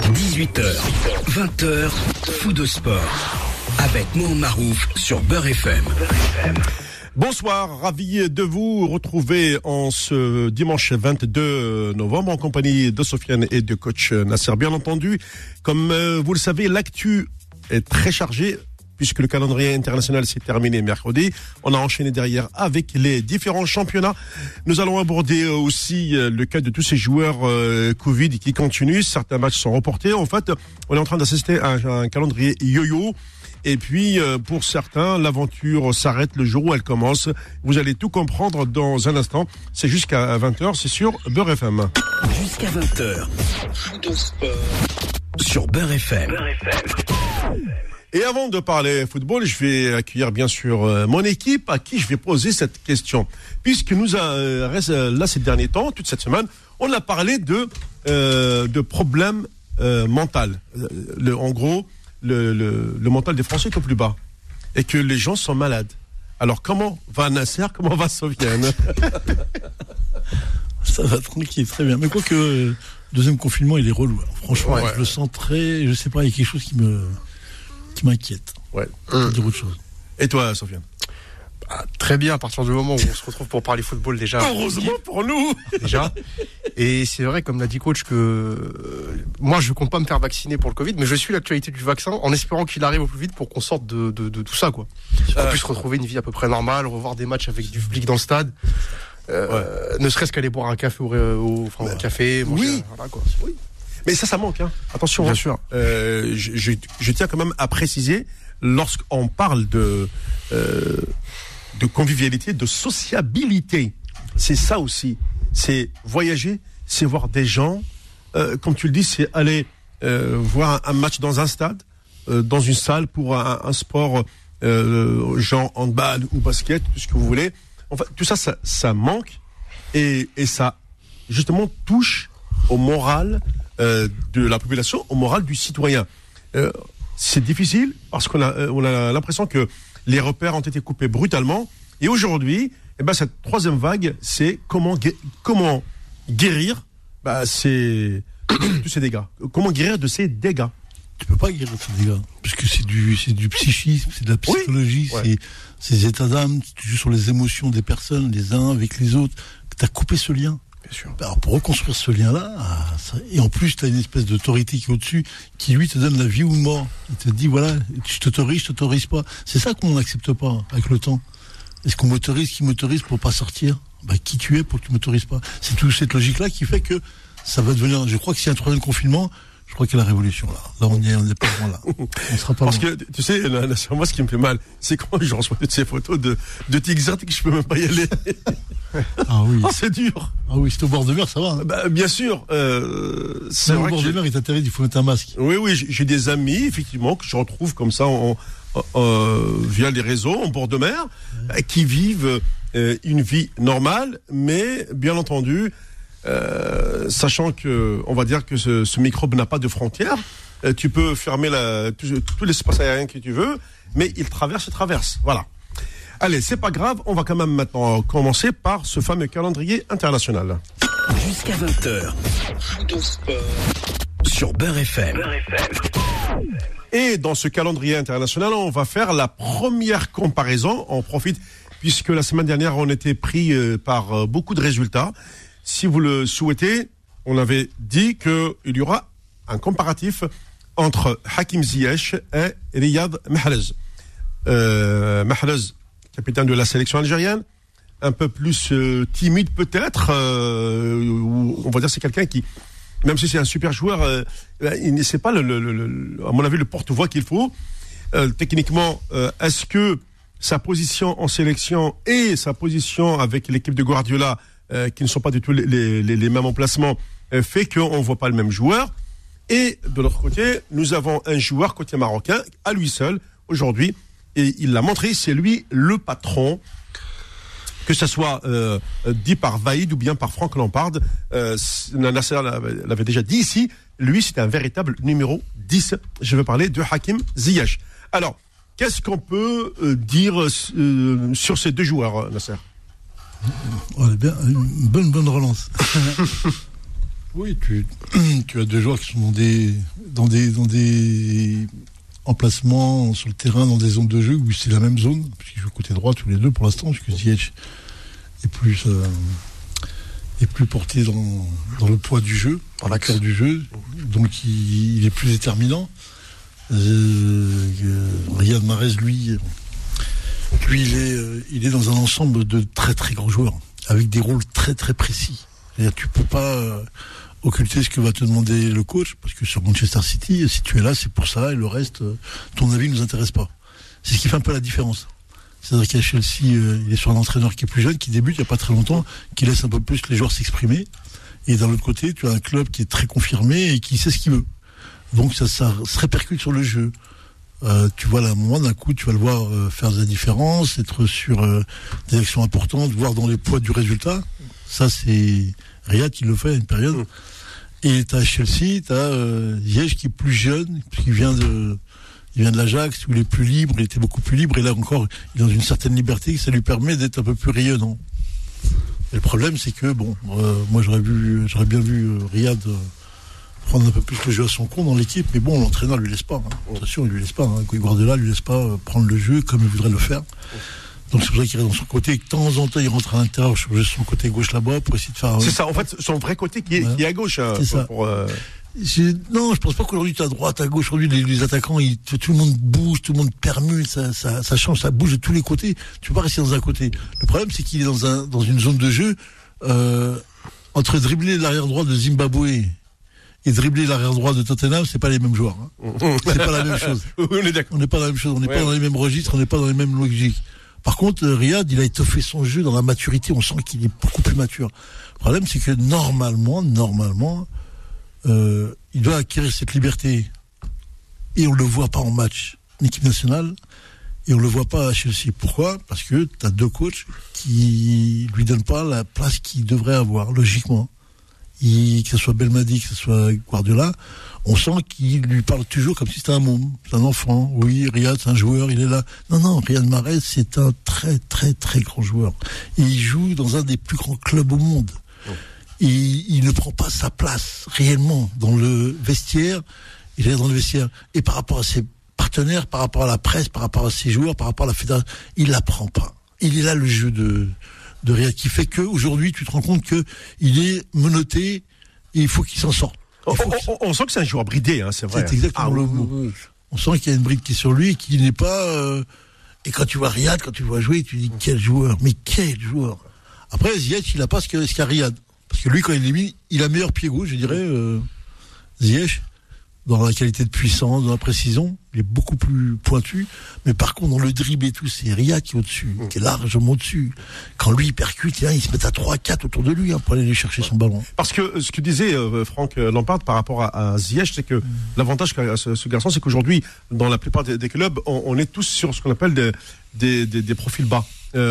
18h, 20h, Fou de sport. Avec Mohamed Marouf sur Beurre FM. Bonsoir, ravi de vous retrouver en ce dimanche 22 novembre en compagnie de Sofiane et de coach Nasser. Bien entendu, comme vous le savez, l'actu est très chargée puisque le calendrier international s'est terminé mercredi. On a enchaîné derrière avec les différents championnats. Nous allons aborder aussi le cas de tous ces joueurs Covid qui continuent. Certains matchs sont reportés. En fait, on est en train d'assister à un calendrier yo-yo. Et puis, pour certains, l'aventure s'arrête le jour où elle commence. Vous allez tout comprendre dans un instant. C'est jusqu'à 20h, c'est sur Beurre FM. Jusqu'à 20h, Fou de sport sur Beurre FM. Et avant de parler football, je vais accueillir bien sûr mon équipe à qui je vais poser cette question. Puisque nous, là ces derniers temps, toute cette semaine, on a parlé de problèmes mentaux. En gros, le mental des Français est au plus bas. Et que les gens sont malades. Alors comment va Nasser, comment va Sofiane? Ça va tranquille, très bien. Mais quoi que deuxième confinement, il est relou. Alors, franchement, ouais. Je le sens très... Je sais pas, il y a quelque chose qui m'inquiète. Ouais. Je vais dire autre chose. Et toi, Sofiane? Très bien, à partir du moment où on se retrouve pour parler football déjà. Heureusement pour nous. Déjà. Et c'est vrai, comme l'a dit coach, que moi je compte pas me faire vacciner pour le Covid, mais je suis l'actualité du vaccin en espérant qu'il arrive au plus vite pour qu'on sorte de tout ça, quoi. Qu'on puisse retrouver une vie à peu près normale, revoir des matchs avec du public dans le stade. Ne serait-ce qu'aller boire un café au café. Manger, Oui. Voilà, quoi. Oui. Mais ça manque, hein. Attention. Bien hein. sûr. Je tiens quand même à préciser, lorsqu'on parle de convivialité, de sociabilité, c'est ça aussi. C'est voyager, c'est voir des gens. Comme tu le dis, c'est aller voir un match dans un stade, dans une salle pour un sport genre handball ou basket, tout ce que vous voulez. Enfin, tout ça, ça manque et ça justement touche au moral de la population, au moral du citoyen. C'est difficile parce qu'on a l'impression que les repères ont été coupés brutalement. Et aujourd'hui, cette troisième vague, c'est comment guérir tous ces dégâts. Comment guérir de ces dégâts? Tu peux pas guérir de ces dégâts. Parce que c'est du psychisme, c'est de la psychologie, Oui. c'est des états d'âme, tu joues sur les émotions des personnes, les uns avec les autres. Tu as coupé ce lien. Bien sûr. Alors pour reconstruire ce lien-là, et en plus tu as une espèce d'autorité qui est au-dessus, qui lui te donne la vie ou la mort. Il te dit voilà, je t'autorise pas. C'est ça qu'on n'accepte pas avec le temps. Est-ce qu'on m'autorise, qui m'autorise pour pas sortir? Qui tu es pour que tu m'autorises pas? C'est toute cette logique-là qui fait que ça va devenir. Je crois que s'il y a un troisième confinement, je crois qu'il y a la révolution là. Là on est pas loin là. On sera pas Parce loin. que tu sais, moi ce qui me fait mal, c'est quand je reçois toutes ces photos de Tigzert et que je peux même pas y aller. Ah oui. C'est dur. Ah oui, c'est au bord de mer, ça va. Hein. Bien sûr. C'est Même au vrai bord de mer, il t'intéresse, il faut mettre un masque. Oui, j'ai des amis effectivement que je retrouve comme ça via les réseaux en bord de mer, qui vivent une vie normale, mais bien entendu, sachant que on va dire que ce microbe n'a pas de frontières, tu peux fermer tout l'espace aérien que tu veux, mais il traverse. Voilà. Allez, c'est pas grave, on va quand même maintenant commencer par ce fameux calendrier international. Jusqu'à 20h, Fou de sport sur Beurre FM. Et dans ce calendrier international, on va faire la première comparaison. On profite, puisque la semaine dernière, on était pris par beaucoup de résultats. Si vous le souhaitez, on avait dit qu'il y aura un comparatif entre Hakim Ziyech et Riyad Mahrez. Mahrez, capitaine de la sélection algérienne, un peu plus timide peut-être, on va dire c'est quelqu'un qui, même si c'est un super joueur, c'est pas à mon avis le porte-voix qu'il faut. Techniquement, est-ce que sa position en sélection et sa position avec l'équipe de Guardiola, qui ne sont pas du tout les mêmes emplacements, fait qu'on ne voit pas le même joueur? Et de l'autre côté, nous avons un joueur côté marocain, à lui seul, aujourd'hui, et il l'a montré, c'est lui le patron, que ce soit dit par Vaïd ou bien par Franck Lampard. Nasser l'avait déjà dit ici, lui c'est un véritable numéro 10. Je veux parler de Hakim Ziyech. Alors, qu'est-ce qu'on peut dire sur ces deux joueurs, Nasser? Bien, une bonne relance. Oui, tu as deux joueurs qui sont dans des emplacements sur le terrain, dans des zones de jeu où c'est la même zone, puisqu'ils jouent côté droit tous les deux pour l'instant, puisque Ziyech est plus porté dans le poids du jeu, dans la cœur du jeu, donc il est plus déterminant. Riyad Mahrez, lui il est dans un ensemble de très très grands joueurs, avec des rôles très très précis. C'est-à-dire, tu peux pas occulter ce que va te demander le coach, parce que sur Manchester City, si tu es là, c'est pour ça, et le reste, ton avis ne nous intéresse pas. C'est ce qui fait un peu la différence. C'est-à-dire qu'à Chelsea, il est sur un entraîneur qui est plus jeune, qui débute il n'y a pas très longtemps, qui laisse un peu plus les joueurs s'exprimer. Et d'un autre côté, tu as un club qui est très confirmé et qui sait ce qu'il veut. Donc ça se répercute sur le jeu. Tu vois, là, à un moment, d'un coup, tu vas le voir faire de la différence, être sur des actions importantes, voir dans les poids du résultat. Ça, c'est Riyad qui le fait à une période. Et tu as Chelsea, tu as Ziyech qui est plus jeune, qui vient de l'Ajax, où il est plus libre, il était beaucoup plus libre, et là encore, il est dans une certaine liberté, ça lui permet d'être un peu plus rayonnant. Et le problème, c'est que, moi j'aurais bien vu Riyad prendre un peu plus le jeu à son compte dans l'équipe, mais bon, l'entraîneur lui laisse pas. Attention, il lui laisse pas. Guardiola lui laisse pas prendre le jeu comme il voudrait le faire. Donc c'est pour ça qu'il reste dans son côté. De temps en temps, il rentre à l'intérieur, changer son côté gauche là-bas pour essayer de faire. C'est ça, en fait, son vrai côté qui est à gauche. C'est ça. Non, je pense pas qu'aujourd'hui tu as droite, à gauche. Aujourd'hui, les attaquants, tout le monde bouge, tout le monde permute, ça change, ça bouge de tous les côtés. Tu peux pas rester dans un côté. Le problème, c'est qu'il est dans une zone de jeu entre dribbler l'arrière droit de Zimbabwe et dribbler l'arrière droit de Tottenham, c'est pas les mêmes joueurs. C'est pas la même chose. Oui, on est d'accord. On n'est pas la même chose. On n'est pas dans les mêmes registres. On n'est pas dans les mêmes logiques. Par contre, Riyad, il a étoffé son jeu dans la maturité. On sent qu'il est beaucoup plus mature. Le problème, c'est que normalement, il doit acquérir cette liberté. Et on le voit pas en match en équipe nationale. Et on le voit pas à Chelsea. Pourquoi ? Parce que tu as deux coachs qui lui donnent pas la place qu'il devrait avoir, logiquement. Que ce soit Belmadi, que ce soit Guardiola, on sent qu'il lui parle toujours comme si c'était un môme, c'est un enfant. Oui, Riyad, c'est un joueur, il est là. Non, Riyad Mahrez, c'est un très, très, très grand joueur. Et il joue dans un des plus grands clubs au monde. Et il ne prend pas sa place, réellement, dans le vestiaire. Il est dans le vestiaire. Et par rapport à ses partenaires, par rapport à la presse, par rapport à ses joueurs, par rapport à la fédération, il la prend pas. Il est là, le jeu de Riyad, qui fait qu'aujourd'hui, tu te rends compte qu'il est menotté et il faut qu'il s'en sorte. On sent que c'est un joueur bridé, hein, c'est vrai. C'est exactement le mot. Oui. On sent qu'il y a une bride qui est sur lui et qu'il n'est pas... Et quand tu vois Riyad, quand tu vois jouer, tu dis quel joueur, mais quel joueur. Après, Ziyech, il n'a pas ce qu'a Riyad. Parce que lui, quand il est mis, il a meilleur pied gauche, je dirais, Ziyech, dans la qualité de puissance, dans la précision, il est beaucoup plus pointu. Mais par contre, dans le dribble et tout, c'est Riyad qui est au-dessus, qui est largement au-dessus. Quand lui, il percute, il se met à 3-4 autour de lui pour aller lui chercher son ballon. Parce que ce que disait Franck Lampard par rapport à Ziyech, c'est que l'avantage qu'a ce garçon, c'est qu'aujourd'hui, dans la plupart des clubs, on est tous sur ce qu'on appelle des profils bas.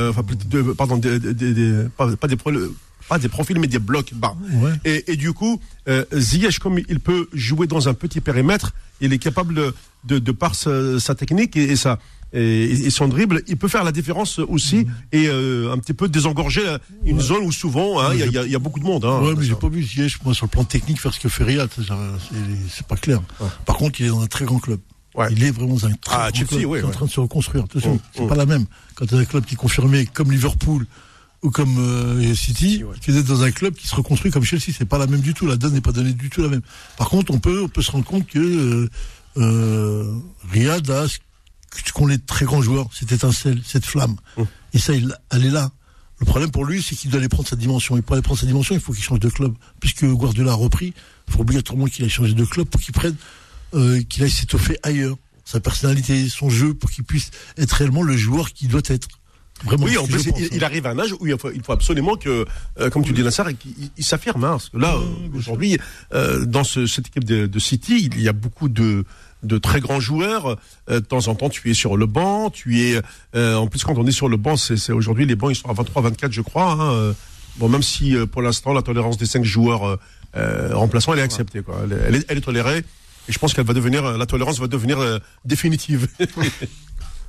Pas des profils, mais des blocs bas. Ouais. Et du coup, Ziyech, comme il peut jouer dans un petit périmètre, il est capable de par sa technique et son dribble, il peut faire la différence aussi et un petit peu désengorger une zone où souvent il y a beaucoup de monde. Ouais, mais j'ai pas vu Ziyech, moi, sur le plan technique, faire ce que fait Riyad. C'est pas clair. Ouais. Par contre, il est dans un très grand club. Ouais. Il est vraiment dans un très grand club. Qui est en train de se reconstruire. Attention, c'est pas la même. Quand tu as un club qui est confirmé comme Liverpool ou comme City, qui est dans un club qui se reconstruit comme Chelsea, c'est pas la même du tout. La donne n'est pas donnée du tout la même. Par contre, on peut se rendre compte que Riyad a ce qu'ont les très grands joueurs, cette étincelle, cette flamme. Et ça, elle est là. Le problème pour lui, c'est qu'il doit aller prendre sa dimension. Et pour aller prendre sa dimension, il faut qu'il change de club. Puisque Guardiola a repris, il faut obligatoirement qu'il aille changer de club pour qu'il prenne, qu'il aille s'étoffer ailleurs. Sa personnalité, son jeu, pour qu'il puisse être réellement le joueur qu'il doit être. Vraiment, oui, en plus, il arrive à un âge où il faut absolument que, comme tu dis, Nassar, qu'il s'affirme. Parce que là, aujourd'hui, dans cette équipe de City, il y a beaucoup de très grands joueurs. De temps en temps, tu es sur le banc. En plus, quand on est sur le banc, c'est aujourd'hui, les bancs, ils sont à 23, 24, je crois. Bon, même si, pour l'instant, la tolérance des 5 joueurs remplaçants, elle est acceptée, quoi. Elle est tolérée. Et je pense la tolérance va devenir définitive.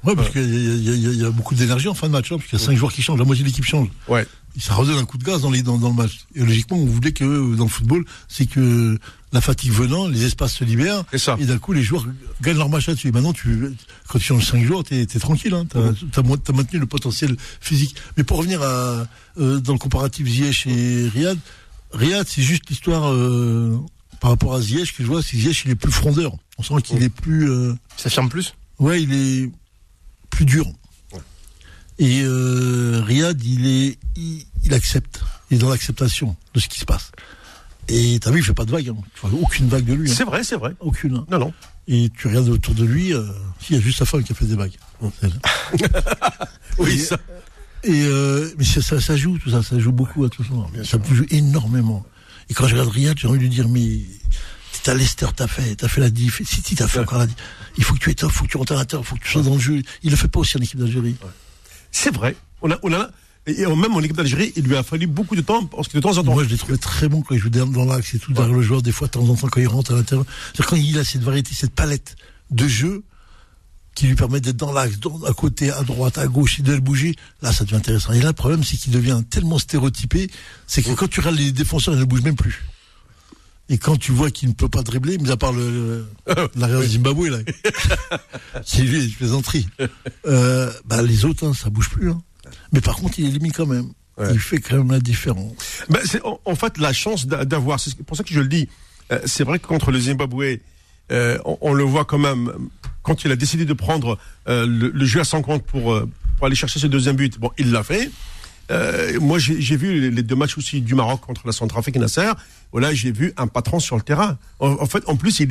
Ouais, parce qu'il y a beaucoup d'énergie en fin de match, parce qu'il y a 5 joueurs qui changent, la moitié de l'équipe change. Ouais. Et ça redonne un coup de gaz dans le match. Et logiquement, on voulait que dans le football, c'est que la fatigue venant, les espaces se libèrent, et d'un coup, les joueurs gagnent leur match là-dessus. Et maintenant, quand tu changes 5 joueurs, t'es tranquille, hein. T'as maintenu le potentiel physique. Mais pour revenir dans le comparatif Ziyech et Riyad, c'est juste l'histoire par rapport à Ziyech que je vois, c'est Ziyech, il est plus frondeur. On sent qu'il est plus... Il s'affirme plus. Ouais, il est plus dur. Ouais. Et Riyad, il accepte. Il est dans l'acceptation de ce qui se passe. Et t'as vu, il fait pas de vague. Hein. Tu vois aucune vague de lui. C'est hein. vrai. Aucune. Hein. Non. Et tu regardes autour de lui, il y a juste sa femme qui a fait des vagues. Oui, ça. Mais ça joue, tout ça. Ça joue beaucoup à tout ça. Ça joue énormément. Et quand je regarde Riyad, j'ai envie de lui dire, mais t'as Leicester, t'as fait la diff. Si t'as fait encore la diff. Il faut que tu étoffes, il faut que tu rentres à l'intérieur, il faut que tu sois dans le jeu. Il le fait pas aussi en équipe d'Algérie. Ouais. C'est vrai. Et même en équipe d'Algérie, il lui a fallu beaucoup de temps, parce que de temps en temps. Moi, je l'ai trouvé très bon quand il joue dans l'axe et tout, derrière le joueur, des fois, de temps en temps, quand il rentre à l'intérieur. C'est-à-dire quand il a cette variété, cette palette de jeu, qui lui permet d'être dans l'axe, à côté, à droite, à gauche, et de le bouger, là, ça devient intéressant. Et là, le problème, c'est qu'il devient tellement stéréotypé, c'est que quand tu regardes les défenseurs, ils ne bougent même plus. Et quand tu vois qu'il ne peut pas dribbler, mis à part l'arrière de Zimbabwe, là, c'est lui, je plaisanterie. Les autres, hein, ça bouge plus, hein. Mais par contre, il est limite quand même. Ouais. Il fait quand même la différence. C'est en fait la chance d'avoir. C'est pour ça que je le dis. C'est vrai que contre le Zimbabwe, on le voit quand même. Quand il a décidé de prendre le jeu à 50 pour aller chercher ce deuxième but, bon, il l'a fait. Moi, j'ai vu les 2 matchs aussi du Maroc contre la Centrafrique et Nasser. Voilà, j'ai vu un patron sur le terrain. En fait, en plus, il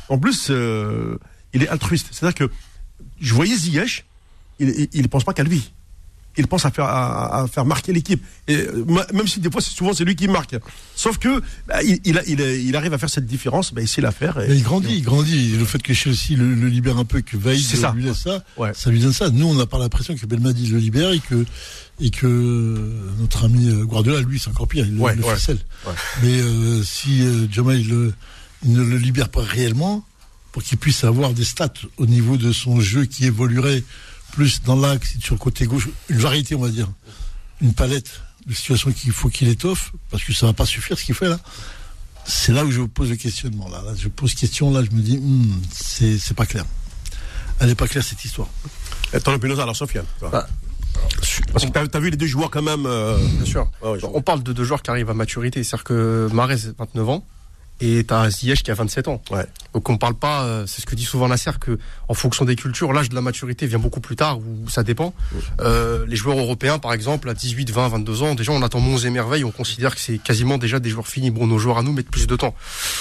est altruiste. C'est-à-dire que je voyais Ziyech, il pense pas qu'à lui. Il pense à faire marquer l'équipe. Et même si des fois, c'est lui qui marque. Sauf que il arrive à faire cette différence. Il sait la faire. Et il grandit. Le fait que Chelsea le libère un peu, que Vaïd lui laisse ça, ça lui donne ça. Nous, on n'a pas l'impression que Belmadi le libère et que notre ami Guardiola, lui, c'est encore pire. Il le ficelle. Ouais. Mais si Jamal il ne le libère pas réellement, pour qu'il puisse avoir des stats au niveau de son jeu qui évoluerait plus dans l'axe, sur le côté gauche, une variété, on va dire, une palette de situations qu'il faut qu'il étoffe, parce que ça va pas suffire ce qu'il fait là. C'est là où je pose le questionnement. Là, je pose question, là, je me dis, c'est pas clair. Elle n'est pas claire, cette histoire. Ton opinion, alors, Sofiane. Parce que t'as vu les 2 joueurs quand même. Bien sûr. On parle de 2 joueurs qui arrivent à maturité. C'est-à-dire que Mahrez, 29 ans, et t'as Ziyech qui a 27 ans. Ouais. Donc on parle pas, c'est ce que dit souvent Nasser, que en fonction des cultures, l'âge de la maturité vient beaucoup plus tard, ou ça dépend. Les joueurs européens, par exemple, à 18, 20, 22 ans, déjà on attend monts et merveilles, on considère que c'est quasiment déjà des joueurs finis. Bon, nos joueurs à nous mettent plus de temps.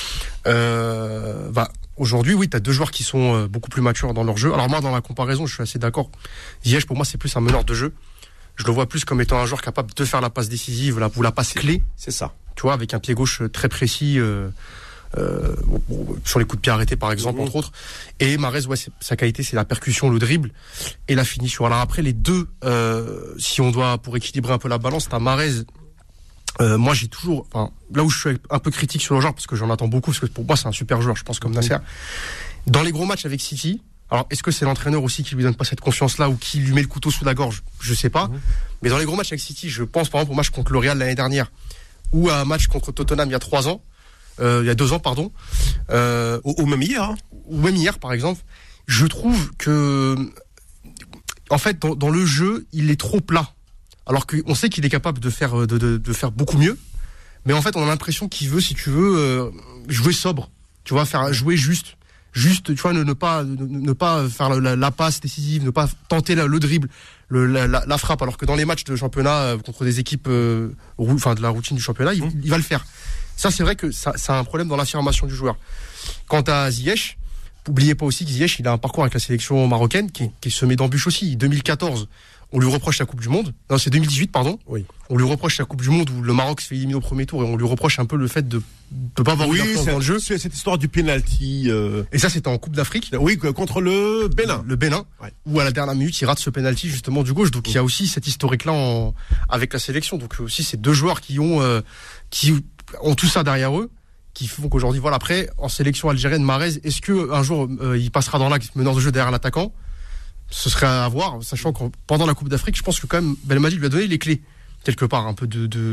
Aujourd'hui, oui, t'as 2 joueurs qui sont beaucoup plus matures dans leur jeu. Alors moi, dans la comparaison, je suis assez d'accord. Ziyech, pour moi, c'est plus un meneur de jeu. Je le vois plus comme étant un joueur capable de faire la passe décisive, ou la passe clé. C'est ça. Tu vois, avec un pied gauche très précis, sur les coups de pied arrêtés, par exemple, entre autres. Et Mahrez, sa qualité, c'est la percussion, le dribble et la finition. Alors après, les 2, si on doit, pour équilibrer un peu la balance, t'as Mahrez. Moi, j'ai toujours, là où je suis un peu critique sur le joueur, parce que j'en attends beaucoup, parce que pour moi, c'est un super joueur, je pense, comme Nasser. Dans les gros matchs avec City, alors, est-ce que c'est l'entraîneur aussi qui lui donne pas cette confiance-là, ou qui lui met le couteau sous la gorge? Je sais pas. Mais dans les gros matchs avec City, je pense, par exemple, au match contre le Real l'année dernière, ou à un match contre Tottenham il y a 3 ans, il y a 2 ans, pardon, ou même hier, hein. Ou même hier, par exemple, je trouve que, en fait, dans le jeu, il est trop plat. Alors qu'on sait qu'il est capable de faire beaucoup mieux, mais en fait, on a l'impression qu'il veut, si tu veux, jouer sobre. Tu vois, faire jouer juste, tu vois, ne pas faire la passe décisive, ne pas tenter le dribble, la frappe, alors que dans les matchs de championnat contre des équipes, de la routine du championnat, il va le faire. Ça, c'est vrai que ça a un problème dans l'affirmation du joueur. Quant à Ziyech, n'oubliez pas aussi que Ziyech, il a un parcours avec la sélection marocaine qui est semé d'embûches aussi. 2014, on lui reproche la Coupe du Monde. Non, c'est 2018, pardon. Oui. On lui reproche la Coupe du Monde où le Maroc se fait éliminer au premier tour, et on lui reproche un peu le fait de pas avoir eu d'influence dans le jeu. C'est cette histoire du penalty. Et ça, c'était en Coupe d'Afrique. Oui, contre le Bénin. Le Bénin. Ouais. Où à la dernière minute, il rate ce penalty justement du gauche. Donc il y a aussi cette historique-là avec la sélection. Donc aussi ces 2 joueurs qui ont tout ça derrière eux, qui font qu'aujourd'hui, voilà. Après, en sélection algérienne, Mahrez, est-ce que un jour il passera dans l'axe meneur de jeu derrière l'attaquant? Ce serait à voir, sachant que pendant la Coupe d'Afrique, je pense que quand même Belmadi lui a donné les clés quelque part un peu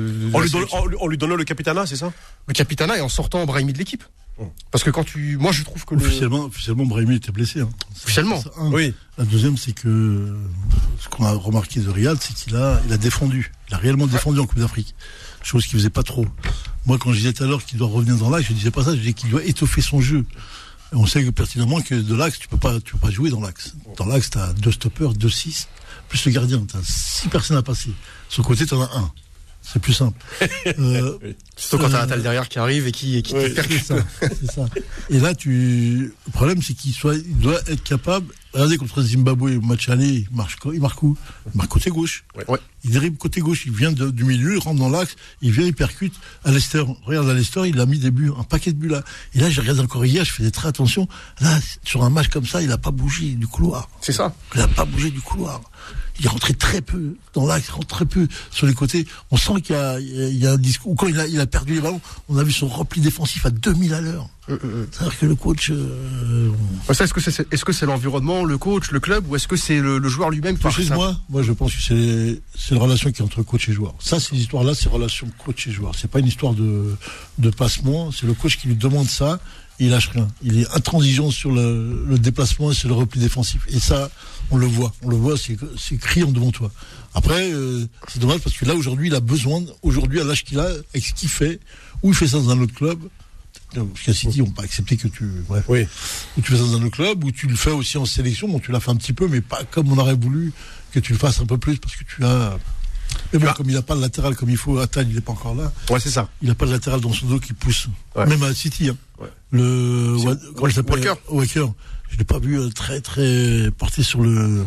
on lui donnait le capitanat, c'est ça? Le capitanat et en sortant Brahimi de l'équipe. Parce que moi je trouve que officiellement Brahimi était blessé. Hein. Officiellement. Oui. La deuxième, c'est que ce qu'on a remarqué de Riyad, c'est qu'il a défendu. Il a réellement défendu en Coupe d'Afrique. Chose qu'il faisait pas trop. Moi, quand je disais tout à l'heure qu'il doit revenir dans l'axe, je disais pas ça, je disais qu'il doit étoffer son jeu. Et on sait que pertinemment que de l'axe, tu peux pas jouer dans l'axe. Dans l'axe, t'as 2 stoppers, 2-6, plus le gardien. T'as 6 personnes à passer. Sur le côté, t'en as 1. C'est plus simple. Surtout quand t'as Attal derrière qui arrive et qui te percute. C'est ça. Et là, le problème, c'est qu'il doit être capable. Regardez, contre Zimbabwe, au match aller, il marque où? Il marque côté gauche. Ouais. Il dribble côté gauche, il vient du milieu, il rentre dans l'axe, il vient, il percute. À Leicester, regarde, à Leicester, il a mis des buts, un paquet de buts là. Et là, je regarde encore hier, je faisais très attention. Là, sur un match comme ça, il a pas bougé du couloir. C'est ça. Il a pas bougé du couloir. Il rentrait très peu dans l'axe, il rentre très peu sur les côtés. On sent qu'il y a un discours. Quand il a perdu les ballons, on a vu son repli défensif à 2000 à l'heure. C'est-à-dire que le coach. Ça, est-ce que c'est l'environnement, le coach, le club, ou est-ce que c'est le joueur lui-même qui fait ça? Moi, je pense que c'est la relation qui est entre coach et joueur. Ça, ces histoires-là, c'est relation coach et joueur. C'est pas une histoire de passement. C'est le coach qui lui demande ça. Il lâche rien. Il est intransigeant sur le déplacement et sur le repli défensif. Et ça, on le voit, c'est criant devant toi. Après, c'est dommage parce que là, aujourd'hui, il a besoin, à l'âge qu'il a, avec ce qu'il fait, ou il fait ça dans un autre club. Parce qu'à City, on peut pas accepter que ou tu fais ça dans un autre club, ou tu le fais aussi en sélection. Bon, tu l'as fait un petit peu, mais pas comme on aurait voulu que tu le fasses un peu plus parce que tu as. Mais bon, comme il n'a pas le latéral comme il faut, Attal, il n'est pas encore là. Ouais, c'est ça. Il n'a pas de latéral dans son dos qui pousse. Ouais. Même à City. Hein. Ouais. Comment il s'appelle? Walker. Je ne l'ai pas vu très, très porté sur le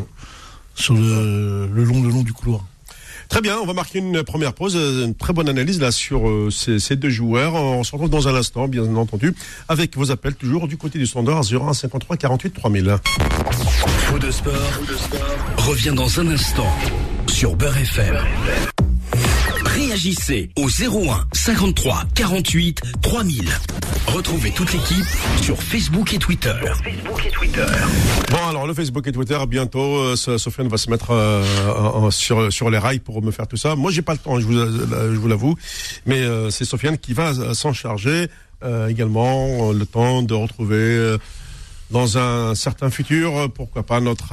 long du couloir. Très bien, on va marquer une première pause. Une très bonne analyse là sur ces 2 joueurs. On se retrouve dans un instant, bien entendu, avec vos appels toujours du côté du standard 01 53 48 3000. Faux de sport revient dans un instant sur Beurre FM. Réagissez au 01 53 48 3000. Retrouvez toute l'équipe sur Facebook et Twitter. Bon, alors le Facebook et Twitter, bientôt, Sofiane va se mettre sur les rails pour me faire tout ça. Moi, j'ai pas le temps, je vous l'avoue, mais c'est Sofiane qui va s'en charger. Également, le temps de retrouver dans un certain futur, pourquoi pas notre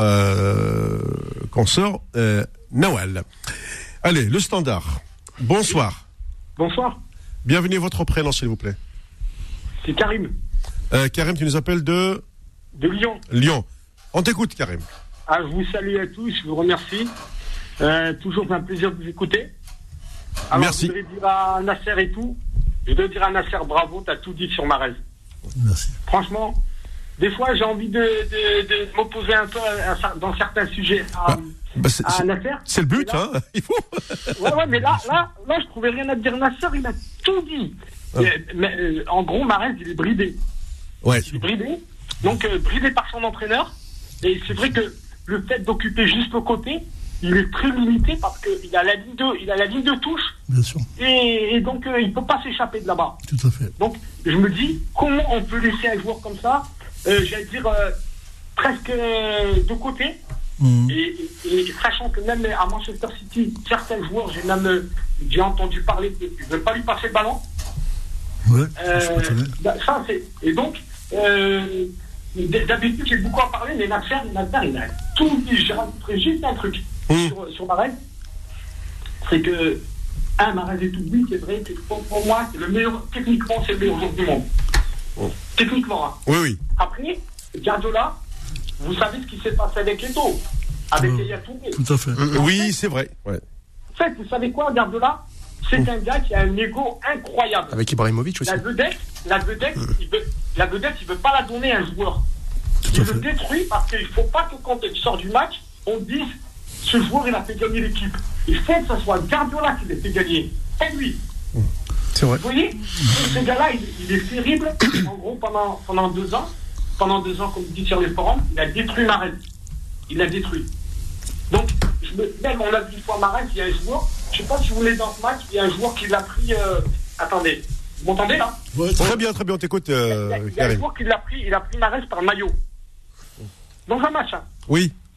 consoeur Noël. Allez, le standard. Bonsoir. Bonsoir. Bienvenue, votre prénom, s'il vous plaît. C'est Karim. Karim, tu nous appelles de Lyon. Lyon. On t'écoute, Karim. Je vous salue à tous, je vous remercie. Toujours un plaisir de vous écouter. Alors, merci. Je voudrais dire à Nasser et tout. Je voudrais dire à Nasser, bravo, t'as tout dit sur Mahrez. Merci. Franchement, des fois, j'ai envie de m'opposer un peu dans certains sujets à Nasser. C'est le but, là, hein. Il faut. Ouais, mais là, je trouvais rien à dire. Nasser, il a tout dit. Mais en gros, Mahrez, il est bridé. Ouais. Il est bridé. Donc, bridé par son entraîneur. Et c'est vrai que le fait d'occuper juste le côté, il est très limité parce qu'il a la ligne de touche. Bien sûr. Et donc, il ne peut pas s'échapper de là-bas. Tout à fait. Donc, je me dis, comment on peut laisser un joueur comme ça, j'allais dire, presque de côté. Et sachant que même à Manchester City, certains joueurs, j'ai entendu parler qu'ils ne veulent pas lui passer le ballon. Ouais, ça, et donc, d'habitude, j'ai beaucoup à parler, mais Nasser, il a tout dit. J'ai rajouté juste un truc sur Mahrez. C'est que, Mahrez est tout oui, c'est vrai que pour moi, c'est le meilleur, techniquement, c'est le meilleur joueur du monde. Techniquement. Hein. Oui. Après, Guardiola, vous savez ce qui s'est passé avec Eto'o, avec Yaya Touré. Tout à fait. Oui, c'est vrai. Ouais. En fait, vous savez quoi, Guardiola? C'est un gars qui a un ego incroyable. Avec Ibrahimovic aussi. La vedette, il veut pas la donner à un joueur. Il le détruit parce qu'il faut pas que quand il sort du match, on dise ce joueur il a fait gagner l'équipe. Il faut que ce soit Guardiola qui l'ait fait gagner. Et lui. C'est vrai. Vous voyez, ce gars-là, il est terrible. En gros, pendant 2 ans, comme il dit sur les forums, il a détruit Mahrez. Il l'a détruit. Donc, même on l'a vu une fois Mahrez, il y a un joueur, je ne sais pas si vous voulez dans ce match, il y a un joueur qui l'a pris. Attendez, vous m'entendez là? Ouais, très bien, on t'écoute. Il y a un joueur qui l'a pris, il a pris Mahrez par le maillot. Dans un match. Hein. Oui.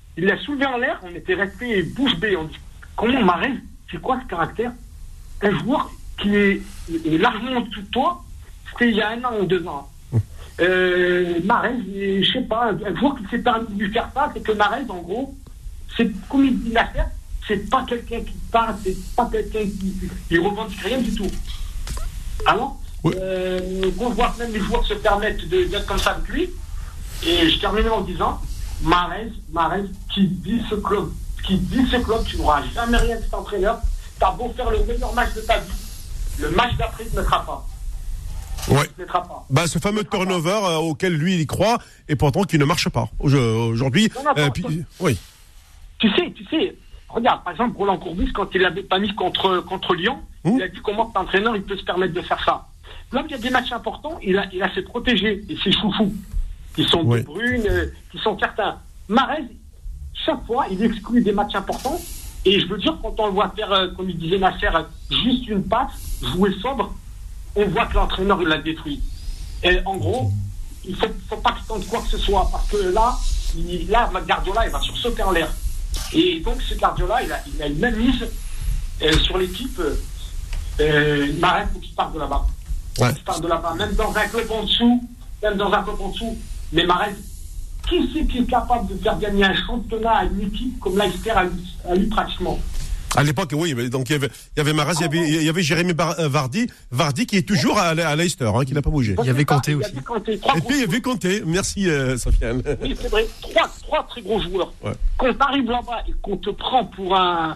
Il l'a soulevé en l'air, on était resté bouche bée. On dit, comment Mahrez, c'est quoi ce caractère? Un joueur qui est largement en dessous de toi, c'était il y a 1 an ou 2 ans. Mahrez, je sais pas, un joueur qui s'est permis de lui faire ça, c'est que Mahrez, en gros, c'est comme il dit l'affaire, c'est pas quelqu'un qui parle, c'est pas quelqu'un qui revendique rien du tout. Alors, qu'on voit même les joueurs se permettent d'être comme ça avec lui, et je termine en disant, Mahrez, qui dit ce club, tu n'auras jamais rien de cet entraîneur, t'as beau faire le meilleur match de ta vie, le match d'après ne te mettra pas. Ouais. Bah, ce fameux turnover auquel lui il croit et pourtant qui ne marche pas aujourd'hui. Oui. Tu sais, regarde, par exemple, Roland Courbis, quand il l'avait pas mis contre Lyon, il a dit comment cet entraîneur il peut se permettre de faire ça. Là, il y a des matchs importants, il a ses protégés et ses choufous, qui sont De Bruyne, qui sont certains. Mahrez, chaque fois, il exclut des matchs importants. Et je veux dire, quand on le voit faire, comme il disait Nasser, juste une passe, jouer sobre, on voit que l'entraîneur il l'a détruit. Et en gros, il faut pas qu'il tente quoi que ce soit, parce que là, Guardiola, il va sursauter en l'air. Et donc, ce Guardiola, il a une même mise sur l'équipe. Mahrez, il faut qu'il parte de là-bas. Il part de là-bas, même dans un club en dessous. Mais Mahrez, qui c'est qui est capable de faire gagner un championnat à une équipe comme Leicester à lui pratiquement? À l'époque, oui, donc il y avait Mahrez, il y avait Jérémy Vardy qui est toujours à Leicester, qui n'a pas bougé. Il y avait Kanté aussi. Et puis il y avait Kanté, merci Sofiane. Oui, c'est vrai, trois très gros joueurs. Ouais. Quand tu arrives là-bas et qu'on te prend pour un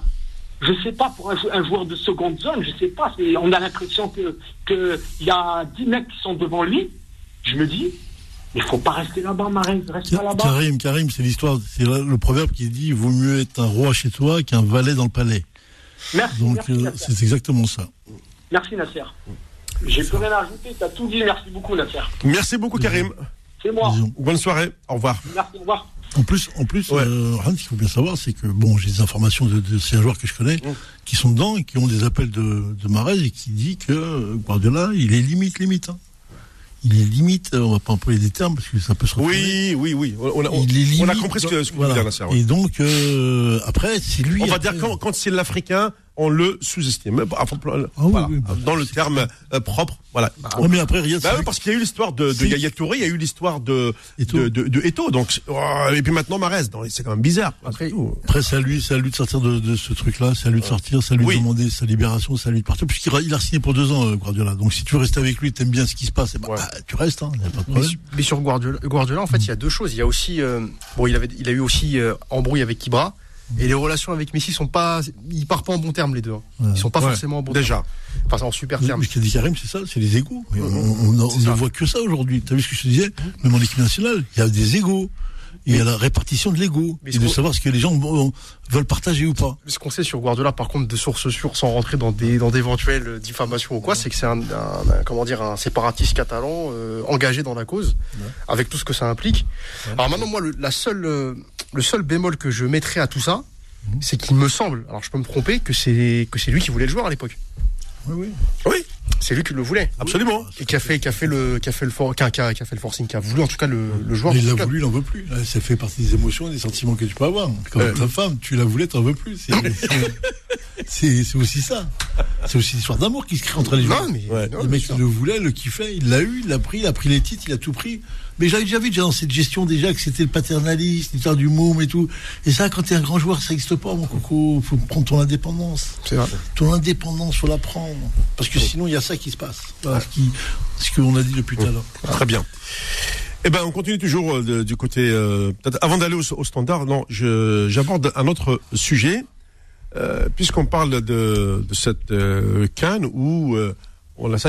joueur de seconde zone, je sais pas, on a l'impression que il y a 10 mecs qui sont devant lui, je me dis, il faut pas rester là-bas, Mahrez, reste pas là-bas. Karim, c'est l'histoire, c'est le proverbe qui dit, il vaut mieux être un roi chez toi qu'un valet dans le palais. Merci. Donc, c'est exactement ça. Merci, Nasser. J'ai plus rien à ajouter, t'as tout dit, merci beaucoup, Nasser. Merci beaucoup, Karim. C'est moi. Bonne soirée, au revoir. Merci, au revoir. En plus, Hans, ce qu'il faut bien savoir, c'est que, j'ai des informations de ces joueurs que je connais, qui sont dedans et qui ont des appels de Mahrez et qui dit que, Guardiola, il est limite, Il est limite, on va pas employer des termes parce que ça peut se retrouver. Oui. On a compris ce que vous voilà. dire, Nasser. Et donc, après, c'est lui. On va dire quand c'est l'Africain, on le sous-estime. Dans le terme propre, voilà. Mais après, rien. Parce qu'il y a eu l'histoire de Yaya Touré, il y a eu l'histoire de Eto'o. Donc, et puis maintenant Mahrez. C'est quand même bizarre. Après, c'est à lui de sortir de ce truc-là. C'est à lui de sortir. C'est à lui de demander sa libération. C'est à lui de partir. Puisqu'il a signé pour 2 ans, Guardiola. Donc, si tu veux rester avec lui, t'aimes bien ce qui se passe, tu restes. Y a pas de problème. Mais sur Guardiola, en fait, il y a 2 choses. Il y a aussi, il a eu aussi embrouille avec Ibra. Et les relations avec Messi ils partent pas en bons termes, les deux. Ils sont pas forcément en bons termes. Enfin, en super termes. Mais ce qu'a dit Karim, c'est ça, c'est les égos. On ne voit que ça aujourd'hui. T'as vu ce que je te disais? Même en équipe nationale, il y a des égos. Il y a la répartition de l'ego. Et de savoir ce que les gens veulent partager ou pas. Ce qu'on sait sur Guardiola, par contre, de sources sûres, sans rentrer dans d'éventuelles diffamations ou quoi, c'est que c'est un séparatiste catalan, engagé dans la cause, avec tout ce que ça implique. Alors maintenant, moi, le seul bémol que je mettrais à tout ça, c'est qu'il me semble, alors je peux me tromper, que c'est lui qui voulait le joueur à l'époque. Oui. C'est lui qui le voulait. Absolument. Et qui a fait le forcing, qui a voulu en tout cas le joueur. Mais il l'a voulu, il en veut plus. Ça fait partie des émotions, des sentiments que tu peux avoir. Comme ta femme, tu la voulais, t'en veux plus. C'est aussi ça. C'est aussi l'histoire d'amour qui se crée entre les gens. Le mec qui le voulait, le kiffait, il l'a eu, il a pris les titres, il a tout pris. Mais j'avais déjà vu dans cette gestion que c'était le paternalisme, l'histoire du môme et tout. Et ça, quand t'es un grand joueur, ça n'existe pas, mon coco. Faut prendre ton indépendance. C'est vrai. Ton indépendance, faut la prendre. Parce que sinon, il y a ça qui se passe. Voilà ce qu'on a dit depuis tout à l'heure. Très bien. Eh ben, on continue toujours du côté. Peut-être avant d'aller au standard, j'aborde un autre sujet, puisqu'on parle de cette CAN où on a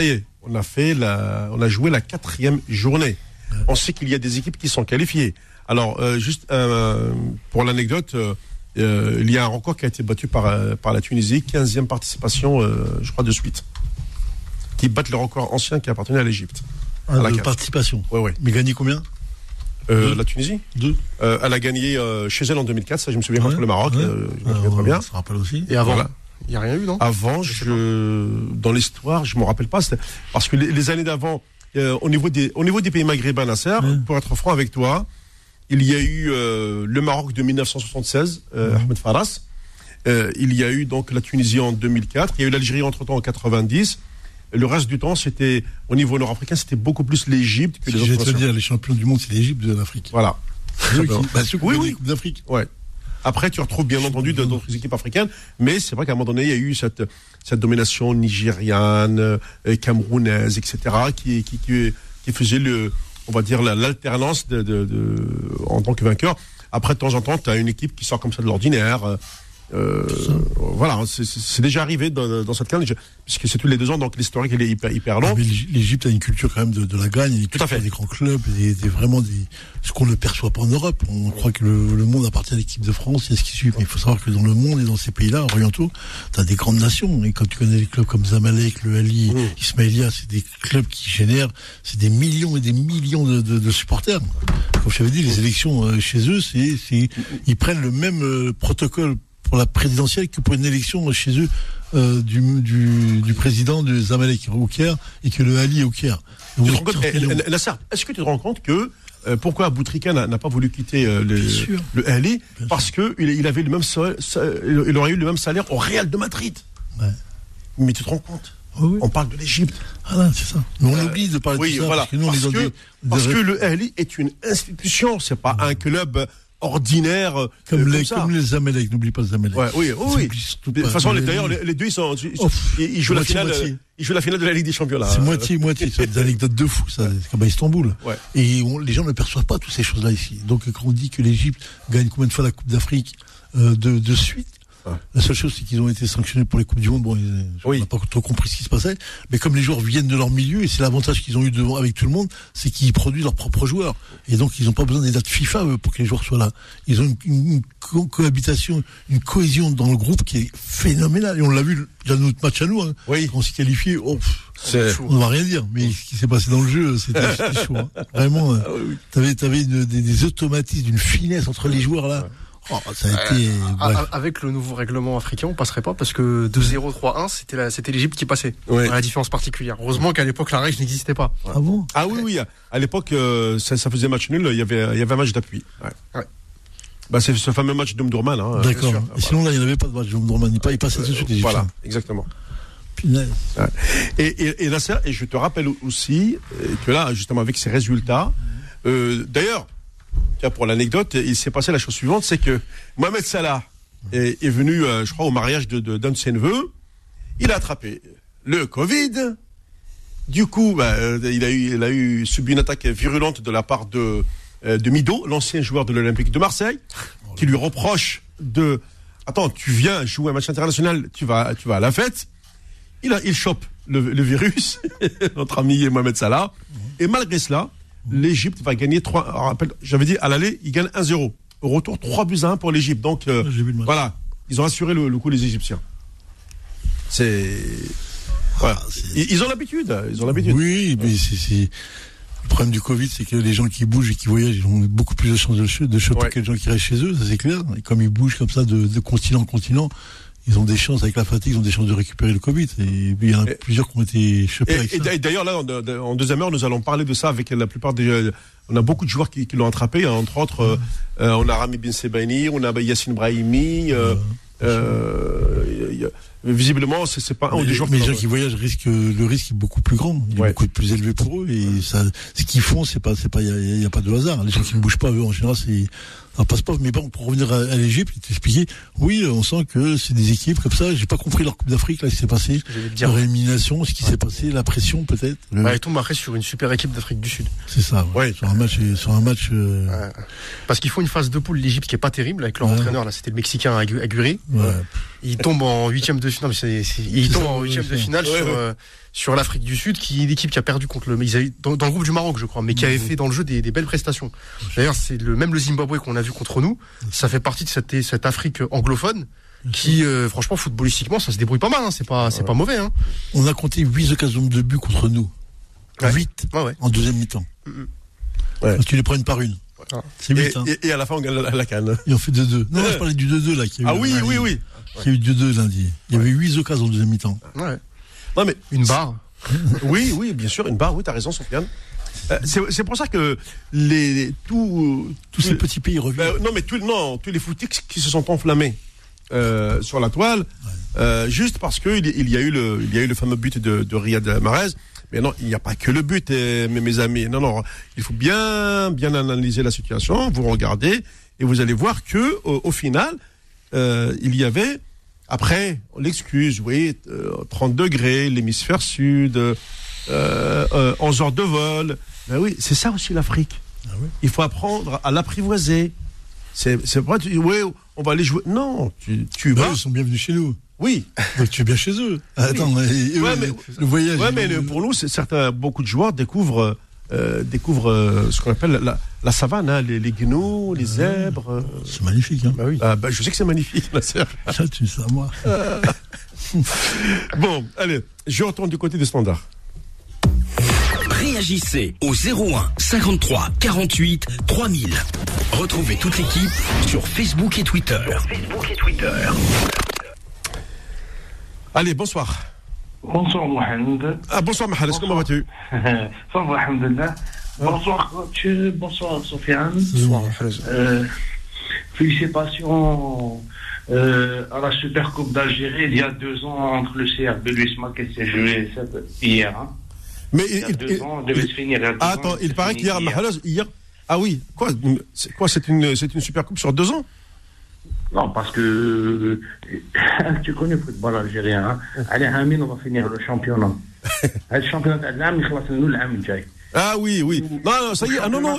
joué la 4e journée. On sait qu'il y a des équipes qui sont qualifiées. Alors, juste pour l'anecdote, il y a un record qui a été battu par la Tunisie, 15e participation, je crois, de suite, qui battent le record ancien qui appartenait à l'Égypte. De participation. Ouais. Mais gagné combien? La Tunisie 2. Elle a gagné chez elle en 2004, ça je me souviens, contre le Maroc, je me souviens très bien. Ça se rappelle aussi. Et avant, il n'y a rien eu, non? Avant, dans l'histoire, je ne me rappelle pas, parce que les années d'avant, au niveau des pays maghrébins, Nasser, pour être franc avec toi, Il y a eu le Maroc de 1976, Ahmed Faras. Il y a eu donc la Tunisie en 2004. Il y a eu l'Algérie entre-temps en 90. Le reste du temps, c'était au niveau nord-africain, c'était beaucoup plus l'Égypte que les autres Je vais te nations. dire, les champions du monde, c'est l'Égypte de l'Afrique. Voilà. Ceux qui Oui, gagnent oui. les Coupes d'Afrique. Ouais. Après, tu retrouves bien entendu d'autres équipes africaines, mais c'est vrai qu'à un moment donné, il y a eu cette domination nigériane, camerounaise, etc., qui faisait on va dire l'alternance en tant que vainqueur. Après, de temps en temps, tu as une équipe qui sort comme ça de l'ordinaire. Voilà, c'est déjà arrivé dans cette CAN, puisque c'est tous les 2 ans, donc l'historique il est hyper long. Mais l'Égypte a une culture quand même de la gagne, une Tout à fait. culture des grands clubs, ce qu'on ne perçoit pas en Europe. On croit que le monde appartient à l'équipe de France et ce qui suit. Mais il faut savoir que dans le monde et dans ces pays-là, orientaux, tu as des grandes nations. Et quand tu connais les clubs comme Zamalek, le Ali, Ismaïlia, c'est des clubs qui génèrent, c'est des millions et des millions de supporters. Comme je t'avais dit, les élections chez eux, ils prennent le même protocole pour la présidentielle que pour une élection chez eux du président de Zamalek au Caire et que le Ali est au Caire. Donc, Nasser, est-ce que tu te rends compte que pourquoi Boutrika n'a pas voulu quitter le Ali? Parce que il avait le même il aurait eu le même salaire au Real de Madrid. Ouais. Mais tu te rends compte? Oui. On parle de l'Égypte. Ah non, c'est ça. Mais on oublie de parler de ça voilà. parce que nous, on est dans parce que le Ali est une institution, c'est pas un club ordinaire comme ça. les Zamalek, n'oublie pas les Zamalek. Ouais, oui. De toute façon, d'ailleurs, les deux, ils jouent la finale. Ils jouent la finale de la Ligue des Champions là. C'est moitié. C'est des anecdotes de fou, ça. C'est comme à Istanbul. Ouais. Et les gens ne perçoivent pas toutes ces choses-là ici. Donc quand on dit que l'Égypte gagne combien de fois la Coupe d'Afrique de suite. La seule chose, c'est qu'ils ont été sanctionnés pour les Coupes du Monde. Bon, on n'a pas trop compris ce qui se passait. Mais comme les joueurs viennent de leur milieu, et c'est l'avantage qu'ils ont eu avec tout le monde, c'est qu'ils produisent leurs propres joueurs. Et donc, ils n'ont pas besoin des dates FIFA pour que les joueurs soient là. Ils ont une cohabitation, une cohésion dans le groupe qui est phénoménale. Et on l'a vu, déjà notre match à nous, hein, quand on s'est qualifié, on ne va rien dire. Mais ce qui s'est passé dans le jeu, c'était chaud. Hein. Vraiment, t'avais des automatismes, une finesse entre les joueurs là. Oh, ça a été, avec le nouveau règlement africain, on passerait pas parce que 2-0, 3-1, c'était l'Égypte qui passait. Ouais. La différence particulière. Heureusement qu'à l'époque, la règle n'existait pas. Ah bon? Ah oui. À l'époque, ça faisait match nul. Il y avait un match d'appui. Ouais. Bah, c'est ce fameux match d'Omdurman. Hein, d'accord. Et sinon, là, il n'y avait pas de match d'Omdurman. Il passait tout de suite les Égyptiens. Voilà, exactement. Punaise. Ouais. Et Nasser, et je te rappelle aussi que là, justement, avec ces résultats, d'ailleurs, pour l'anecdote, il s'est passé la chose suivante, c'est que Mohamed Salah est venu, je crois, au mariage d'un de ses neveux. Il a attrapé le Covid. Du coup, il a subi une attaque virulente de la part de Mido, l'ancien joueur de l'Olympique de Marseille, qui lui reproche attends, tu viens jouer un match international, tu vas à la fête. Il chope le virus, notre ami Mohamed Salah. Et malgré cela, l'Égypte va gagner 3. J'avais dit à l'aller, ils gagnent 1-0. Au retour, 3-1 pour l'Égypte. Donc, voilà, ils ont assuré le coup, les Égyptiens. Voilà. Ils ont l'habitude. Oui, mais c'est. Le problème du Covid, c'est que les gens qui bougent et qui voyagent, ils ont beaucoup plus de chances de choper que les gens qui restent chez eux, ça c'est clair. Et comme ils bougent comme ça de continent en continent, ils ont des chances, avec la fatigue, ils ont des chances de récupérer le Covid. Et il y en a plusieurs qui ont été chopés avec ça. Et d'ailleurs, là, en deuxième heure, nous allons parler de ça avec la plupart des. On a beaucoup de joueurs qui l'ont attrapé, hein, entre autres, on a Rami Ben Sebaini, on a Yassine Brahimi. Visiblement, c'est pas un des joueurs. Mais les gens qui voyagent le risque est beaucoup plus grand, il est beaucoup plus élevé pour eux. Et ça, ce qu'ils font, il y a pas de hasard. Les gens qui ne bougent pas, eux, en général, ça passe pas. Mais bon, pour revenir à l'Égypte, t'expliquer, oui, on sent que c'est des équipes comme ça. J'ai pas compris leur Coupe d'Afrique, là, ce qui s'est passé. Leur élimination, ce qui s'est passé, la pression, peut-être. Ils tombent après sur une super équipe d'Afrique du Sud. C'est ça, sur un match. Parce qu'il faut une phase de poule, l'Égypte qui est pas terrible, avec leur entraîneur, là, c'était le Mexicain Aguirre. Il tombe en huitième de finale. Il tombe en huitième de finale sur l'Afrique du Sud, qui est l'équipe qui a perdu contre dans le groupe du Maroc, je crois, mais qui avait fait dans le jeu des belles prestations. D'ailleurs, c'est même le Zimbabwe qu'on a vu contre nous. Ça fait partie de cette Afrique anglophone qui, franchement, footballistiquement, ça se débrouille pas mal. Hein. C'est pas mauvais. Hein. On a compté 8 occasions de but contre nous. 8 en deuxième mi-temps. Tu les prends une par une. C'est 8. Et à la fin, on gagne la canne. Et on fait 2-2. Non, je parlais du 2-2 là. Oui. Il y a eu 2-2 lundi. Il y avait 8 occasions en deuxième mi-temps. Ouais. Non, mais une barre. Oui, bien sûr, une barre. Oui, t'as raison, Sofiane. C'est pour ça que tous ces petits pays reviennent. Non, mais tous les footix qui se sont enflammés sur la toile, juste parce que il y a eu le fameux but de Riyad Mahrez. Mais non, il n'y a pas que le but, mes amis. Non, il faut bien analyser la situation. Vous regardez et vous allez voir que au final, il y avait, après l'excuse, oui, 30 degrés, l'hémisphère sud, 11 heures de vol. Ben oui, c'est ça aussi l'Afrique. Ah oui. Il faut apprendre à l'apprivoiser. C'est pas, oui, on va aller jouer. Non, tu vas. Ils sont bienvenus chez nous. Oui. Donc tu es bien chez eux. Attends, oui. Le voyage. Ouais, mais pour nous, beaucoup de joueurs découvrent ce qu'on appelle la savane, hein, les gnous, les zèbres. C'est magnifique, hein. Bah oui. Je sais que c'est magnifique, la serre. Ça, tu sais, moi. Bon, allez, je retourne du côté des standards. Réagissez au 01 53 48 3000. Retrouvez toute l'équipe sur Facebook et Twitter. Allez, bonsoir. Bonsoir Mohamed. Bonsoir Mohamed, comment vas-tu? Ça va, alhamdoulilah. Bonsoir coach, bonsoir Sofiane. Bonsoir. Félicitations à la Super Coupe d'Algérie il y a 2 ans entre le CRB Louisma qui s'est joué hier. Hein. Mais il y a 2 ans, on devait se finir. Attends, il paraît qu'hier, hier. Ah oui, c'est une Super Coupe sur 2 ans? Non, parce que tu connais le football algérien. Allez, Hamid, on va finir le championnat. Le championnat de l'âme, il va se nous l'âme. Ah oui. Non, ça y est. Non,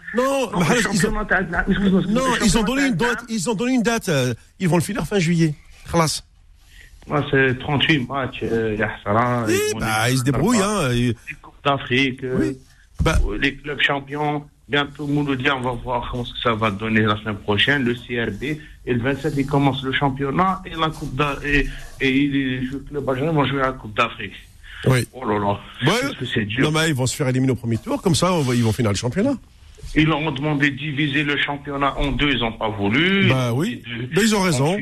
ils ont donné une date. Ils vont le finir fin juillet. Khalas. Moi, c'est 38 matchs. Ils se débrouillent. Hein. Les Coupes d'Afrique, les clubs champions. Bientôt, Mouloudia, on va voir comment ça va donner la semaine prochaine. Le CRB. Et le 27, il commence le championnat. Et la Coupe d'Afrique. Et les clubs algériens vont jouer à la Coupe d'Afrique. Oui. Oh là là. Ouais. Que c'est dur. Non, mais ils vont se faire éliminer au premier tour. Comme ça, ils vont finir le championnat. Ils leur ont demandé de diviser le championnat en 2. Ils n'ont pas voulu. Bah oui. Mais ils ont raison.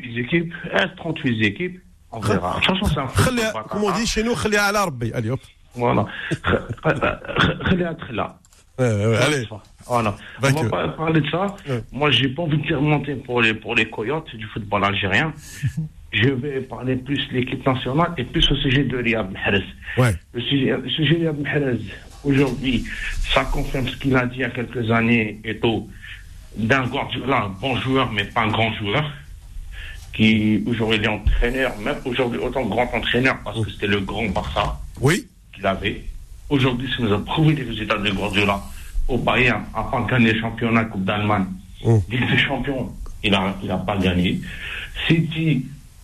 38 équipes. On verra. De toute façon, c'est un football. Comme on dit chez nous, Khalia al Arbi. Allez, hop. Voilà. Khalia Khla. Allez. Voilà. On va pas parler de ça. Moi, j'ai pas envie de remonter pour les coyotes du football algérien. Je vais parler plus de l'équipe nationale et plus au sujet de Riyad Mahrez. Ouais. Le sujet de Riyad Mahrez, aujourd'hui, ça confirme ce qu'il a dit il y a quelques années et tout, d'un Guardiola, un bon joueur, mais pas un grand joueur, qui aujourd'hui est entraîneur, même aujourd'hui autant grand entraîneur, parce que c'était le grand Barça qu'il avait. Aujourd'hui, ça nous a prouvé les résultats de Guardiola. Au Bayern, à part gagner le championnat Coupe d'Allemagne. Il fait champion, il a pas gagné. City,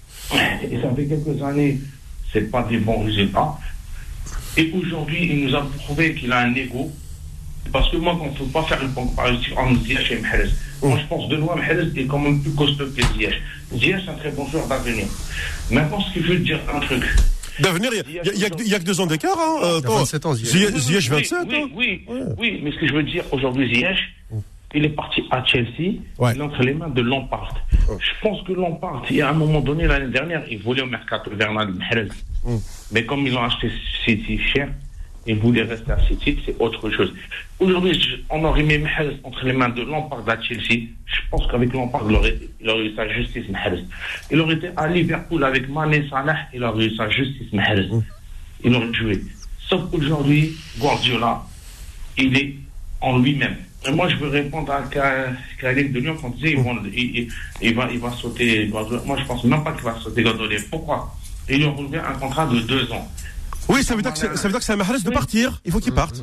et ça fait quelques années, c'est pas des bons résultats. Et aujourd'hui, il nous a prouvé qu'il a un ego. Parce que moi, on ne peut pas faire une comparaison entre Ziyech et Mahrez. Moi, je pense de loin, Mahrez est quand même plus costaud que Ziyech. Ziyech, c'est un très bon joueur d'avenir. Maintenant, ce qu'il veut dire un truc. D'avenir, il y a que 2 ans d'écart, hein. 27 ans, Ziyech. Ziyech 27, oui, mais ce que je veux dire aujourd'hui, Ziyech, il est parti à Chelsea, il est entre les mains de Lampard. Je pense que Lampard, il y a un moment donné, l'année dernière, il voulait au mercato Bernard Mahrez. Mais comme ils l'ont acheté City cher, il voulait rester à City, c'est autre chose. Aujourd'hui, on aurait mis Mahrez entre les mains de Lampard à Chelsea. Je pense qu'avec Lampard, il aurait eu sa justice, Mahrez. Il aurait été à Liverpool avec Mané Salah, il aurait eu sa justice, Mahrez. Il aurait joué. Sauf qu'aujourd'hui, Guardiola, il est en lui-même. Et moi, je veux répondre à Khalid de Lyon quand il disait il va sauter Guardiola. Moi, je pense même pas qu'il va sauter Guardiola. Pourquoi? Il lui a relevé un contrat de 2 ans. Oui, ça veut dire que c'est un Mahrez de partir. Il faut qu'il parte.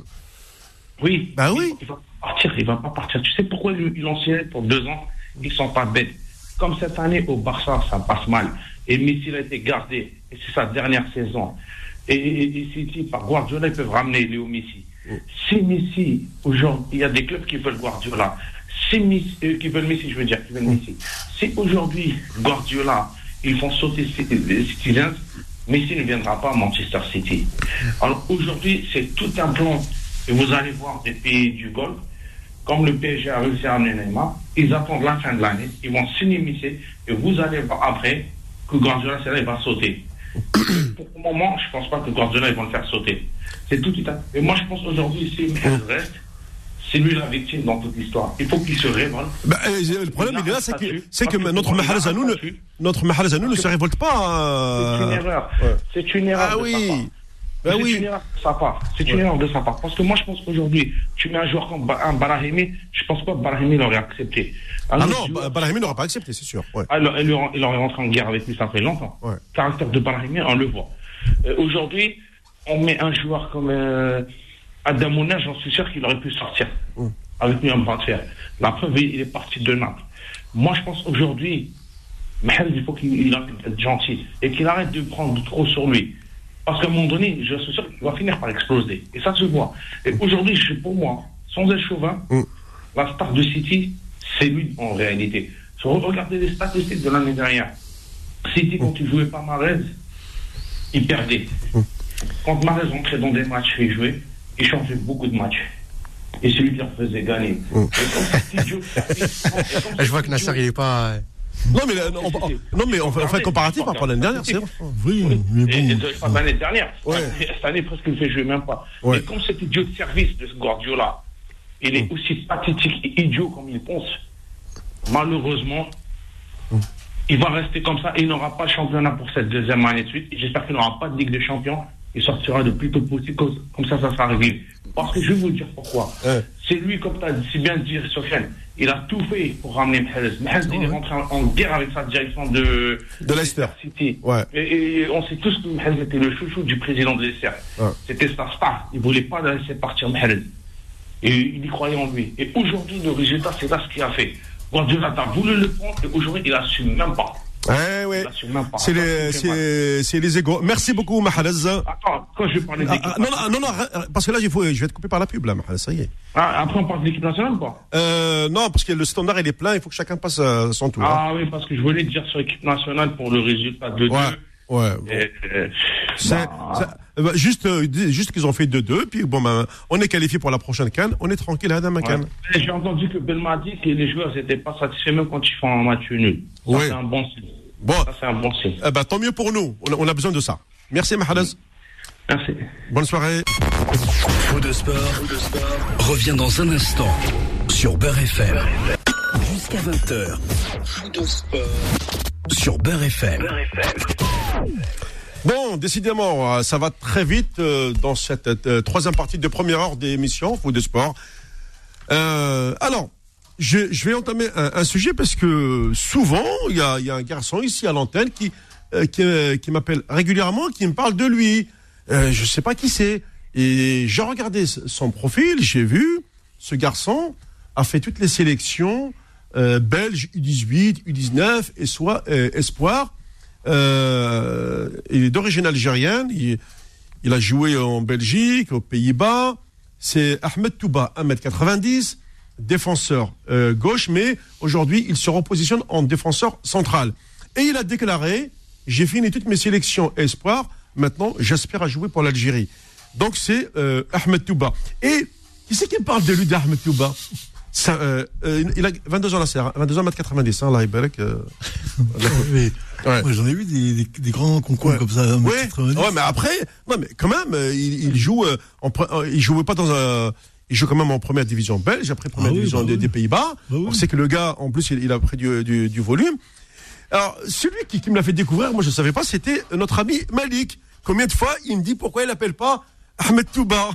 Oui. Bah oui. Il va pas partir. Tu sais pourquoi ils l'ont signé pour 2 ans? Ils sont pas bêtes. Comme cette année au Barça, ça passe mal. Et Messi a été gardé. Et c'est sa dernière saison. Et City, par Guardiola, ils peuvent ramener Léo Messi. Si Messi, aujourd'hui, il y a des clubs qui veulent Guardiola. Si Messi, qui veulent Messi. Si aujourd'hui, Guardiola, ils font sauter Citizens, Messi ne viendra pas à Manchester City. Alors aujourd'hui, c'est tout un plan. Et vous allez voir des pays du Golfe, comme le PSG a réussi à amener Neymar, ils attendent la fin de l'année, ils vont s'inimiter, et vous allez voir après que Guardiola va sauter. Pour le moment, je pense pas que Guardiola, ils vont le faire sauter. C'est tout à fait. Et moi, je pense aujourd'hui, si Mahrez reste, c'est lui la victime dans toute l'histoire. Il faut qu'il se révolte. Le problème, il est là, c'est que notre Mahrez à nous ne se révolte pas. C'est une erreur. C'est une erreur. Ah oui. C'est une erreur de sa part. C'est une erreur de sa part. Parce que moi, je pense qu'aujourd'hui, tu mets un joueur comme un Brahimi, je pense pas que Brahimi l'aurait accepté. Brahimi n'aura pas accepté, c'est sûr. Ouais. Alors, il aurait rentré en guerre avec lui, ça fait longtemps. Ouais. Le caractère de Brahimi, on le voit. Aujourd'hui, on met un joueur comme Adamouna, j'en suis sûr qu'il aurait pu sortir. Avec lui en bras de fer. La preuve, il est parti de Naples. Moi, je pense aujourd'hui, Mahrez, il faut qu'il arrête d'être gentil et qu'il arrête de prendre trop sur lui. Parce qu'à un moment donné, je suis sûr qu'il va finir par exploser. Et ça se voit. Et aujourd'hui, pour moi, sans être chauvin, la star de City, c'est lui en réalité. Si vous regardez les statistiques de l'année dernière, City, quand il jouait pas Mahrez, il perdait. Quand Mahrez entrait dans des matchs et jouait, il changeait beaucoup de matchs. Et celui qui leur faisait gagner. Je vois que Nasser, il est pas... Non, mais on fait un comparatif par rapport à l'année dernière, c'est vrai. Oui, mais bon. Pas l'année dernière. Cette année, presque, il ne fait jouer même pas. Et comme cet idiot de service de ce Guardiola, il est aussi pathétique et idiot comme il pense, malheureusement, il va rester comme ça et il n'aura pas le championnat pour cette deuxième année de suite. Et j'espère qu'il n'aura pas de Ligue des Champions. Il sortira le plus tôt possible, comme ça sera réglé. Parce que je vais vous dire pourquoi. C'est lui, comme tu as si bien dit, Sofiane, il a tout fait pour ramener Mahrez. Mahrez, il est rentré en guerre avec sa direction de Leicester City. Ouais. Et on sait tous que Mahrez était le chouchou du président de Leicester. C'était sa star. Il ne voulait pas laisser partir Mahrez. Et il y croyait en lui. Et aujourd'hui, le résultat, c'est là ce qu'il a fait. Guardiola a voulu le prendre et aujourd'hui, il n'assume même pas. Ouais. C'est les égos. Merci beaucoup, Mahrez. Attends, quand je vais parler de l'équipe non, parce que là, je vais te couper par la pub, là, Mahrez, ça y est. Après, on parle de l'équipe nationale ou pas? Non, parce que le standard, il est plein, il faut que chacun passe son tour. Oui, parce que je voulais dire sur l'équipe nationale pour le résultat de 2. Juste qu'ils ont fait 2-2, puis on est qualifié pour la prochaine CAN, on est tranquille à Adam CAN. J'ai entendu que Belma dit que les joueurs n'étaient pas satisfaits même quand ils font un match nul. Ça, c'est un bon signe. Ça, c'est un bon signe. Tant mieux pour nous, on a besoin de ça. Merci, Mahrez. Merci. Bonne soirée. Faux de sport revient dans un instant sur Beurre FM. Jusqu'à 20h. Faux de sport sur Beurre FM. Bon, décidément, ça va très vite dans cette troisième partie de première heure d'émission Foot de Sport. Alors, je vais entamer un sujet parce que souvent, il y a un garçon ici à l'antenne qui m'appelle régulièrement, qui me parle de lui. Je sais pas qui c'est. Et j'ai regardé son profil, j'ai vu, ce garçon a fait toutes les sélections belges, U18, U19 et soit espoir. Il est d'origine algérienne, il a joué en Belgique, aux Pays-Bas. C'est Ahmed Touba, 1m90, défenseur gauche, mais aujourd'hui il se repositionne en défenseur central. Et il a déclaré: j'ai fini toutes mes sélections espoir, maintenant j'aspire à jouer pour l'Algérie. Donc c'est Ahmed Touba. Et qui c'est qui me parle de lui, d'Ahmed Touba? Il a 22 ans là, c'est 22 ans, 1m90, Allah Ibarak. Moi, j'en ai vu des grands concours comme ça. Ouais, mais après, non, mais quand même, il joue, il jouait pas il joue quand même en première division belge, après première division des Pays-Bas. On sait que le gars, en plus, il a pris du volume. Alors, celui qui me l'a fait découvrir, moi je savais pas, c'était notre ami Malik. Combien de fois il me dit pourquoi il l'appelle pas Ahmed Touba?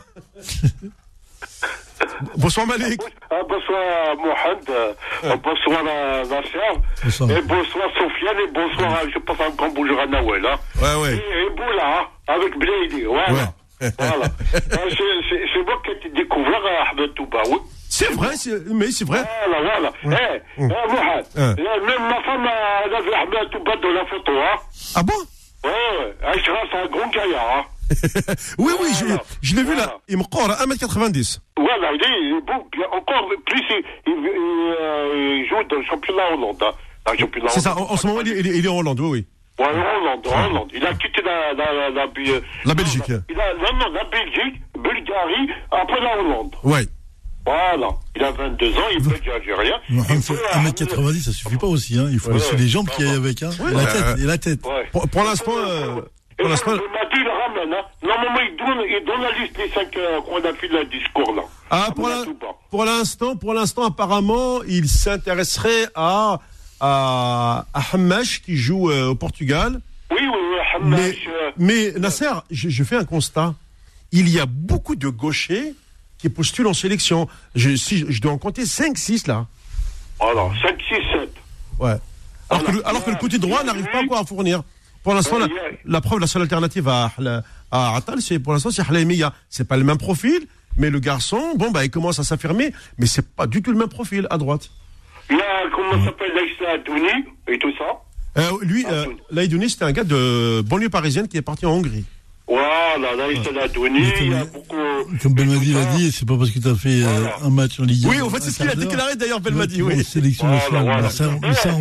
Bonsoir Malik. Bonsoir Mohamed, bonsoir Nasser, et bonsoir Sofiane, et bonsoir, je passe un grand bonjour à Nawel. Ouais. Et Boula, avec Blady, voilà. Voilà. C'est moi qui ai découvert Ahmed Touba, oui. C'est vrai, mais c'est vrai. Voilà. Mohamed, même ma femme, elle a vu Ahmed Touba dans la photo, hein. Ah bon? Ouais, c'est un grand gaillard, hein. Oui, je l'ai vu là. Il me corps à 1m90. Voilà, il est bon. Encore plus, il joue dans le championnat Hollande. C'est ça, en ce moment, il est en Hollande, oui. Ouais, Hollande. Il a quitté la Belgique. La Belgique, Bulgarie, après la Hollande. Ouais. Voilà. Il a 22 ans, il peut dire algérien. 1m90, ça suffit pas aussi, hein. Il faut aussi les jambes qui aillent avec, hein. Ouais, et la tête. Ouais. Pour l'instant, pour l'instant. Il m'a dit, il ramène, hein. Normalement, il donne la liste des 5 qu'on a fait le discours, là. Ah, pour l'instant, apparemment, il s'intéresserait à Hamash, qui joue au Portugal. Oui, Hamash. Mais Nasser, je fais un constat. Il y a beaucoup de gauchers qui postulent en sélection. Je dois en compter 5-6 là. Alors, 5, 6, 7. Ouais. Alors que le côté droit n'arrive pas encore à fournir. Pour l'instant, la preuve, la seule alternative à Atal, c'est Hlahimia. C'est pas le même profil, mais le garçon, il commence à s'affirmer, mais c'est pas du tout le même profil à droite. Il y a, comment ça s'appelle, Laïdouni et tout ça. Lui, Laïdouni, c'était un gars de banlieue parisienne qui est parti en Hongrie. Voilà, Laïdouni, il y a beaucoup. Comme Belmadi l'a dit, c'est pas parce que tu as fait un match en Ligue 1. Oui, en fait, c'est ce qu'il a déclaré d'ailleurs, Belmadi. Oui. Sélection nationale. Ça, en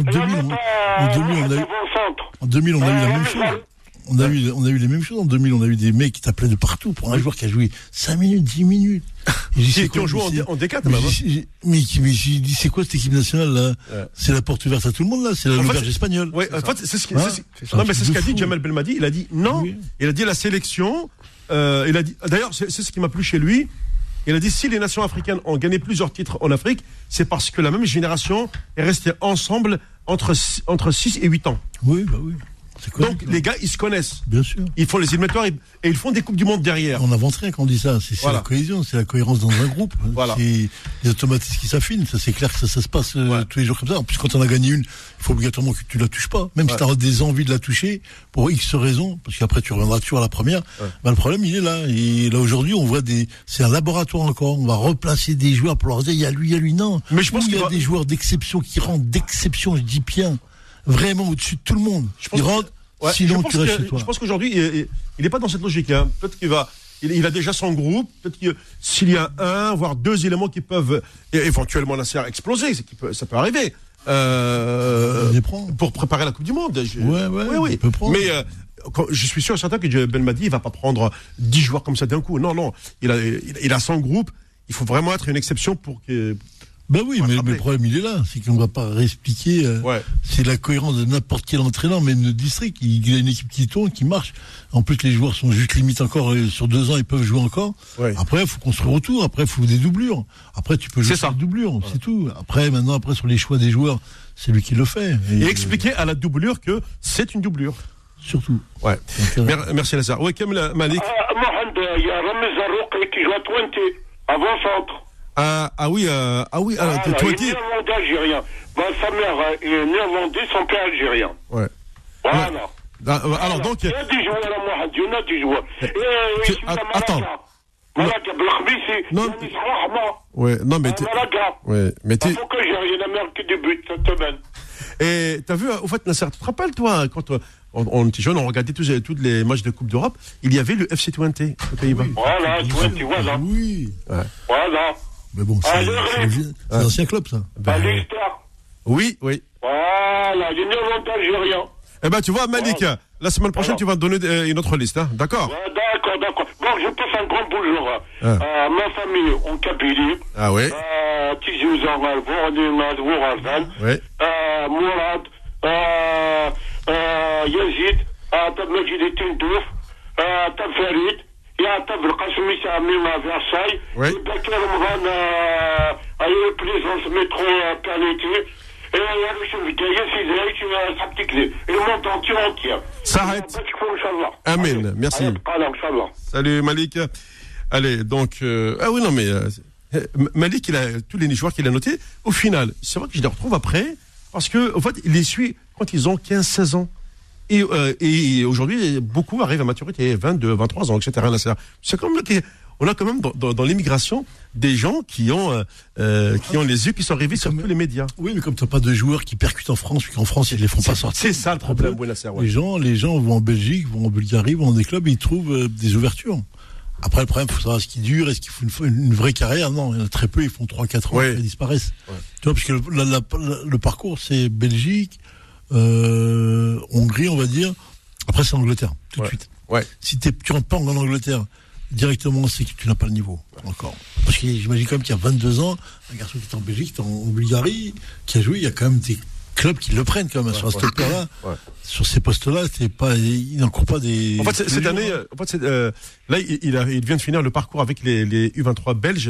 2000, on a eu la même chose. On a eu les mêmes choses en 2000. On a eu des mecs qui t'appelaient de partout pour un joueur qui a joué 5 minutes, 10 minutes. Qui ont joué en D4, mais j'ai dit, c'est quoi cette équipe nationale, là? C'est la porte ouverte à tout le monde, là. C'est l'auberge espagnole. Oui, en fait, c'est ce qu'a dit Jamel Belmadi. Il a dit non. Il a dit la sélection. Il a dit, d'ailleurs, c'est ce qui m'a plu chez lui. Il a dit, si les nations africaines ont gagné plusieurs titres en Afrique, c'est parce que la même génération est restée ensemble entre 6 et 8 ans. Oui, bah oui. Donc les gars, ils se connaissent. Bien sûr. Ils font les éliminatoires et ils font des coupes du monde derrière. On n'avance rien quand on dit ça. C'est la cohésion, c'est la cohérence dans un groupe. Voilà. C'est les automatismes qui s'affinent. Ça, c'est clair que ça se passe tous les jours comme ça. En plus, quand on a gagné une, il faut obligatoirement que tu la touches pas. Même si tu as des envies de la toucher, pour X raisons, parce qu'après tu reviendras toujours à la première. Le problème, il est là. Et là, aujourd'hui, on voit c'est un laboratoire encore. On va replacer des joueurs pour leur dire, il y a lui. Non. Mais je pense qu'il y a des joueurs d'exception qui rentrent d'exception, je dis bien, vraiment au-dessus de tout le monde. Ils rentrent. Ouais, sinon, tu restes chez toi. Je pense qu'aujourd'hui, il n'est pas dans cette logique. Hein. Peut-être il a déjà son groupe. Peut-être que s'il y a un, voire 2 éléments qui peuvent éventuellement exploser, ça peut arriver. Pour préparer la Coupe du Monde. Oui. Mais je suis sûr et certain que Belmadi ne va pas prendre 10 joueurs comme ça d'un coup. Non. Il a son groupe. Il faut vraiment être une exception pour que. Ben oui, mais le problème, il est là. C'est qu'on ne va pas réexpliquer. C'est la cohérence de n'importe quel entraîneur, même de district. Il a une équipe qui tourne, qui marche. En plus, les joueurs sont juste limite encore, sur 2 ans, ils peuvent jouer encore. Ouais. Après, il faut construire autour. Après, il faut des doublures. Après, tu peux jouer sur des doublures. C'est tout. Après, sur les choix des joueurs, c'est lui qui le fait. Et expliquer à la doublure que c'est une doublure. Surtout. Ouais. Merci, Lazare. Oui, Kamel Malik. Mohamed, il y a Ramez Zarouk qui joue à Twente, avant-centre. Il est néerlandais algérien. Sa mère est néerlandaise, son père algérien. Ouais. Voilà. Alors donc. Il y a des joueurs à Mohamed, il y en a des joueurs. Attends. Malaga, Belkhmis, c'est Yanis Rahma. Ouais, non mais Malaga. Ouais, mais t'es. Pourquoi j'ai la mère qui débute cette semaine? Et t'as vu, au fait, Nasser, tu te rappelles, toi, quand on était jeune, on regardait tous les matchs de Coupe d'Europe, il y avait le FC Twente aux Pays-Bas. Voilà, Twente, voilà. Oui. Ouais. Voilà. Mais bon, c'est un ancien club, ça. Leicester. Oui. Voilà, il y a une Néerlandais algérien. Eh ben, tu vois, Malik, la semaine prochaine, tu vas te donner une autre liste, hein, d'accord? D'accord. Bon, je passe un grand bonjour à ma famille en Kabylie. Ah oui. Tizouzan, Vorazan. Oui. Mourad, Yazid, Tab Majid Tindouf, Tab Farid. Il y a Tab Al-Qasmi Samim à Versailles. Oui. Bakir Ramadan à la présence métro Planété. Et il y a le chef de sa petite clé. Et le monde entier. Ça arrête. Amen. Merci. Salut Malik. Allez, donc. Malik, il a tous les joueurs qu'il a notés. Au final, c'est vrai que je les retrouve après. Parce que, en fait, il les suit quand ils ont 15-16 ans. Et aujourd'hui, beaucoup arrivent à maturité, 22, 23 ans, etc. C'est comme on a quand même dans l'immigration des gens qui ont les yeux qui sont rivés sur tous les médias. Oui, mais comme tu n'as pas de joueurs qui percutent en France, puis qu'en France, ils ne les font pas sortir. C'est ça le problème, Les gens vont en Belgique, vont en Bulgarie, vont dans des clubs et ils trouvent des ouvertures. Après, le problème, il faut savoir ce qu'ils durent, est-ce qu'ils font une vraie carrière? Non, il y en a très peu, ils font 3-4 ans, ils disparaissent. Ouais. Tu vois, parce que le parcours, c'est Belgique, Hongrie, on va dire. Après, c'est Angleterre, tout de suite. Ouais. Si tu rentres pas en Angleterre, directement, c'est que tu n'as pas le niveau, encore. Parce que j'imagine quand même qu'il y a 22 ans, un garçon qui est en Belgique, qui est en Bulgarie, qui a joué, il y a quand même clubs qui le prennent quand même sur ce stopper-là. Ouais. Sur ces postes-là, il n'en court pas des. En fait, cette année, là, il vient de finir le parcours avec les U23 belges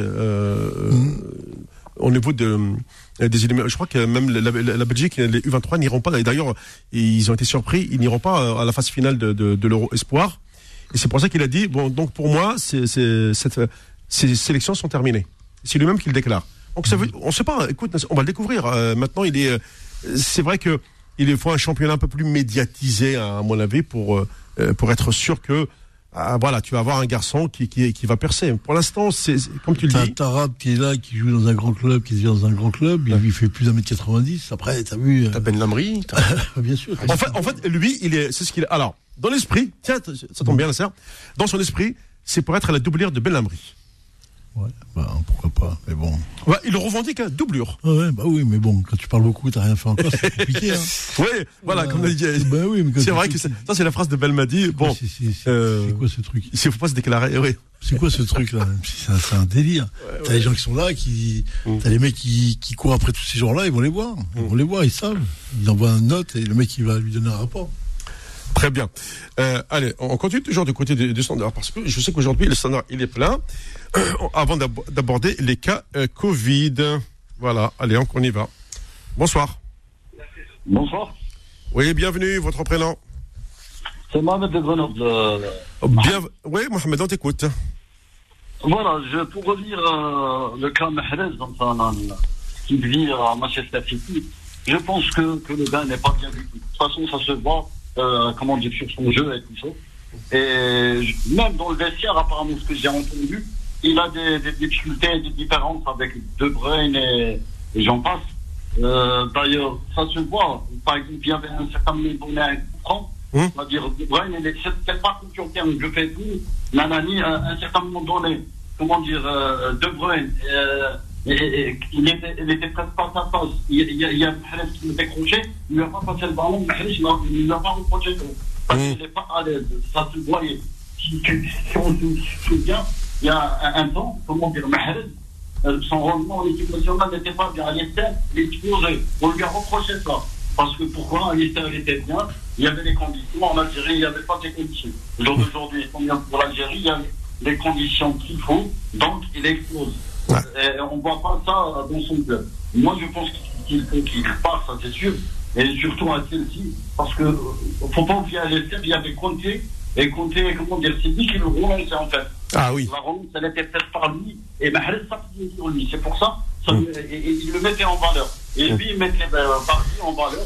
au niveau des éliminatoires. Je crois que même la Belgique, les U23 n'iront pas. Et d'ailleurs, ils ont été surpris, ils n'iront pas à la phase finale de l'Euro Espoir. Et c'est pour ça qu'il a dit bon, donc pour moi, ces sélections sont terminées. C'est lui-même qui le déclare. Donc on ne sait pas. Écoute, on va le découvrir. Maintenant, c'est vrai que il faut un championnat un peu plus médiatisé, à mon avis, pour être sûr que voilà, tu vas avoir un garçon qui va percer. Pour l'instant, c'est comme tu le dis. T'as Tarab qui est là, qui joue dans un grand club, qui devient dans un grand club. Il fait plus d'1m90. Après, t'as vu. T'as Ben Lamri. Bien sûr. En fait, lui, c'est ce qu'il a. Alors, dans l'esprit, tiens, ça tombe bien, Nasser. Dans son esprit, c'est pour être la doublure de Ben Lamri. Ouais, pourquoi pas, mais bon. Ouais, il le revendique, doublure. Ouais, oui, mais bon, quand tu parles beaucoup, t'as rien fait encore, c'est compliqué, hein. Oui, voilà, comme on a dit. Oui, mais c'est vrai que ça, c'est la phrase de Belmadi. Bon. C'est quoi ce truc? Il faut pas se déclarer, oui. C'est quoi ce truc-là? C'est un délire. Ouais, t'as les gens qui sont là, t'as les mecs qui courent après tous ces gens-là, ils vont les voir. Ils savent. Ils envoient une note et le mec, il va lui donner un rapport. Très bien. Allez, on continue toujours du côté du standard parce que je sais qu'aujourd'hui, le standard, il est plein. Avant d'aborder les cas Covid. Voilà, allez, on y va. Bonsoir. Bonsoir. Oui, bienvenue, votre prénom. C'est Mohamed de Grenoble. Oui, Mohamed, on t'écoute. Voilà, pour revenir le cas Mahrez, qui vit à Manchester City, je pense que le gars n'est pas bien vu. De toute façon, ça se voit, sur son jeu et tout ça. Et même dans le vestiaire, apparemment, ce que j'ai entendu, il a des difficultés, des différences avec De Bruyne et j'en passe. D'ailleurs, ça se voit. Par exemple, il y avait un certain moment donné un coup franc. C'est-à-dire, De Bruyne, c'est pas sur terme, je fais tout. Nanani, à un certain moment donné, De Bruyne, il était presque pas à sa face. Il y a Mahrez qui me décrochait, il ne lui a pas passé le ballon, Mahrez, il ne l'a pas reproché. Parce qu'il n'est pas à l'aise. Ça se voyait. Si on se souvient, il y a un temps, Mahrez, son rendement en équipe nationale n'était pas bien. Alistair, il explosait. On lui a reproché ça. Parce que pourquoi Alistair était bien, il y avait les conditions. En Algérie, il n'y avait pas ces conditions. Aujourd'hui, pour l'Algérie, il y a les conditions qu'il faut, donc il explose. Ouais. Et on ne voit pas ça dans son club. Moi, je pense qu'il faut qu'il parte, ça c'est sûr. Et surtout à Chelsea, parce que faut pas oublier Alistair, il y avait Conté. Et Conté, c'est lui qui le relançait en fait. Ah oui. La relance, elle était faite par lui. Et Mahrez s'appuyait sur lui. C'est pour ça, il le mettait en valeur. Et lui, il mettait Vardy en valeur.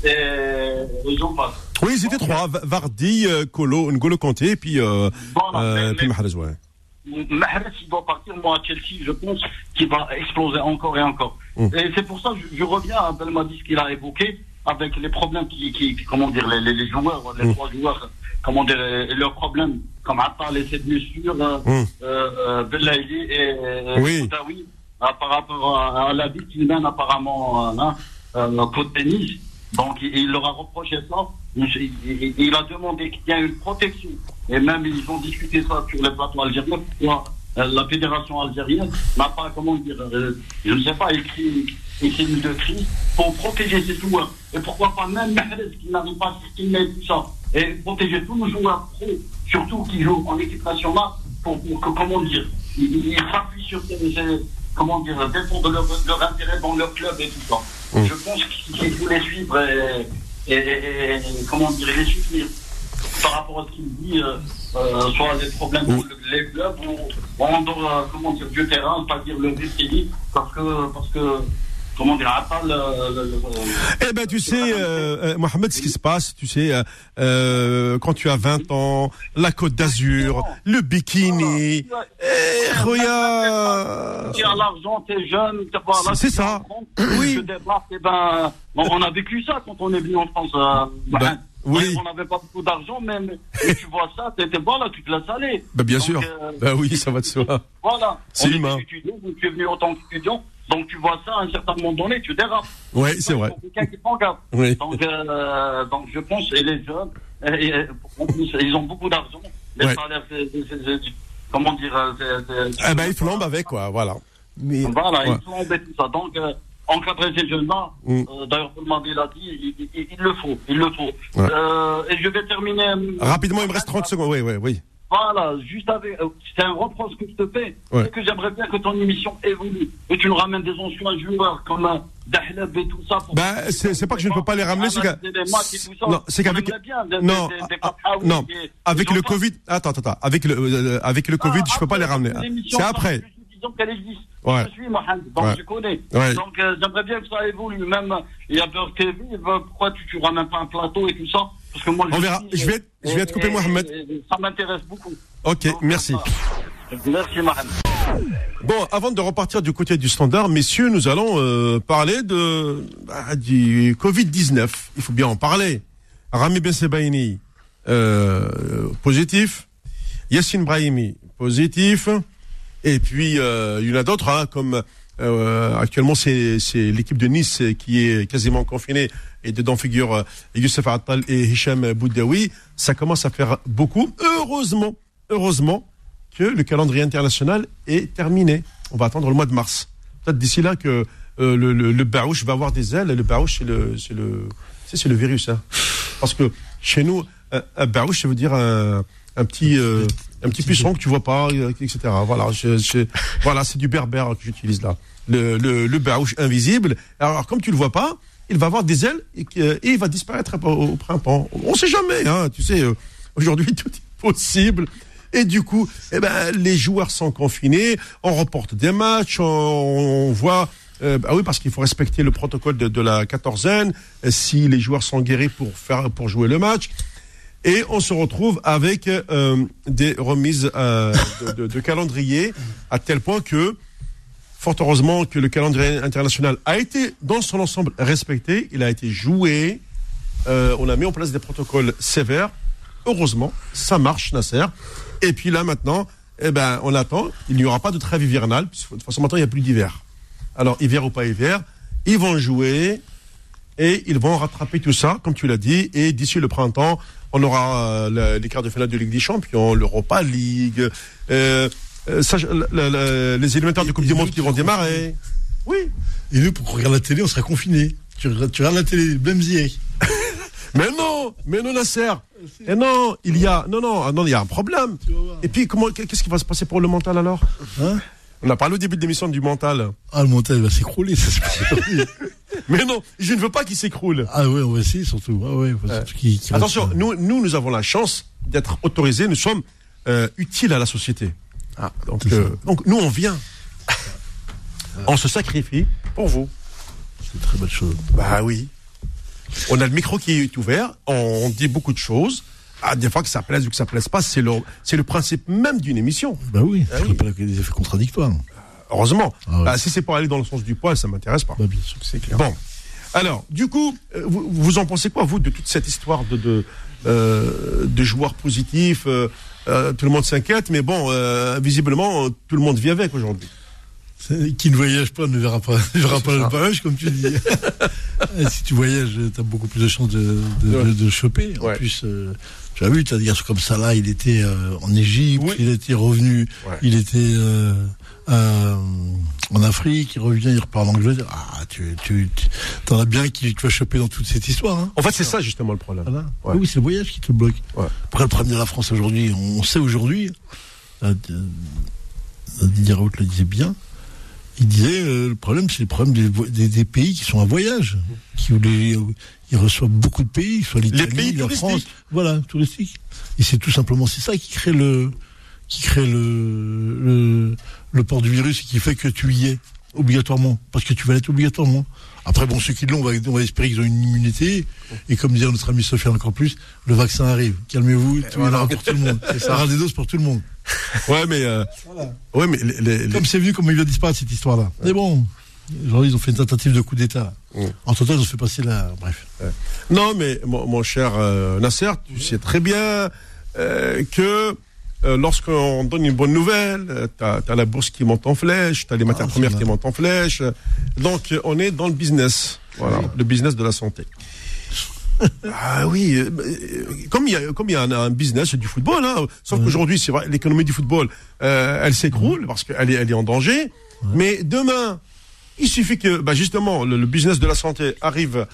Et j'en passe. Oui, c'était trois. Vardy, N'Golo Kanté, et puis Mahrez, ouais. Mahrez, il doit partir. Moi, à Chelsea, je pense qu'il va exploser encore et encore. Et c'est pour ça que je reviens à Belmadi, ce qu'il a évoqué, avec les problèmes les joueurs, les trois joueurs, leurs problèmes, comme Attal et ses blessures, Belaïli et Koutaoui, par rapport à la vie qu'il mène apparemment côté tennis. Donc il leur a reproché ça. Il a demandé qu'il y ait une protection. Et même ils ont discuté ça sur les plateaux algériens. Pourquoi la fédération algérienne n'a pas, je ne sais pas, écrit de cri pour protéger ses joueurs. Et pourquoi pas même Mahrez qui n'arrive pas à s'estimer tout ça. Et protéger tous nos joueurs pro, surtout qui jouent en équipe nationale, pour ils s'appuient sur défendre leur intérêt dans leur club et tout ça. Je pense qu'il faut les suivre et les soutenir par rapport à ce qu'il dit, soit les problèmes dans les clubs ou en dehors, du terrain, c'est-à-dire le risque, parce que Eh ben, tu sais, Mohamed, ce qui se passe, tu sais, quand tu as 20 ans, la Côte d'Azur, le bikini, regarde. Tu as l'argent, t'es jeune, c'est ça. Oui. On a vécu ça quand on est venu en France. Oui. On n'avait pas beaucoup d'argent, mais tu vois ça, tu te laisses aller. Bien sûr. Oui, ça va de soi. Voilà. C'est humain. Tu es venu en tant qu'étudiant. Donc tu vois ça, à un certain moment donné, tu dérapes. Oui, c'est vrai. Quelqu'un qui prend garde. Oui. Donc je pense, et les jeunes, en plus, ils ont beaucoup d'argent. Les salaires, ils flambent avec, quoi, voilà. Ils flambent et tout ça. Donc encadrer ces jeunes-là. D'ailleurs, Paul l'a dit, il le faut. Ouais. Et je vais terminer. Rapidement, il me reste 30 secondes. Oui. Voilà, juste avec. C'est un reproche que je te fais. Ouais. C'est que j'aimerais bien que ton émission évolue. Et tu nous ramènes des anciens joueurs comme Dahleb et tout ça. C'est pas que je ne peux pas les ramener, c'est que. Non, c'est qu'avec. Non, avec le Covid. Attends. Avec le Covid, je peux pas les ramener. C'est après. Qu'elle existe. Ouais. Je suis Mohamed, donc je connais. Ouais. Donc j'aimerais bien que ça évolue. Même il y a Beurre TV, pourquoi tu ramènes pas un plateau et tout ça? Parce que moi on verra. Je vais te couper, Mohamed. Ça m'intéresse beaucoup. Ok, donc, merci. Merci, Mohamed. Bon, avant de repartir du côté du standard, messieurs, nous allons parler du Covid-19. Il faut bien en parler. Rami Bensebaini, positif. Yassine Brahimi, positif. Et puis, il y en a d'autres, comme actuellement, c'est l'équipe de Nice qui est quasiment confinée. Et dedans figure Youssef Attal et Hicham Boudaoui. Ça commence à faire beaucoup. Heureusement que le calendrier international est terminé. On va attendre le mois de mars. Peut-être d'ici là que le barouche va avoir des ailes. Le barouche, c'est le virus. Hein. Parce que chez nous, un barouche, ça veut dire un petit puceron que tu vois pas, etc. Voilà, voilà, c'est du berbère que j'utilise là. Le barouche invisible. Alors, comme tu le vois pas, il va avoir des ailes et il va disparaître au printemps. On sait jamais, hein. Tu sais, aujourd'hui tout est possible. Et du coup, les joueurs sont confinés. On reporte des matchs. On voit. Oui, parce qu'il faut respecter le protocole de la quatorzaine. Si les joueurs sont guéris pour jouer le match. Et on se retrouve avec des remises de calendrier, à tel point que, fort heureusement, que le calendrier international a été, dans son ensemble, respecté. Il a été joué. On a mis en place des protocoles sévères. Heureusement, ça marche, Nasser. Et puis là, maintenant, on attend. Il n'y aura pas de trêve hivernale. De toute façon, maintenant, il n'y a plus d'hiver. Alors, hiver ou pas hiver, ils vont jouer et ils vont rattraper tout ça, comme tu l'as dit. Et d'ici le printemps, on aura les quarts de finale de Ligue des Champions, l'Europa League, les élémentaires de Coupe du Monde qui vont démarrer. Oui. Et nous, pour qu'on regarde la télé, on sera confinés. Tu regardes la télé, même Ziyech. Mais non, Nasser. Et non, il y a un problème. Et puis, qu'est-ce qui va se passer pour le mental alors? Hein? On a parlé au début de l'émission du mental. Ah, le mental va s'écrouler, ça se passe. Mais non, je ne veux pas qu'il s'écroule. Ah ouais, on va essayer surtout. Ah ouais, surtout attention, nous avons la chance d'être autorisés, nous sommes utiles à la société. Donc nous, on vient. On se sacrifie pour vous. C'est une très bonne chose. Bah oui. On a le micro qui est ouvert, on dit beaucoup de choses. Des fois que ça plaise ou que ça plaise pas, c'est le principe même d'une émission. Bah oui, oui. Pas des effets contradictoires. Heureusement. Ah ouais. Si c'est pour aller dans le sens du poil, ça m'intéresse pas. Bah bien sûr, c'est clair. Bon. Alors, du coup, vous en pensez quoi, vous, de toute cette histoire de joueurs positifs tout le monde s'inquiète, mais bon, visiblement, tout le monde vit avec aujourd'hui. Qui ne voyage pas ne verra pas le barrage, comme tu dis. Si tu voyages, tu as beaucoup plus de chances de choper. En plus, tu as vu, tu as des garçons comme ça là, il était en Égypte, il était revenu, il était en Afrique, il revient, il repart en Angleterre. Ah, tu t'en as bien qui va choper dans toute cette histoire. Hein. En fait, c'est ça justement le problème. Voilà. Ouais. Oui, c'est le voyage qui te bloque. Ouais. Pourquoi le problème de la France aujourd'hui, on sait aujourd'hui, Didier Raoult le disait bien, il disait le problème, c'est le problème des pays qui sont en voyage, ils reçoivent beaucoup de pays, soit l'Italie, la France, voilà, touristiques. Et c'est tout simplement ça qui crée le port du virus et qui fait que tu y es obligatoirement, parce que tu vas l'être obligatoirement. Après, bon, ceux qui l'ont, on va espérer qu'ils ont une immunité. Et comme disait notre ami Sofiane encore plus, le vaccin arrive. Calmez-vous, il y en aura pour tout le monde. Ça aura des doses pour tout le monde. Ouais, mais ouais, mais comme c'est venu, comme il va disparaître cette histoire-là. Ouais. Mais bon, aujourd'hui, ils ont fait une tentative de coup d'État. Entre temps, ils ont fait passer bref. Non, mais mon cher Nasser, tu sais très bien que lorsqu'on donne une bonne nouvelle, t'as la bourse qui monte en flèche, t'as les matières premières qui montent en flèche. Donc, on est dans le business. Voilà, le business de la santé. Ah oui, comme il y a un business du football, hein, sauf qu'aujourd'hui, c'est vrai, l'économie du football, elle s'écroule parce qu'elle est en danger. Mais demain, Il suffit que, justement, le business de la santé arrive,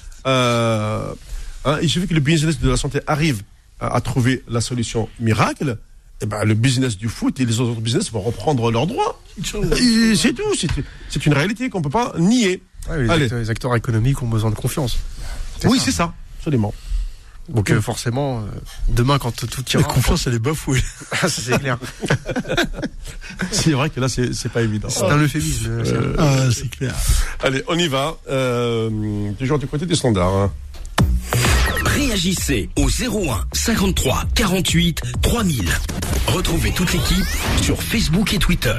il suffit que le business de la santé arrive à trouver la solution miracle. Et le business du foot et les autres business vont reprendre leurs droits. C'est tout. C'est une réalité qu'on peut pas nier. Ouais, les acteurs économiques ont besoin de confiance. C'est ça, absolument. Donc forcément, demain quand tout ira... La confiance, elle est bafouée. C'est clair. C'est vrai que là, c'est pas évident. C'est un euphémisme. C'est clair. Allez, on y va. Toujours du côté des standards. Hein. Réagissez au 01 53 48 3000. Retrouvez toute l'équipe sur Facebook et Twitter.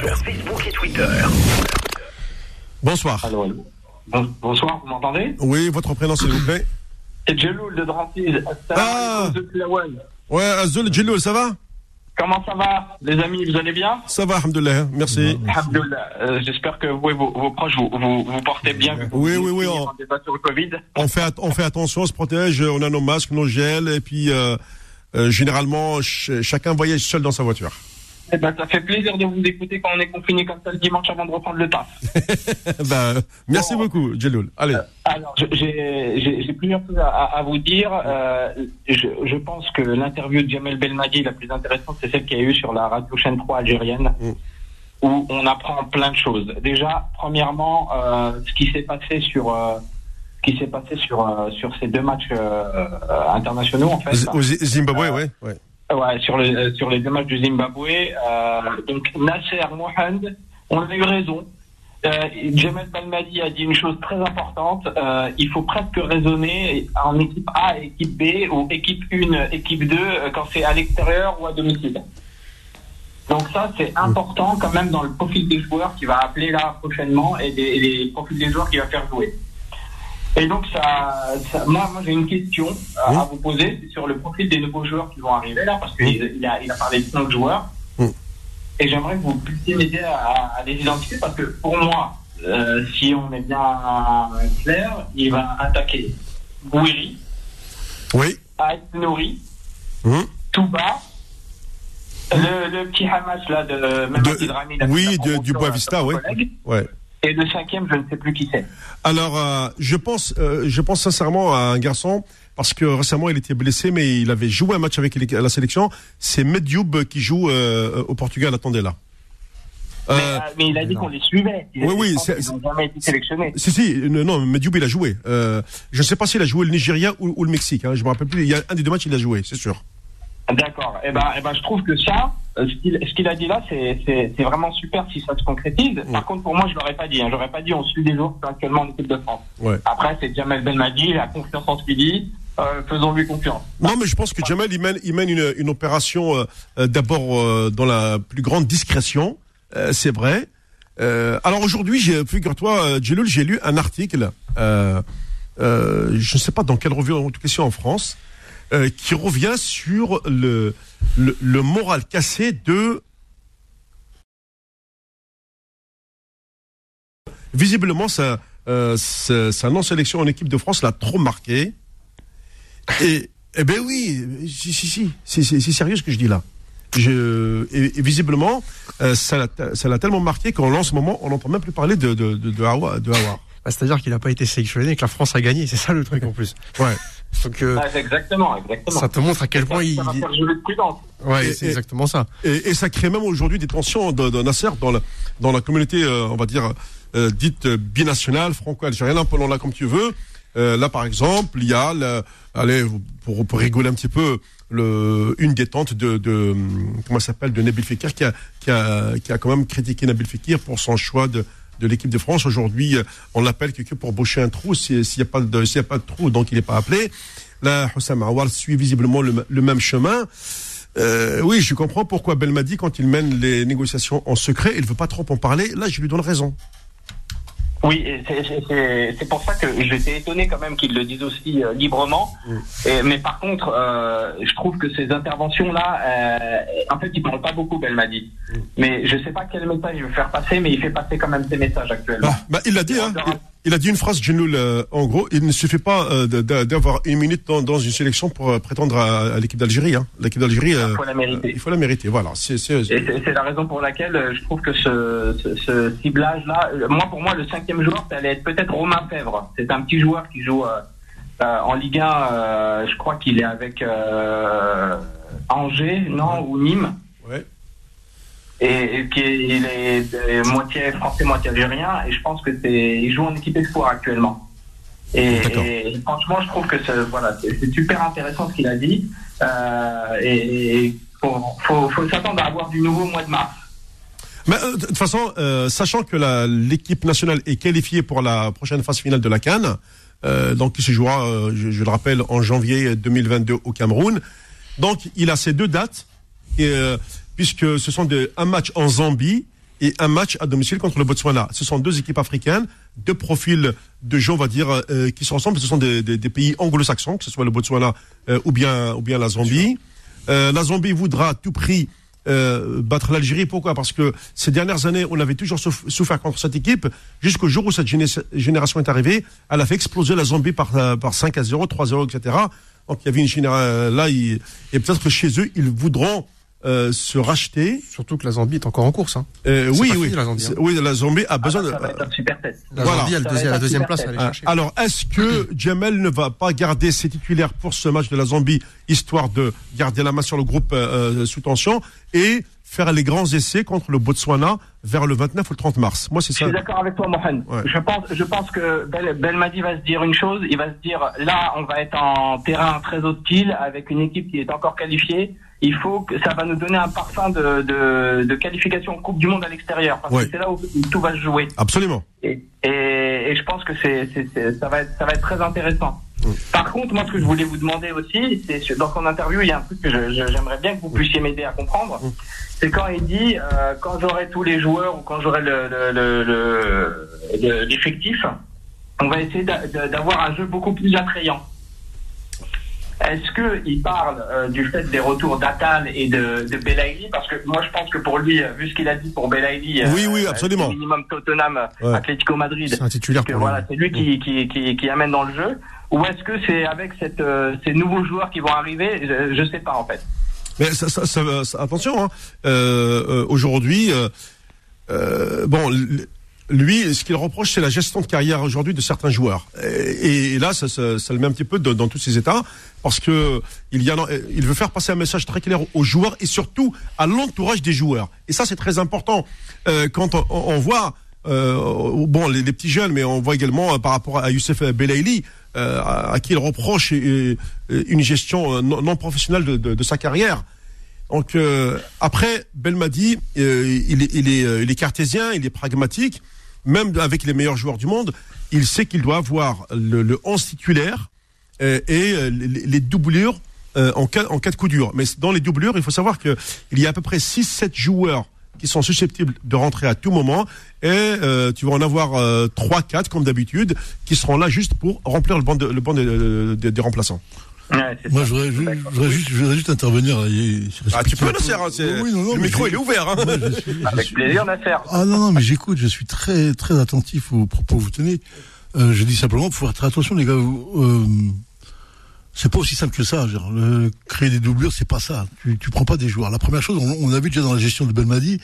Bonsoir. Allô. Bonsoir, vous m'entendez? Oui, votre prénom s'il vous plaît. C'est Djeloul de Drantilles. Ouais, Azul Djeloul, ça va? Comment ça va, les amis, vous allez bien? Ça va, alhamdoulilah, merci. Alhamdoulilah. J'espère que vous et vos proches vous portez bien. Oui. On débat sur le Covid. On fait attention, on se protège, on a nos masques, nos gels, et puis généralement, chacun voyage seul dans sa voiture. Eh ben, ça fait plaisir de vous écouter quand on est confiné comme ça le dimanche avant de reprendre le taf. Merci beaucoup, Djeloul. Allez. Alors, j'ai plusieurs choses à vous dire. Je pense que l'interview de Jamel Belmadi, la plus intéressante, c'est celle qu'il y a eu sur la radio chaîne 3 algérienne, où on apprend plein de choses. Déjà, premièrement, ce qui s'est passé sur ces deux matchs internationaux, en fait. Au Zimbabwe, ouais. Ouais, sur les deux matchs du Zimbabwe. Donc Nasser Mohand, on a eu raison. Jamel Belmadi a dit une chose très importante. Il faut presque raisonner en équipe A et équipe B, ou équipe 1, équipe 2, quand c'est à l'extérieur ou à domicile. Donc ça, c'est important quand même dans le profil des joueurs qu'il va appeler là prochainement et les profils des joueurs qu'il va faire jouer. Et donc moi j'ai une question à vous poser, c'est sur le profil des nouveaux joueurs qui vont arriver là, parce qu'il a parlé de 5 joueurs, et j'aimerais que vous puissiez m'aider à les identifier, parce que pour moi, si on est bien clair, il va attaquer Bouiri, Aït Nouri, Touba, le petit Hamas là de Mehmet Idrami, du Boavista, ouais. Et le 5e, je ne sais plus qui c'est. Alors, je pense sincèrement à un garçon, parce que récemment il était blessé, mais il avait joué un match avec la sélection. C'est Medioub qui joue au Portugal. Attendez là. Mais il a dit qu'on les suivait. Ils n'ont jamais été sélectionnés. Non, Medioub il a joué. Je ne sais pas s'il a joué le Nigeria ou le Mexique. Je me rappelle plus. Il y a un des deux matchs il a joué, c'est sûr. D'accord. Eh ben, je trouve que ça, ce qu'il a dit là, c'est vraiment super si ça se concrétise. Par contre, pour moi, je l'aurais pas dit. J'aurais pas dit on suit des joueurs qui sont actuellement en équipe de France. Ouais. Après, c'est Jamel Belmadi, il a confiance en ce qu'il dit. Faisons-lui confiance. Non, mais je pense que Jamel, il mène une opération d'abord dans la plus grande discrétion. C'est vrai. Alors aujourd'hui, figure-toi, Djeloul, j'ai lu un article. Je ne sais pas dans quelle revue, en tout cas c'est en France. Qui revient sur le moral cassé de... Visiblement, sa non-sélection en équipe de France l'a trop marqué. Et ben oui, si, c'est sérieux ce que je dis là. Et visiblement, ça l'a tellement marqué qu'en ce moment, on n'entend même plus parler de Aouar. C'est-à-dire qu'il n'a pas été sélectionné et que la France a gagné, c'est ça le truc en plus. Ouais. Donc, exactement. Ça te montre à quel point ça va faire jouer de prudence. Ouais, c'est exactement ça. Et ça crée même aujourd'hui des tensions de Nasser dans la communauté, on va dire, dite binationale, franco-algérienne, appelons-la comme tu veux. Là, par exemple, il y a, pour rigoler un petit peu, une des tantes de comment ça s'appelle, de Nabil Fekir, qui a quand même critiqué Nabil Fekir pour son choix de l'équipe de France. Aujourd'hui, on l'appelle que pour boucher un trou, s'il n'y a pas de trou, donc il n'est pas appelé. Là, Houssam Aouar suit visiblement le même chemin. Oui, je comprends pourquoi Belmadi, quand il mène les négociations en secret, il ne veut pas trop en parler. Là, je lui donne raison. Oui, c'est pour ça que j'étais étonné quand même qu'ils le disent aussi librement. Mais par contre, je trouve que ces interventions-là, en fait, il parle pas beaucoup, Belmadi. Mais je sais pas quel message il veut faire passer, mais il fait passer quand même ses messages actuellement. Il l'a dit, Il a dit une phrase, Genoul, en gros, il ne suffit pas d'avoir une minute dans une sélection pour prétendre à l'équipe d'Algérie. Hein. L'équipe d'Algérie, il faut la mériter. Il faut la mériter, voilà. Et c'est la raison pour laquelle je trouve que ce ciblage-là, pour moi, le 5e joueur, ça allait être peut-être Romain Fèvre. C'est un petit joueur qui joue en Ligue 1, je crois qu'il est avec Angers, non, ou Nîmes. Ouais. Et il est moitié français, moitié algérien, et je pense que il joue en équipe espoir actuellement. Et franchement, je trouve que c'est super intéressant ce qu'il a dit. Et faut s'attendre à avoir du nouveau au mois de mars. Mais de toute façon, sachant que l'équipe nationale est qualifiée pour la prochaine phase finale de la CAN, donc qui se jouera, je le rappelle, en janvier 2022 au Cameroun. Donc il a ces 2 dates. Puisque ce sont un match en Zambie et un match à domicile contre le Botswana. Ce sont 2 équipes africaines, 2 profils de jeu, on va dire, qui se ressemblent. Ce sont des pays anglo-saxons, que ce soit le Botswana ou bien la Zambie. La Zambie voudra à tout prix battre l'Algérie. Pourquoi ? Parce que ces dernières années, on avait toujours souffert contre cette équipe, jusqu'au jour où cette génération est arrivée. Elle a fait exploser la Zambie par 5-0, 3-0, etc. Donc il y avait une génération là, et peut-être que chez eux, ils voudront se racheter. Surtout que la Zambie est encore en course. Hein. Oui. La Zambie, hein. Oui, la Zambie a besoin de. Ça va être un super test. Zambie a la deuxième place à aller chercher. Alors, est-ce que Djamel ne va pas garder ses titulaires pour ce match de la Zambie, histoire de garder la main sur le groupe sous tension et faire les grands essais contre le Botswana vers le 29 ou le 30 mars? Moi, c'est ça. Je suis d'accord avec toi, Mohamed. Ouais. Je pense que Belmadi va se dire une chose. Il va se dire, là, on va être en terrain très hostile avec une équipe qui est encore qualifiée. Il faut que ça va nous donner un parfum de qualification en Coupe du Monde à l'extérieur, parce que c'est là où tout va se jouer. Absolument. Et je pense que ça va être très intéressant. Par contre, moi, ce que je voulais vous demander aussi, c'est dans son interview, il y a un truc que j'aimerais bien que vous puissiez m'aider à comprendre. C'est quand il dit, quand j'aurai tous les joueurs ou quand j'aurai l'effectif, on va essayer d'avoir un jeu beaucoup plus attrayant. Est-ce qu'il parle du fait des retours d'Atal et de Belaïli? Parce que moi, je pense que pour lui, vu ce qu'il a dit pour Belaïli, oui, absolument. Minimum Tottenham, Atlético Madrid, c'est un titulaire pour lui. C'est lui qui amène dans le jeu. Ou est-ce que c'est avec ces nouveaux joueurs qui vont arriver? Je sais pas, en fait. Mais attention, hein. Aujourd'hui, lui, ce qu'il reproche, c'est la gestion de carrière aujourd'hui de certains joueurs. Et là, ça le met un petit peu dans tous ces états, parce que il veut faire passer un message très clair aux joueurs et surtout à l'entourage des joueurs. Et ça, c'est très important. Quand on voit, les petits jeunes, mais on voit également par rapport à Youssef Belaïli, à qui il reproche une gestion non professionnelle de sa carrière. Donc après, Belmadi, il est cartésien, il est pragmatique. Même avec les meilleurs joueurs du monde, il sait qu'il doit avoir le 11 titulaire et les doublures en cas de coup dur. Mais dans les doublures, il faut savoir qu'il y a à peu près 6-7 joueurs qui sont susceptibles de rentrer à tout moment, et tu vas en avoir 3-4 comme d'habitude qui seront là juste pour remplir le banc des remplaçants. Ouais, moi, je voudrais juste intervenir. Tu peux, Nasser, hein, le micro il est ouvert. Hein. Moi, avec plaisir, Nasser. Ah non, mais j'écoute, je suis très très attentif aux propos que vous tenez. Je dis simplement, il faut faire très attention, les gars. C'est pas aussi simple que ça. Genre, créer des doublures, c'est pas ça. Tu prends pas des joueurs. La première chose, on a vu déjà dans la gestion de Belmadi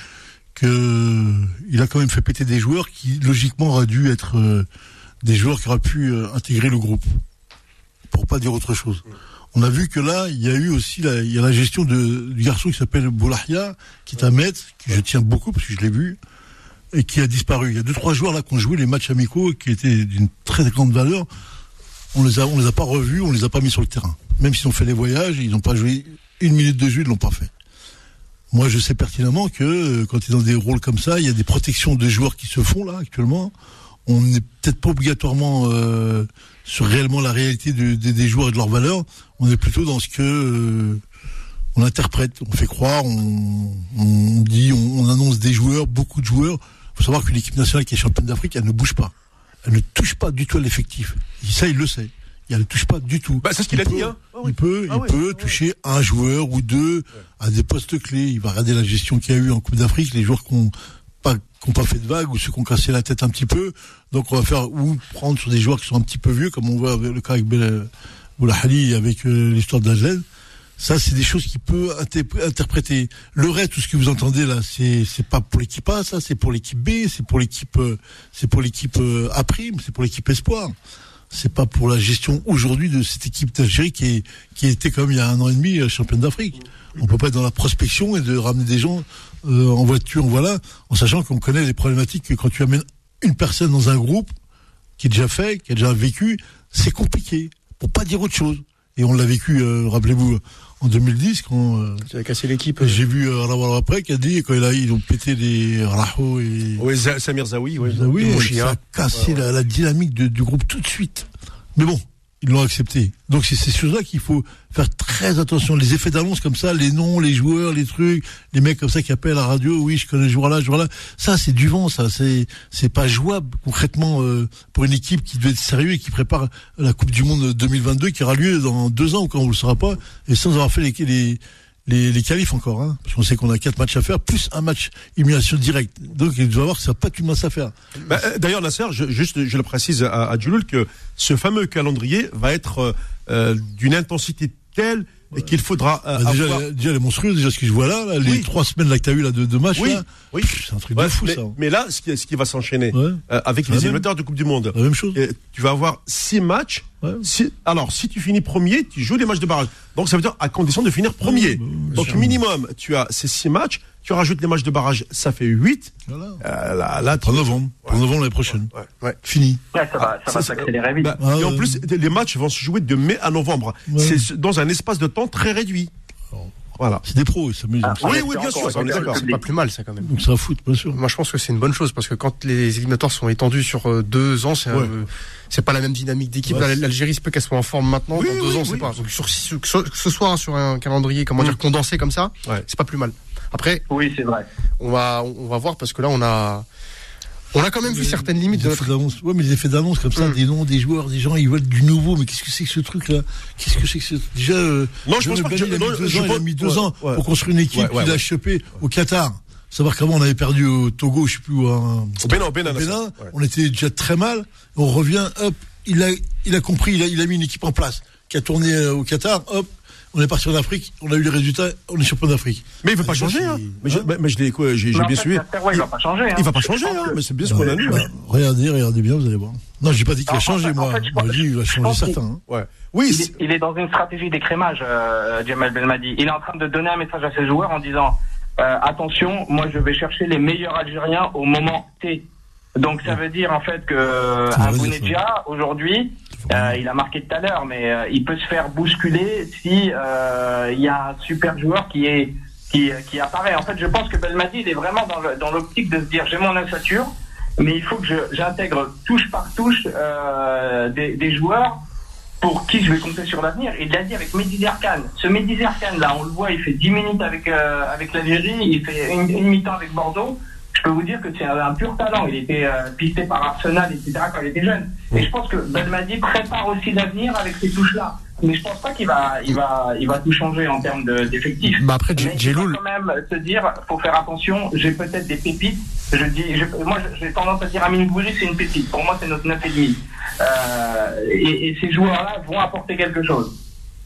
que il a quand même fait péter des joueurs qui logiquement auraient dû être des joueurs qui auraient pu intégrer le groupe. Pour pas dire autre chose. On a vu que là, il y a eu aussi il y a la gestion du garçon qui s'appelle Boulahia, qui est un maître, que je tiens beaucoup parce que je l'ai vu, et qui a disparu. Il y a 2-3 joueurs là qui ont joué les matchs amicaux qui étaient d'une très grande valeur. On les a pas revus, on les a pas mis sur le terrain. Même s'ils ont fait les voyages, ils n'ont pas joué une minute de jeu, ils l'ont pas fait. Moi, je sais pertinemment que quand tu es dans des rôles comme ça, il y a des protections de joueurs qui se font là actuellement. On n'est peut-être pas obligatoirement sur réellement la réalité des joueurs et de leurs valeurs. On est plutôt dans ce que on interprète, on fait croire, on dit, on annonce des joueurs, beaucoup de joueurs. Il faut savoir qu'une équipe nationale qui est championne d'Afrique, elle ne bouge pas. Elle ne touche pas du tout à l'effectif. Et ça, il le sait. Elle ne touche pas du tout. C'est ce qu'il a dit, hein. Il peut toucher un joueur ou deux à des postes clés. Il va regarder la gestion qu'il y a eu en Coupe d'Afrique, les joueurs qui ont qui n'ont pas fait de vagues ou ceux qui ont cassé la tête un petit peu. Donc on va faire ou prendre sur des joueurs qui sont un petit peu vieux, comme on voit avec le cas avec Boulahali avec l'histoire d'Ajlen. Ça, c'est des choses qu'il peut interpréter. Le reste, tout ce que vous entendez là, c'est pas pour l'équipe A, ça, c'est pour l'équipe B, c'est pour l'équipe A prime, c'est pour l'équipe Espoir. C'est pas pour la gestion aujourd'hui de cette équipe d'Algérie qui était comme il y a 1 an et demi championne d'Afrique. On peut pas être dans la prospection et de ramener des gens en voiture, voilà, en sachant qu'on connaît les problématiques que quand tu amènes une personne dans un groupe qui est déjà fait, qui a déjà vécu, c'est compliqué. Pour pas dire autre chose. Et on l'a vécu, rappelez-vous, en 2010 quand tu as cassé l'équipe. J'ai vu Rawal après qui a dit quand ils ont pété les Raho et Samir Zawi, ça a cassé la dynamique du groupe tout de suite. Mais bon, ils l'ont accepté. Donc c'est ces choses-là qu'il faut faire très attention. Les effets d'annonce comme ça, les noms, les joueurs, les trucs, les mecs comme ça qui appellent à la radio, oui, je connais ce joueur-là. Ça, c'est du vent, ça. C'est pas jouable concrètement pour une équipe qui devait être sérieuse et qui prépare la Coupe du Monde 2022 qui aura lieu dans 2 ans ou quand on le saura pas, et sans avoir fait les qualifs encore, hein. Parce qu'on sait qu'on a 4 matchs à faire, plus un match élimination directe. Donc, il doit voir que ça n'a pas qu'une masse à faire. D'ailleurs, Nasser, je le précise à Djouloul que ce fameux calendrier va être d'une intensité telle qu'il faudra déjà les monstrueux, déjà ce que je vois là les 3 semaines là que tu as eu là de matchs là. Oui. C'est un truc de fou ça. Mais là, ce qui va s'enchaîner avec les éliminatoires de Coupe du Monde. La même chose. Tu vas avoir 6 matchs. Alors, si tu finis premier, tu joues les matchs de barrage. Donc, ça veut dire à condition de finir premier. Donc, minimum, tu as ces 6 matchs. Tu rajoutes les matchs de barrage, ça fait 8. Voilà. Pour novembre l'année prochaine. Fini. Ouais, ça va s'accélérer vite. Et en plus, les matchs vont se jouer de mai à novembre. C'est dans un espace de temps très réduit. Voilà. C'est des pros, ils s'amusent. Oui, bien sûr, on est d'accord. C'est pas plus mal, ça, quand même. Donc ça fout, bien sûr. Moi, je pense que c'est une bonne chose, parce que quand les éliminatoires sont étendus sur 2 ans, c'est pas la même dynamique d'équipe. L'Algérie, il se peut qu'elle soit en forme maintenant, dans 2 ans, c'est pas. Donc, ce soir, sur un calendrier, dire, condensé comme ça, c'est pas plus mal. Après. Oui, c'est vrai. On va voir, parce que là, on a quand même vu certaines limites de notre... Ouais, mais les effets d'annonce comme ça, des noms, des joueurs, des gens, ils veulent du nouveau. Mais qu'est-ce que c'est que ce truc-là? Qu'est-ce que c'est que ce... Déjà, non, je pense pas que il a mis 2 ans pour construire une équipe qu'il a chopé au Qatar. Savoir qu'avant, on avait perdu au Togo, je sais plus où, au Bénin. On était déjà très mal. On revient, hop, il a compris, il a mis une équipe en place qui a tourné au Qatar, hop. On est parti en Afrique, on a eu les résultats, on est champion d'Afrique. Mais il ne veut pas changer, hein. Mais j'ai bien suivi. Il va pas changer, hein. Il va pas changer, hein. Mais c'est bien ce qu'on a vu. Regardez bien, vous allez voir. Non, j'ai pas dit qu'il a changé, moi. J'ai dit qu'il va changer certains. Oui. Il est dans une stratégie d'écrémage, Djemal Belmadi. Il est en train de donner un message à ses joueurs en disant, attention, moi je vais chercher les meilleurs Algériens au moment T. Donc ça veut dire en fait que un Bounedjah aujourd'hui, il a marqué tout à l'heure, mais il peut se faire bousculer si il y a un super joueur qui apparaît. En fait, je pense que Belmadi il est vraiment dans l'optique de se dire j'ai mon ossature, mais il faut que j'intègre touche par touche des joueurs pour qui je vais compter sur l'avenir. Il l'a dit avec Mehdi Zerkan. Ce Mehdi Zerkan là, on le voit, il fait 10 minutes avec l'Algérie, il fait une mi-temps avec Bordeaux. Je peux vous dire que c'est un pur talent. Il était pisté par Arsenal, etc. quand il était jeune. Et je pense que Belmadi prépare aussi l'avenir avec ces touches-là. Mais je pense pas qu'il va tout changer en termes d'effectifs. Bah après, Djeloul, quand même se dire, faut faire attention. J'ai peut-être des pépites. Moi, j'ai tendance à dire Amine Gouiri, c'est une pépite. Pour moi, c'est notre 9,5. Et ces joueurs-là vont apporter quelque chose.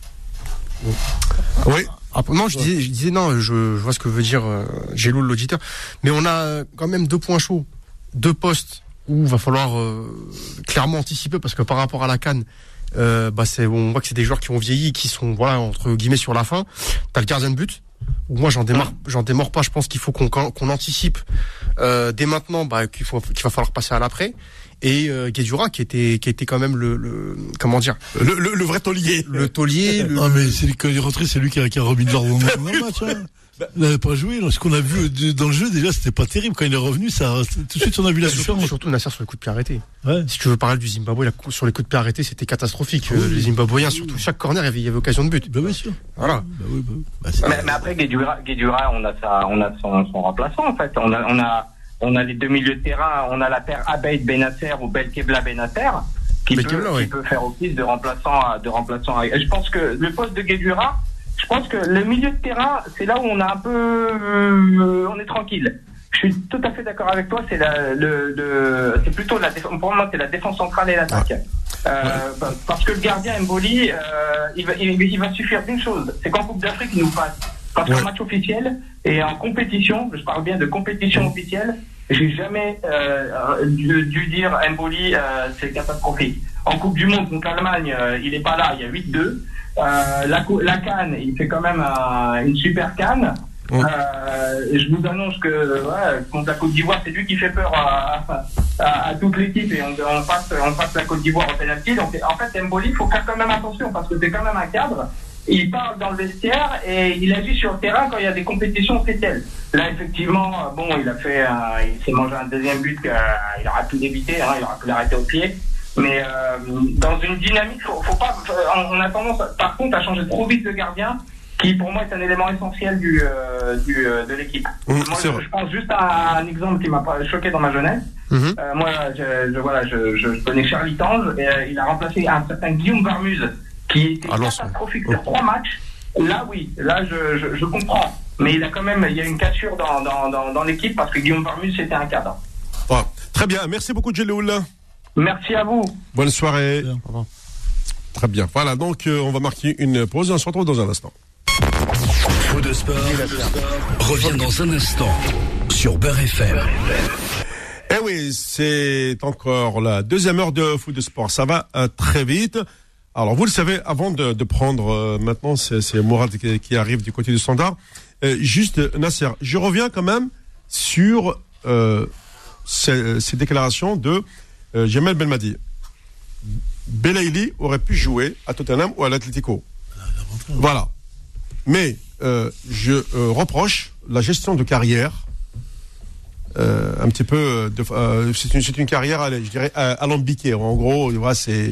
Oui. Non, je disais non, je vois ce que veut dire Djeloul, l'auditeur, mais on a quand même 2 points chauds, 2 postes où il va falloir clairement anticiper, parce que par rapport à la CAN, on voit que c'est des joueurs qui ont vieilli, qui sont entre guillemets sur la fin. T'as le gardien de but, où moi j'en démords pas. Je pense qu'il faut qu'on anticipe dès maintenant, qu'il va falloir passer à l'après. Et Guedjura qui était quand même le comment dire, le vrai taulier, Non mais quand il est rentré, c'est lui qui a remis de l'ordre dans le match, hein. Il n'avait pas joué. Ce qu'on a vu dans le jeu, déjà, c'était pas terrible. Quand il est revenu, tout de suite, on a vu la différence. Surtout Nasser sur les coups de pied arrêtés. Si tu veux parler du Zimbabwe, sur les coups de pied arrêtés, c'était catastrophique. Les Zimbabwéens, surtout chaque corner, il y avait occasion de but. Bien sûr. Voilà. Mais après, Guedjura, on a son remplaçant, en fait. On a les 2 milieux de terrain. On a la paire Abeid Benacer ou Belkebla Benacer qui peut faire office de remplaçant. Et je pense que le poste de Guedjura, je pense que le milieu de terrain, c'est là où on a on est tranquille. Je suis tout à fait d'accord avec toi. C'est c'est plutôt la défense. Pour moi, c'est la défense centrale et l'attaque. Parce que le gardien Mboli, il va suffire d'une chose, c'est qu'en Coupe d'Afrique, il nous passe. Quand c'est un match officiel et en compétition, je parle bien de compétition officielle, j'ai jamais dû dire Mboli, c'est catastrophique. En Coupe du Monde contre l'Allemagne, il est pas là, il y a 8-2. La CAN, il fait quand même une super CAN. Je vous annonce que contre la Côte d'Ivoire, c'est lui qui fait peur à toute l'équipe et on passe la Côte d'Ivoire au penalty. Donc en fait, Mboli, il faut faire quand même attention parce que c'est quand même un cadre. Il parle dans le vestiaire et il agit sur le terrain quand il y a des compétitions officielles. Là, effectivement, il s'est mangé un deuxième but qu'il aurait pu l'éviter, il aurait pu l'arrêter au pied. Mais dans une dynamique, faut pas. On a tendance, par contre, à changer trop vite de gardien, qui pour moi est un élément essentiel de l'équipe. Moi, je pense juste à un exemple qui m'a choqué dans ma jeunesse. Moi, je connais Charlie Tange et il a remplacé un certain Guillaume Varmuse qui était catastrophique sur 3 matchs. Là, oui, je comprends. Mais il y a une cassure dans l'équipe parce que Guillaume Varmuse c'était un cadre. Très bien, merci beaucoup Djeloul. Merci à vous. Bonne soirée. Très bien. Voilà, donc on va marquer une pause et on se retrouve dans un instant. Faux de sport revient dans un instant sur Beurre FM. Eh oui, c'est encore la deuxième heure de Foot de Sport. Ça va très vite. Alors, vous le savez, avant de prendre maintenant, c'est Mourad qui arrive du côté du Standard. Juste, Nasser, je reviens quand même sur ces déclarations de Jamel Belmadi. Belaïli aurait pu jouer à Tottenham ou à l'Atlético. Voilà. Mais je reproche la gestion de carrière un petit peu. C'est une carrière, allez, je dirais, alambiquée. En gros, voilà, c'est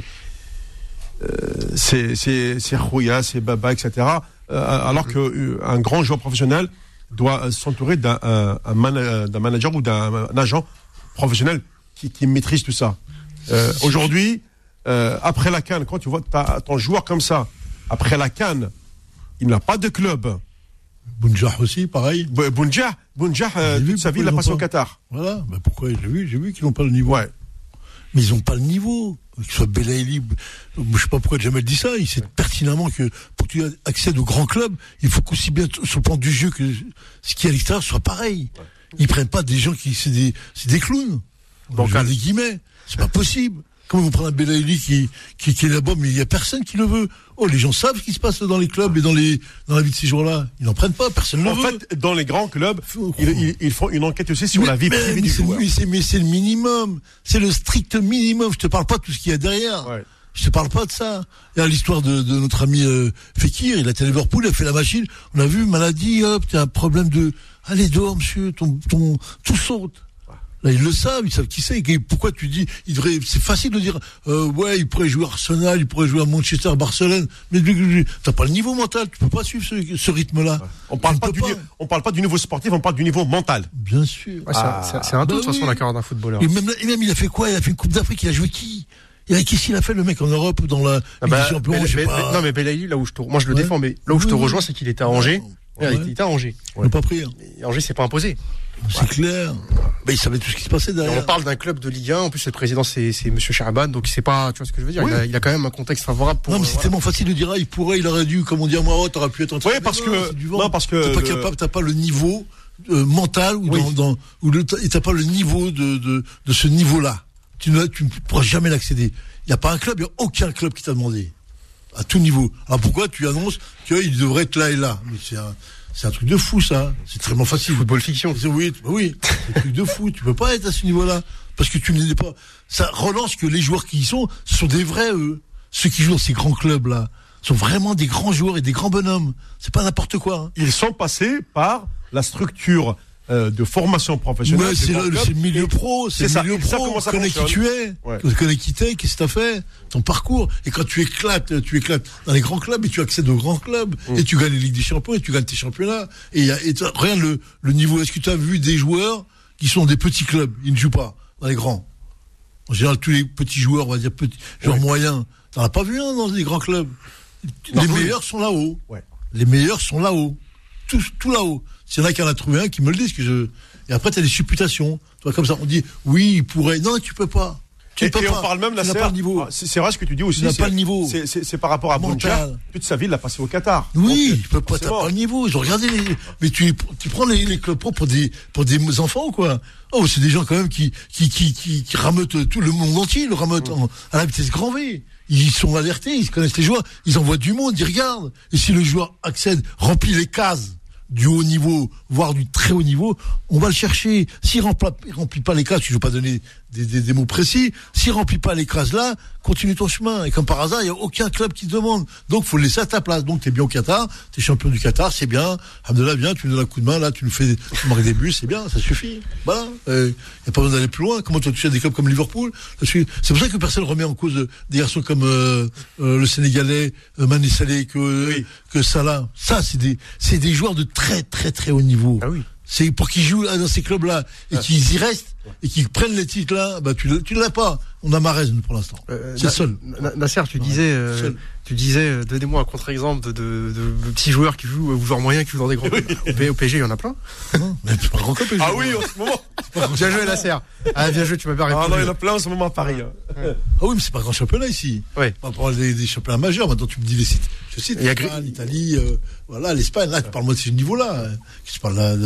Rouya, c'est Baba, etc. Alors qu'un grand joueur professionnel doit s'entourer d'un manager ou d'un agent professionnel qui maîtrise tout ça. Aujourd'hui, après la CAN, quand tu vois ton joueur comme ça, après la CAN, il n'a pas de club. Bounjah aussi, pareil. Bounjah, toute sa vie, il a passé au Qatar. Voilà, mais pourquoi j'ai vu qu'ils n'ont pas le niveau. Ouais. Mais ils n'ont pas le niveau. Que ce soit Belaïli, je ne sais pas pourquoi Jamel dit ça, il sait pertinemment que pour que tu accèdes au grand club, il faut qu'aussi bien sur le plan du jeu que ce qui est à l'extérieur soit pareil. Ouais. Ils prennent pas des gens c'est des clowns. Donc, des guillemets. C'est pas possible. Comment vous prenez un Belaïli qui est là-bas, mais il y a personne qui le veut. Oh, les gens savent ce qui se passe dans les clubs et dans la vie de ces gens-là. Ils n'en prennent pas, personne ne le veut. En fait, dans les grands clubs, ils font une enquête aussi sur la vie privée du joueur. Mais c'est le minimum. C'est le strict minimum. Je te parle pas de tout ce qu'il y a derrière. Ouais. Je te parle pas de ça. Il y a l'histoire de notre ami Fekir. Il a été à Liverpool, il a fait la machine. On a vu, maladie, hop, t'as un problème de... Allez dehors, monsieur, tout saute. Là, ils le savent, ils savent qui c'est. Pourquoi tu dis, c'est facile de dire, ouais, il pourrait jouer à Arsenal, il pourrait jouer à Manchester, Barcelone. Mais t'as pas le niveau mental, tu peux pas suivre ce rythme-là. Ouais. On parle pas du niveau sportif, on parle du niveau mental. Bien sûr. Ouais, c'est un tout, de toute façon, la carrière d'un footballeur. Et même, il a fait quoi? Il a fait une Coupe d'Afrique, il a joué qui? Qu'est-ce qu'il a fait, le mec, en Europe, dans la Ligue des Champions, je sais pas. Non, mais Belaïli, moi, je le défends, mais là où je te rejoins, c'est qu'il était à Angers. Ouais. Il était à Angers. On l'a pas pris. Et Angers s'est pas imposé. C'est clair. Mais il savait tout ce qui se passait derrière. Et on parle d'un club de Ligue 1. En plus, le président, c'est Monsieur Chaban. Donc, c'est pas, tu vois ce que je veux dire. Oui. Il a quand même un contexte favorable pour. Non, mais c'est tellement facile de dire, il aurait dû, comme on dit à Maroc, t'aurais pu être en train de. Oui, parce que. T'es pas capable, t'as pas le niveau, mental et t'as pas le niveau de ce niveau-là. Tu ne pourras jamais l'accéder. Il n'y a pas un club, il n'y a aucun club qui t'a demandé. À tout niveau. Alors pourquoi tu annonces qu'il devrait être là et là? Mais c'est un truc de fou, ça. C'est extrêmement facile. Football fiction. Oui. C'est un truc de fou. Tu peux pas être à ce niveau-là. Parce que tu n'es pas. Ça relance que les joueurs qui y sont, ce sont des vrais, eux. Ceux qui jouent dans ces grands clubs-là sont vraiment des grands joueurs et des grands bonhommes. C'est pas n'importe quoi. Hein. Ils sont passés par la structure de formation professionnelle. Ouais, c'est le milieu pro, c'est le milieu pro. Tu connais qui tu es, tu connais qui t'es, qu'est-ce que t'as fait, ton parcours. Et quand tu éclates dans les grands clubs et tu accèdes aux grands clubs et tu gagnes les Ligues des Champions et tu gagnes tes championnats. Et regarde le niveau. Est-ce que tu as vu des joueurs qui sont des petits clubs? Ils ne jouent pas dans les grands. En général, tous les petits joueurs, on va dire petits, joueurs moyens. T'en as pas vu un dans les grands clubs. Les meilleurs sont là-haut. Ouais. Les meilleurs sont là-haut. tout là-haut. S'il y en a qui en a trouvé un, qui me le disent et après t'as des supputations. Toi comme ça, on dit oui, il pourrait. Non, tu peux pas. Et on parle même, Nasser, c'est vrai ce que tu dis aussi. Il n'a pas le niveau. C'est par rapport à Bouncha. Toute sa vie, il l'a passé au Qatar. Oui, tu peux pas, t'as pas le niveau. Ils ont regardé mais tu prends les clubs pro pour des enfants ou quoi? Oh, c'est des gens quand même qui rameutent tout le monde entier, le rameutent à la vitesse grand V. Ils sont alertés, ils connaissent les joueurs, ils envoient du monde, ils regardent. Et si le joueur accède, remplit les cases du haut niveau, voire du très haut niveau, on va le chercher. S'il remplit pas les cases, je ne veux pas donner des mots précis, s'il remplit pas les cases là, continue ton chemin. Et comme par hasard, il n'y a aucun club qui te demande. Donc, faut le laisser à ta place. Donc, t'es bien au Qatar, t'es champion du Qatar, c'est bien. Abdallah, viens, tu nous donnes un coup de main, là, tu marques des buts, c'est bien, ça suffit. Voilà. Il n'y a pas besoin d'aller plus loin. Comment tu vas toucher à des clubs comme Liverpool? C'est pour ça que personne remet en cause des garçons comme, le Sénégalais, Mané Saleh, que Salah. Ça, c'est des joueurs de très, très, très haut niveau. Ah oui. C'est pour qu'ils jouent dans ces clubs-là et qu'ils y restent et qu'ils prennent les titres-là. Bah, tu l'as pas. On a Mahrez, pour l'instant. C'est le seul. Nasser, tu disais, donnez-moi un contre-exemple de petits joueurs qui jouent, ou joueurs moyens qui jouent dans des grands clubs. Au PSG, il y en a plein. Non, mais c'est pas un grand club, PSG. Ah oui, en ce moment. Bien joué, Nasser. Ah, bien joué, tu m'as bien répondu. Ah non, il y en a plein en ce moment à Paris. Ah oui, mais c'est pas un grand championnat ici. Ouais. On parle des championnats majeurs. Maintenant, tu me dis les sites. Je cite l'Italie, voilà, l'Espagne. Là, tu parles moi de ce niveau-là. Je parle là.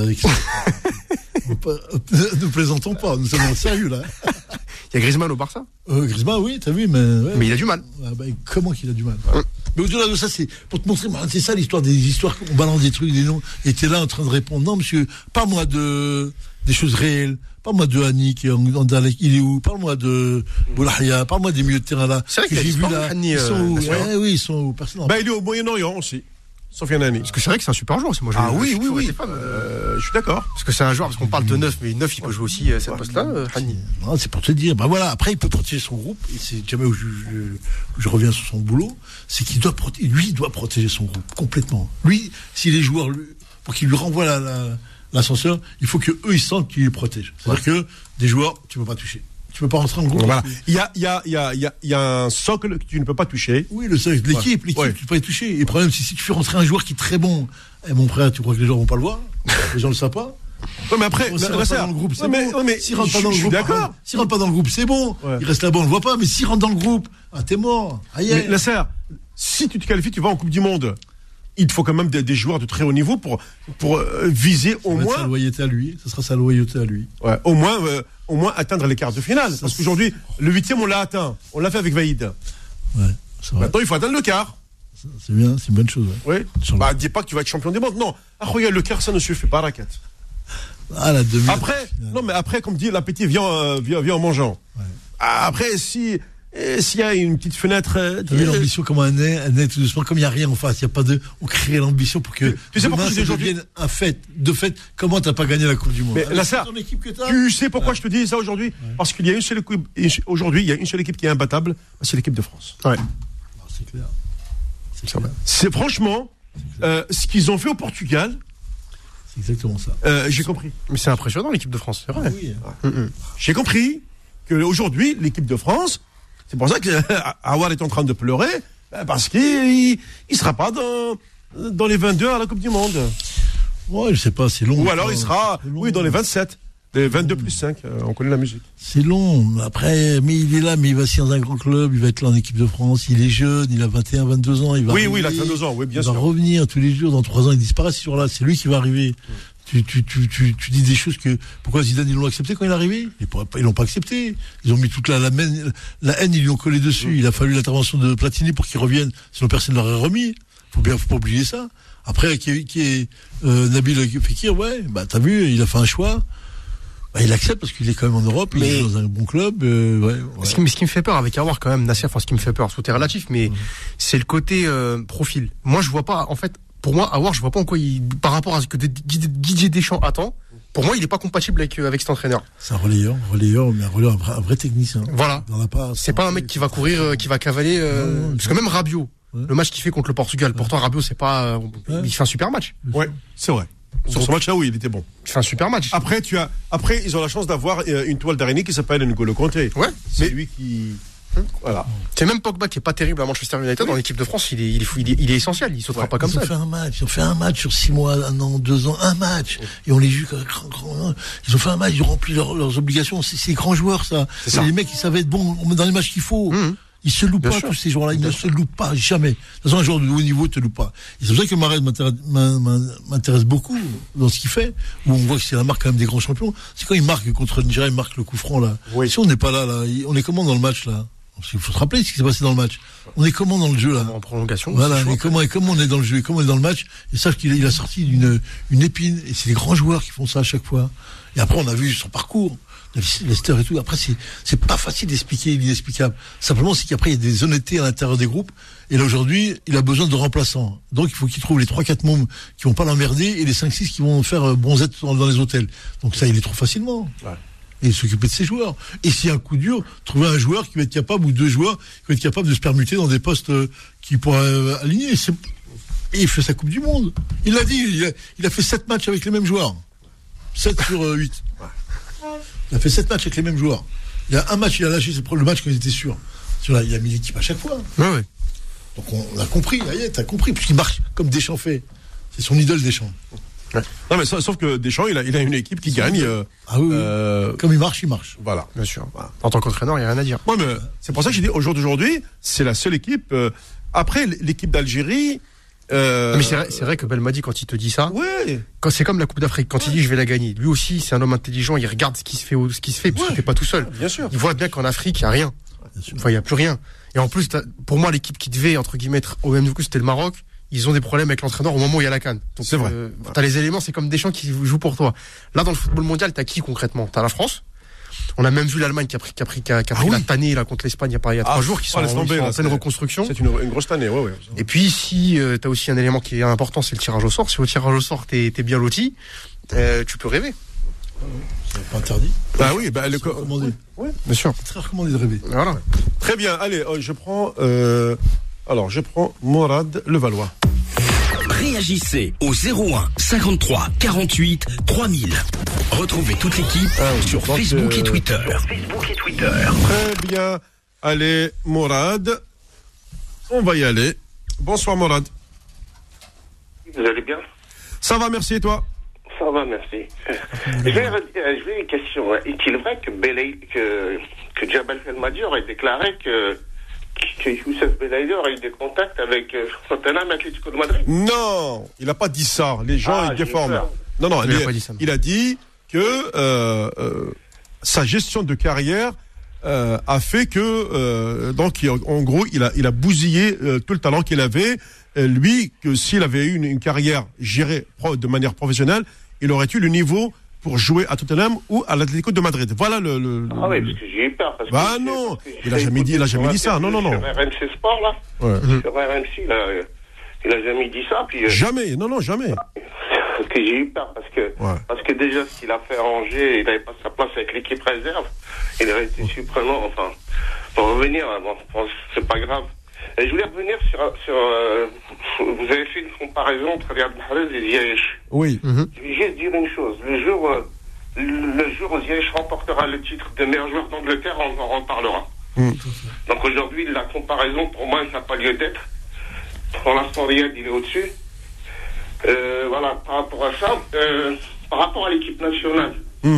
Ne plaisantons pas, nous sommes sérieux là. Il y a Griezmann au Barça. Griezmann, oui, t'as vu, mais. Ouais, mais il a du mal. Comment qu'il a du mal? Mais au-delà de ça, c'est pour te montrer, c'est ça l'histoire des histoires, on balance des trucs, des noms, et t'es là en train de répondre. Non, monsieur, parle-moi des choses réelles. Parle-moi de Hani qui est en Dalek, il est où? Parle-moi de Boulahia, parle-moi des milieux de terrain là. C'est vrai que j'ai vu là. Ils sont où? Oui, ils sont où? Personne. Il est au Moyen-Orient aussi. Sofiane Hani. Parce que c'est vrai que c'est un super joueur. Moi, oui. Je suis d'accord. Parce que c'est un joueur, parce qu'on parle de neuf, mais neuf, il peut jouer aussi à cette poste-là, Hani. Non, c'est pour te dire. Bah voilà, après, il peut protéger son groupe, et c'est jamais où je reviens sur son boulot, c'est qu'il doit protéger son groupe, complètement. Lui, si les joueurs, pour qu'il lui renvoie l'ascenseur, il faut que eux, ils sentent qu'il les protège. C'est-à-dire que des joueurs, tu peux pas toucher. Tu peux pas rentrer en groupe. Voilà. Il y a un socle que tu ne peux pas toucher. Oui, le socle. L'équipe, tu peux pas y toucher. Et le problème, c'est si tu fais rentrer un joueur qui est très bon, mon frère, tu crois que les gens vont pas le voir? Les gens le savent pas? Non, mais après, s'il rentre pas dans le groupe, c'est bon. S'il rentre pas dans le groupe, d'accord. S'il rentre pas dans le groupe, c'est bon. Il reste là-bas, on le voit pas. Mais s'il rentre dans le groupe, t'es mort. Mais Nasser, si tu te qualifies, tu vas en Coupe du Monde. Il te faut quand même des joueurs de très haut niveau pour viser au moins. Sa loyauté à lui. Ce sera sa loyauté à lui. Ouais, au moins atteindre les quarts de finale. Parce qu'aujourd'hui, le 8e, on l'a atteint. On l'a fait avec Vaïd. Ouais, c'est vrai. Maintenant, il faut atteindre le quart. C'est bien, c'est une bonne chose. Ouais. Dis pas que tu vas être champion du monde. Non. Regarde, le quart, ça ne suffit pas, raquette. La demi. Après, comme dit, l'appétit vient en mangeant. Ouais. Après, s'il y a une petite fenêtre. Tu as vu l'ambition comment elle naît tout doucement, comme il n'y a rien en face, il n'y a pas on crée l'ambition pour que tu sais pourquoi ça devienne un fait. De fait, comment t'as pas gagné la Coupe du Monde? Mais là, tu sais pourquoi je te dis ça aujourd'hui? Parce qu'il y a une seule équipe, aujourd'hui, il y a une seule équipe qui est imbattable, c'est l'équipe de France. Ouais. C'est clair. C'est franchement, ce qu'ils ont fait au Portugal. C'est exactement ça. J'ai compris. Mais c'est impressionnant l'équipe de France, c'est vrai. Oui. J'ai compris qu'aujourd'hui, l'équipe de France, c'est pour ça que Aouar est en train de pleurer, parce qu'il ne sera pas dans les 22 à la Coupe du Monde. Ouais, je sais pas, c'est long. Ou alors il sera dans les 27. Les 22 plus 5, on connaît la musique. C'est long. Après, mais il est là, mais il va signer dans un grand club, il va être là en équipe de France, il est jeune, il a 21, 22 ans, il va il a 22 ans, oui, bien sûr. Il va revenir tous les jours, dans 3 ans, il disparaît, ce jour-là, c'est lui qui va arriver. Tu dis des choses que, pourquoi Zidane, ils l'ont accepté quand il est arrivé? Ils l'ont pas accepté. Ils ont mis toute la haine, ils lui ont collé dessus. Il a fallu l'intervention de Platini pour qu'il revienne, sinon personne ne l'aurait remis. Faut pas oublier ça. Après, qui est Nabil Fekir, t'as vu, il a fait un choix. Il accepte parce qu'il est quand même en Europe, il est dans un bon club. Ce qui me fait peur avec Aouar quand même, Nasser, ce qui me fait peur, tout est relatif, mais c'est le côté profil. Moi, je vois pas, en fait, pour moi, Aouar, je vois pas en quoi par rapport à ce que Didier Deschamps attend, pour moi, il est pas compatible avec cet entraîneur. C'est un relayeur, mais un vrai technicien. Voilà. C'est pas un mec qui va courir, qui va cavaler, parce que même Rabiot, le match qu'il fait contre le Portugal, pourtant Rabiot, c'est pas, il fait un super match. Ouais, c'est vrai. Sur ce match-là, oui, il était bon. Il fait un super match. Après, ils ont la chance d'avoir une toile d'araignée qui s'appelle N'Golo Kanté. Ouais. C'est lui qui Voilà. C'est même Pogba qui est pas terrible à Manchester United, dans l'équipe de France, il est essentiel, il sautera pas comme ça. Ils ont fait un match sur 6 mois, 1 an, 2 ans, un match. Et on les juge ils ont fait un match, ils ont rempli leurs obligations. C'est des grands joueurs, ça. C'est les mecs qui savaient être bons dans les matchs qu'il faut. Ils se louent pas, tous ces joueurs-là. Ils ne se louent pas, jamais. De toute façon, un joueur de haut niveau ne te loue pas. Et c'est pour ça que Mahrez m'intéresse beaucoup dans ce qu'il fait, où on voit que c'est la marque quand même des grands champions. C'est quand il marque contre Nigeria, il marque le coup franc, là. Oui. Si on n'est pas là, on est comment dans le match, là? Parce qu'il faut se rappeler ce qui s'est passé dans le match. On est comment dans le jeu, là? En prolongation. Voilà, et comment on est dans le jeu, et comment on est dans le match. Et sache qu'il a sorti une épine. Et c'est des grands joueurs qui font ça à chaque fois. Et après, on a vu son parcours. Leicester et tout. Après, c'est pas facile d'expliquer l'inexplicable. Simplement, c'est qu'après, il y a des honnêtetés à l'intérieur des groupes. Et là, aujourd'hui, il a besoin de remplaçants. Donc, il faut qu'il trouve les 3-4 mômes qui vont pas l'emmerder et les 5-6 qui vont faire bronzette dans les hôtels. Donc ça, il les trouve facilement. Ouais. Et s'occuper de ses joueurs. Et s'il y a un coup dur, trouver un joueur qui va être capable, ou 2 joueurs qui vont être capables de se permuter dans des postes qui pourraient aligner. Et il fait sa Coupe du Monde. Il l'a dit, il a fait 7 matchs avec les mêmes joueurs. 7 sur 8. Il a fait 7 matchs avec les mêmes joueurs. Il y a un match, il a lâché, c'est le match quand il était sûr. Là, il a mis l'équipe à chaque fois. Ouais. Donc on a compris, t'as compris, puisqu'il marche comme Deschamps fait. C'est son idole, Deschamps. Ouais. Non, mais sauf que Deschamps, il a une équipe qui gagne. Comme il marche. Voilà. Bien sûr. Voilà. En tant qu'entraîneur, il n'y a rien à dire. Ouais, mais c'est pour ça que j'ai dit, au jour d'aujourd'hui, c'est la seule équipe. Après, l'équipe d'Algérie. Mais c'est vrai que Belmadi, quand il te dit ça, quand c'est comme la Coupe d'Afrique, quand il dit je vais la gagner, lui aussi c'est un homme intelligent, il regarde ce qui se fait parce qu'il fait pas tout seul. Bien sûr. Il voit bien qu'en Afrique il y a rien. Enfin il y a plus rien. Et en plus pour moi l'équipe qui devait entre guillemets être au même niveau, c'était le Maroc. Ils ont des problèmes avec l'entraîneur au moment où il y a la CAN. Donc c'est vrai. T'as les éléments, c'est comme Deschamps qui joue pour toi. Là dans le football mondial, t'as qui concrètement? T'as la France. On a même vu l'Allemagne qui a pris la tannée là contre l'Espagne il y a 3 jours, qui sont en pleine reconstruction. C'est une grosse tannée, ouais. Et puis si t'as aussi un élément qui est important, c'est le tirage au sort. Si au tirage au sort t'es bien loti, tu peux rêver. C'est pas interdit. Bah oui, c'est recommandé. Oui, bien sûr. C'est très recommandé de rêver. Voilà. Très bien. Allez, je prends Morad Levallois. Réagissez au 01 53 48 3000. Retrouvez toute l'équipe sur Facebook et Twitter. Très bien. Allez, Morad. On va y aller. Bonsoir, Morad. Vous allez bien? Ça va, merci, et toi? Ça va, merci. J'ai une question. Est-il vrai que Jabal Belmadi aurait déclaré que Youssef Belaïli aurait eu des contacts avec Tottenham, Atlético de Madrid? Non, il n'a pas dit ça. Les gens, ils déforment. Non, il a dit que sa gestion de carrière a fait que donc en gros il a bousillé tout le talent qu'il avait. Lui, que s'il avait eu une carrière gérée de manière professionnelle, il aurait eu le niveau pour jouer à Tottenham ou à l'Atlético de Madrid. Voilà Ah oui, parce que j'ai eu peur. Non, il a jamais dit ça. Non. Sur RMC Sport, là. Ouais. Sur RMC, là, il a jamais dit ça. Puis, jamais, jamais. Parce que j'ai eu peur, parce que déjà, ce qu'il a fait à Angers, il n'avait pas sa place avec l'équipe réserve. Il aurait été surprenant, enfin. Pour revenir, c'est pas grave. Et je voulais revenir sur vous avez fait une comparaison entre Riyad Mahrez et Ziyech. Oui. Je vais juste dire une chose. Le jour où Ziyech remportera le titre de meilleur joueur d'Angleterre, on en reparlera. Donc aujourd'hui, la comparaison, pour moi, n'a pas lieu d'être. Pour l'instant, Riyad, il est au-dessus. Voilà, par rapport à ça, par rapport à l'équipe nationale,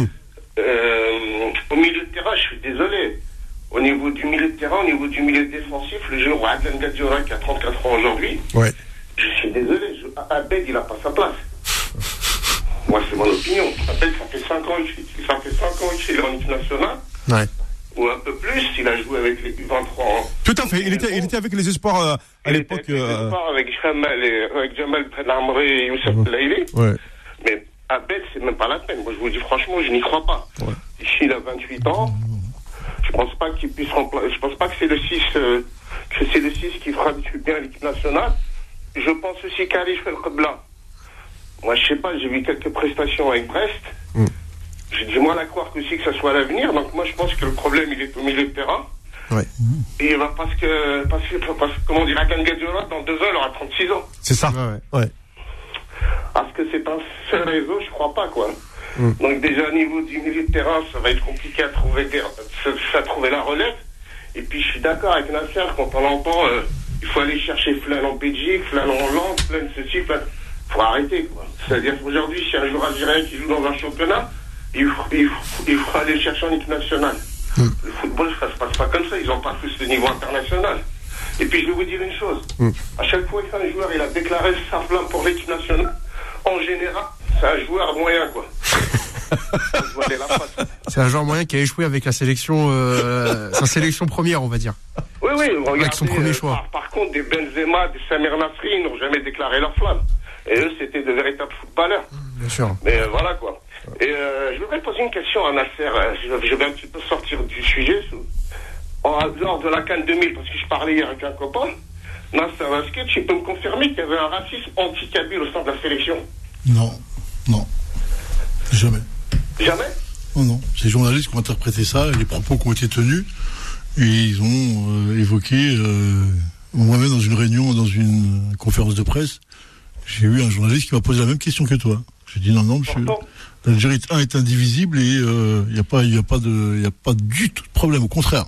au milieu de terrain, je suis désolé. Au niveau du milieu de terrain, au niveau du milieu défensif, le joueur Adnan Gadioura qui a 34 ans aujourd'hui, je suis désolé, Abed, il n'a pas sa place. Moi, c'est mon opinion. Abed, ça fait 5 ans qu'il est en équipe nationale. Ouais. Ou un peu plus, il a joué avec les U23. Tout à fait, il était avec les espoirs à l'époque. Il était avec les espoirs avec Jamal Benamri et Youssef Belaïli. Ouais. Mais Abed, c'est même pas la peine. Moi, je vous dis franchement, je n'y crois pas. Ouais. Ici, il a 28 ans. Je pense pas qu'il puisse remplacer. Je pense pas que c'est le 6 qui fera du bien à l'équipe nationale. Je pense aussi qu'Ali fait le Qebla. Moi, je sais pas, j'ai vu quelques prestations avec Brest. J'ai du mal à croire que ça soit à l'avenir. Donc moi, je pense que le problème, il est au milieu de terrain. Ouais. Et parce que comment dire, Adnan Gadioura, dans 2 ans, il aura 36 ans. C'est ça. Ouais. Parce que c'est un seul réseau, je crois pas, quoi. Donc déjà au niveau du milieu de terrain, ça va être compliqué à trouver la relève. Et puis je suis d'accord avec Nasser quand on entend il faut aller chercher Flan en Belgique, Flan en Hollande, Flan ceci, Flan... faut arrêter, quoi. C'est-à-dire qu'aujourd'hui, si un joueur algérien qui joue dans un championnat, il faut aller le chercher en équipe nationale. Le football, ça se passe pas comme ça, ils n'ont pas tous le niveau international. Et puis je vais vous dire une chose, à chaque fois qu'un joueur il a déclaré sa flamme pour l'équipe nationale, en général, c'est un joueur moyen, quoi. C'est un joueur moyen qui a échoué avec la sélection, sa sélection première, on va dire. Oui, regardez, avec son premier choix. Par contre, des Benzema, des Samir Nasri, ils n'ont jamais déclaré leur flamme. Et eux, c'était de véritables footballeurs. Bien sûr. Mais voilà, quoi. Et je voudrais poser une question à Nasser. Je vais un petit peu sortir du sujet. Lors de la CAN 2000, parce que je parlais hier avec un copain, Nasser Basket, tu peux me confirmer qu'il y avait un racisme anti-kabyle au sein de la sélection? Non. Jamais. Jamais? Non. C'est les journalistes qui ont interprété ça, les propos qui ont été tenus, et ils ont évoqué, moi-même dans une réunion, dans une conférence de presse, j'ai eu un journaliste qui m'a posé la même question que toi. J'ai dit non, monsieur. L'Algérie est indivisible et il n'y a pas du tout de problème, au contraire.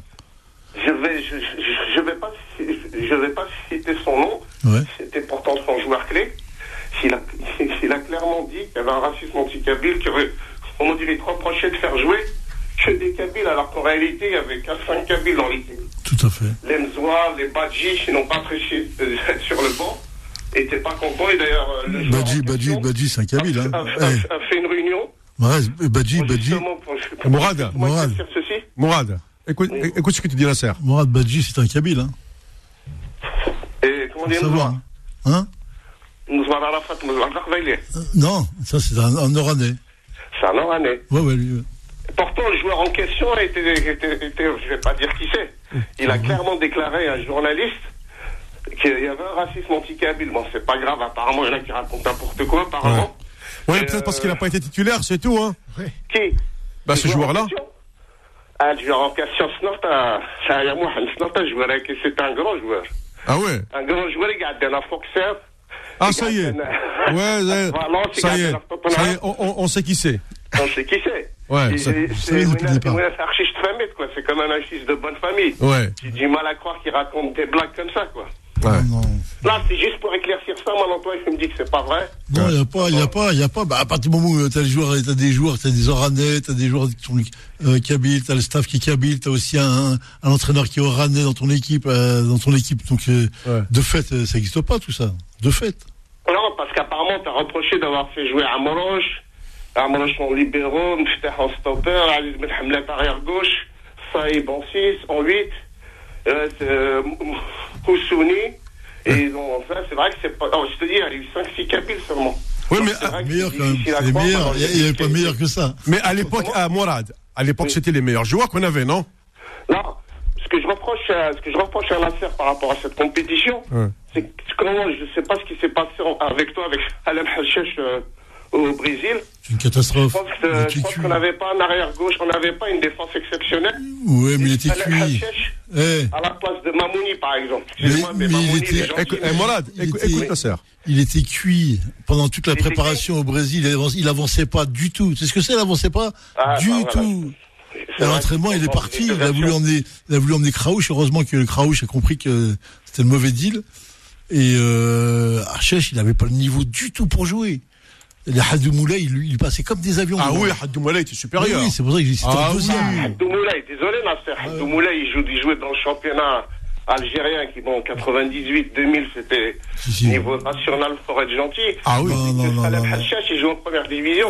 Je vais pas citer son nom. Ouais. C'était pourtant son joueur clé. Il a clairement dit qu'il y avait un racisme anti-kabyle, on dirait trop reprochait de faire jouer que des Kabyles, alors qu'en réalité, il y avait 4-5 Kabyles dans l'équipe. Tout à fait. Les Mzoua, les Badji, ils n'ont pas apprécié d'être sur le banc, n'étaient pas contents, et d'ailleurs, le joueur Badji, c'est un Kabyle, hein. a fait une réunion. Ouais, Badji. Mourad, écoute ce que tu dis, Nasser. Mourad Badji, c'est un Kabyle, hein. Et comment dire, hein? Non, ça c'est un Oranais. C'est un Oranais. Ouais, lui. Pourtant, le joueur en question était, je vais pas dire qui c'est. Il a clairement déclaré à un journaliste qu'il y avait un racisme anti-kabyle. Bon, c'est pas grave, apparemment, il y en a qui racontent n'importe quoi, apparemment. Ouais, peut-être parce qu'il n'a pas été titulaire, c'est tout, hein. Qui? Bah, ce joueur-là. Le joueur en question, c'est un joueur, c'est un grand joueur. Ah ouais? Un grand joueur, il a un Foxer. Ah, ça y est. Ouais, ça y est, on sait qui c'est. On sait qui c'est. Ouais, c'est comme un artiste de bonne famille. Ouais. J'ai du mal à croire qu'il raconte des blagues comme ça, quoi. Ouais. Non. Là, c'est juste pour éclaircir ça, mon emploi, je me dis que c'est pas vrai. Non, il n'y a pas. Bah, à partir du moment où t'as des joueurs, t'as des Oranais, t'as des joueurs qui sont Kabyles, t'as le staff qui est Kabyle, t'as aussi un entraîneur qui est Oranais dans ton équipe. Donc, de fait, ça n'existe pas, tout ça. De fait. Non, parce qu'apparemment, t'as reproché d'avoir fait jouer Amoroche en libéraux, Mftah en stopper, Aziz Ben Hamlet arrière gauche, Saïb en 6, en 8, Koussouni, et ils ont, enfin, c'est vrai que c'est pas, je te dis, il y a eu 5-6 Kabyles seulement. Oui, mais meilleur quand même. C'est meilleur. Il n'y avait pas meilleur que ça. Mais à l'époque, Mourad, c'était les meilleurs joueurs qu'on avait, non? Non. Ce que je reproche à Nasser par rapport à cette compétition, c'est que je ne sais pas ce qui s'est passé avec toi, avec Alem Hachesh au Brésil. C'est une catastrophe. Je pense qu'on n'avait pas un arrière-gauche, on n'avait pas une défense exceptionnelle. Oui, mais il était cuit. À la place de Mamouni, par exemple. Mais Mourad, écoute Nasser. Il était cuit pendant toute la préparation au Brésil. Il avançait pas du tout. C'est ce que c'est, il avançait pas du tout. À l'entraînement, il est parti. Il a voulu emmener Kraouch. Heureusement que Kraouch a compris que c'était le mauvais deal. Et Hachesh, il n'avait pas le niveau du tout pour jouer. Les Hadoumoula, il passait comme des avions. Ah oui, Hadoumoula était supérieur. Oui, c'est pour ça qu'il était en deuxième. Hadoumoula, désolé, Nasser. Hadoumoula, il jouait dans le championnat algérien qui, bon, en 98-2000, c'était niveau national, faut être gentil. Ah oui. Non. Hachesh, il joue en première division.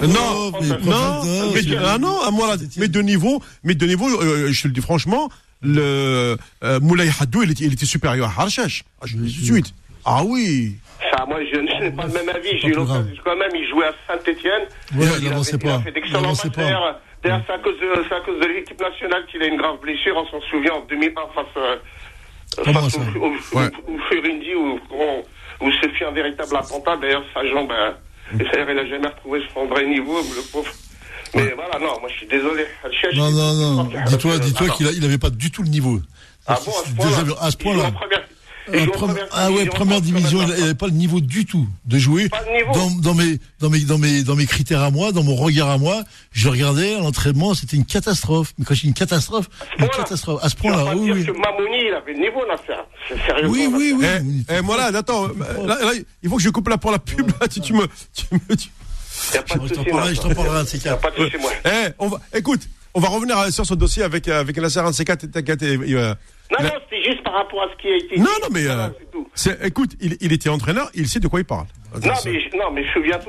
Non, Mourad, mais de niveau, je te le dis franchement, Moulay Hadou, il était supérieur à Hachesh. Je le dis tout de suite. Ah oui. Ça, moi, je n'ai pas le même avis. J'ai eu l'occasion quand même, il jouait à Saint-Etienne. Ouais, il n'avançait pas. Il a fait d'excellents matchs. D'ailleurs, c'est à cause de l'équipe nationale qu'il a une grave blessure. On s'en souvient en 2001 face au Furundi où se fit un véritable attentat. D'ailleurs, sa jambe, il n'a jamais retrouvé son vrai niveau, le pauvre. Mais voilà, non, moi je suis désolé. Non. Dis-toi qu'il n'avait pas du tout le niveau. Ah bon, à ce point-là. Première division, il n'avait pas le niveau du tout de jouer. Dans mes critères à moi, dans mon regard à moi, je regardais l'entraînement, c'était une catastrophe. Mais quand je dis une catastrophe, à ce point-là. Oui, oui. Que Mamouni, il avait le niveau, Nasser. C'est sérieux. Oui. Voilà, attends, là, il faut que je coupe là pour la pub. Là, tu me. Y a pas de souci, je t'en parlerai un de ces quatre. Pas de souci, moi. Écoute, on va revenir sur ce dossier avec Nasser, un de ces quatre. Non, c'est juste par rapport à ce qui a été dit. Non, mais écoute, il était entraîneur, il sait de quoi il parle. Non, mais souviens-toi,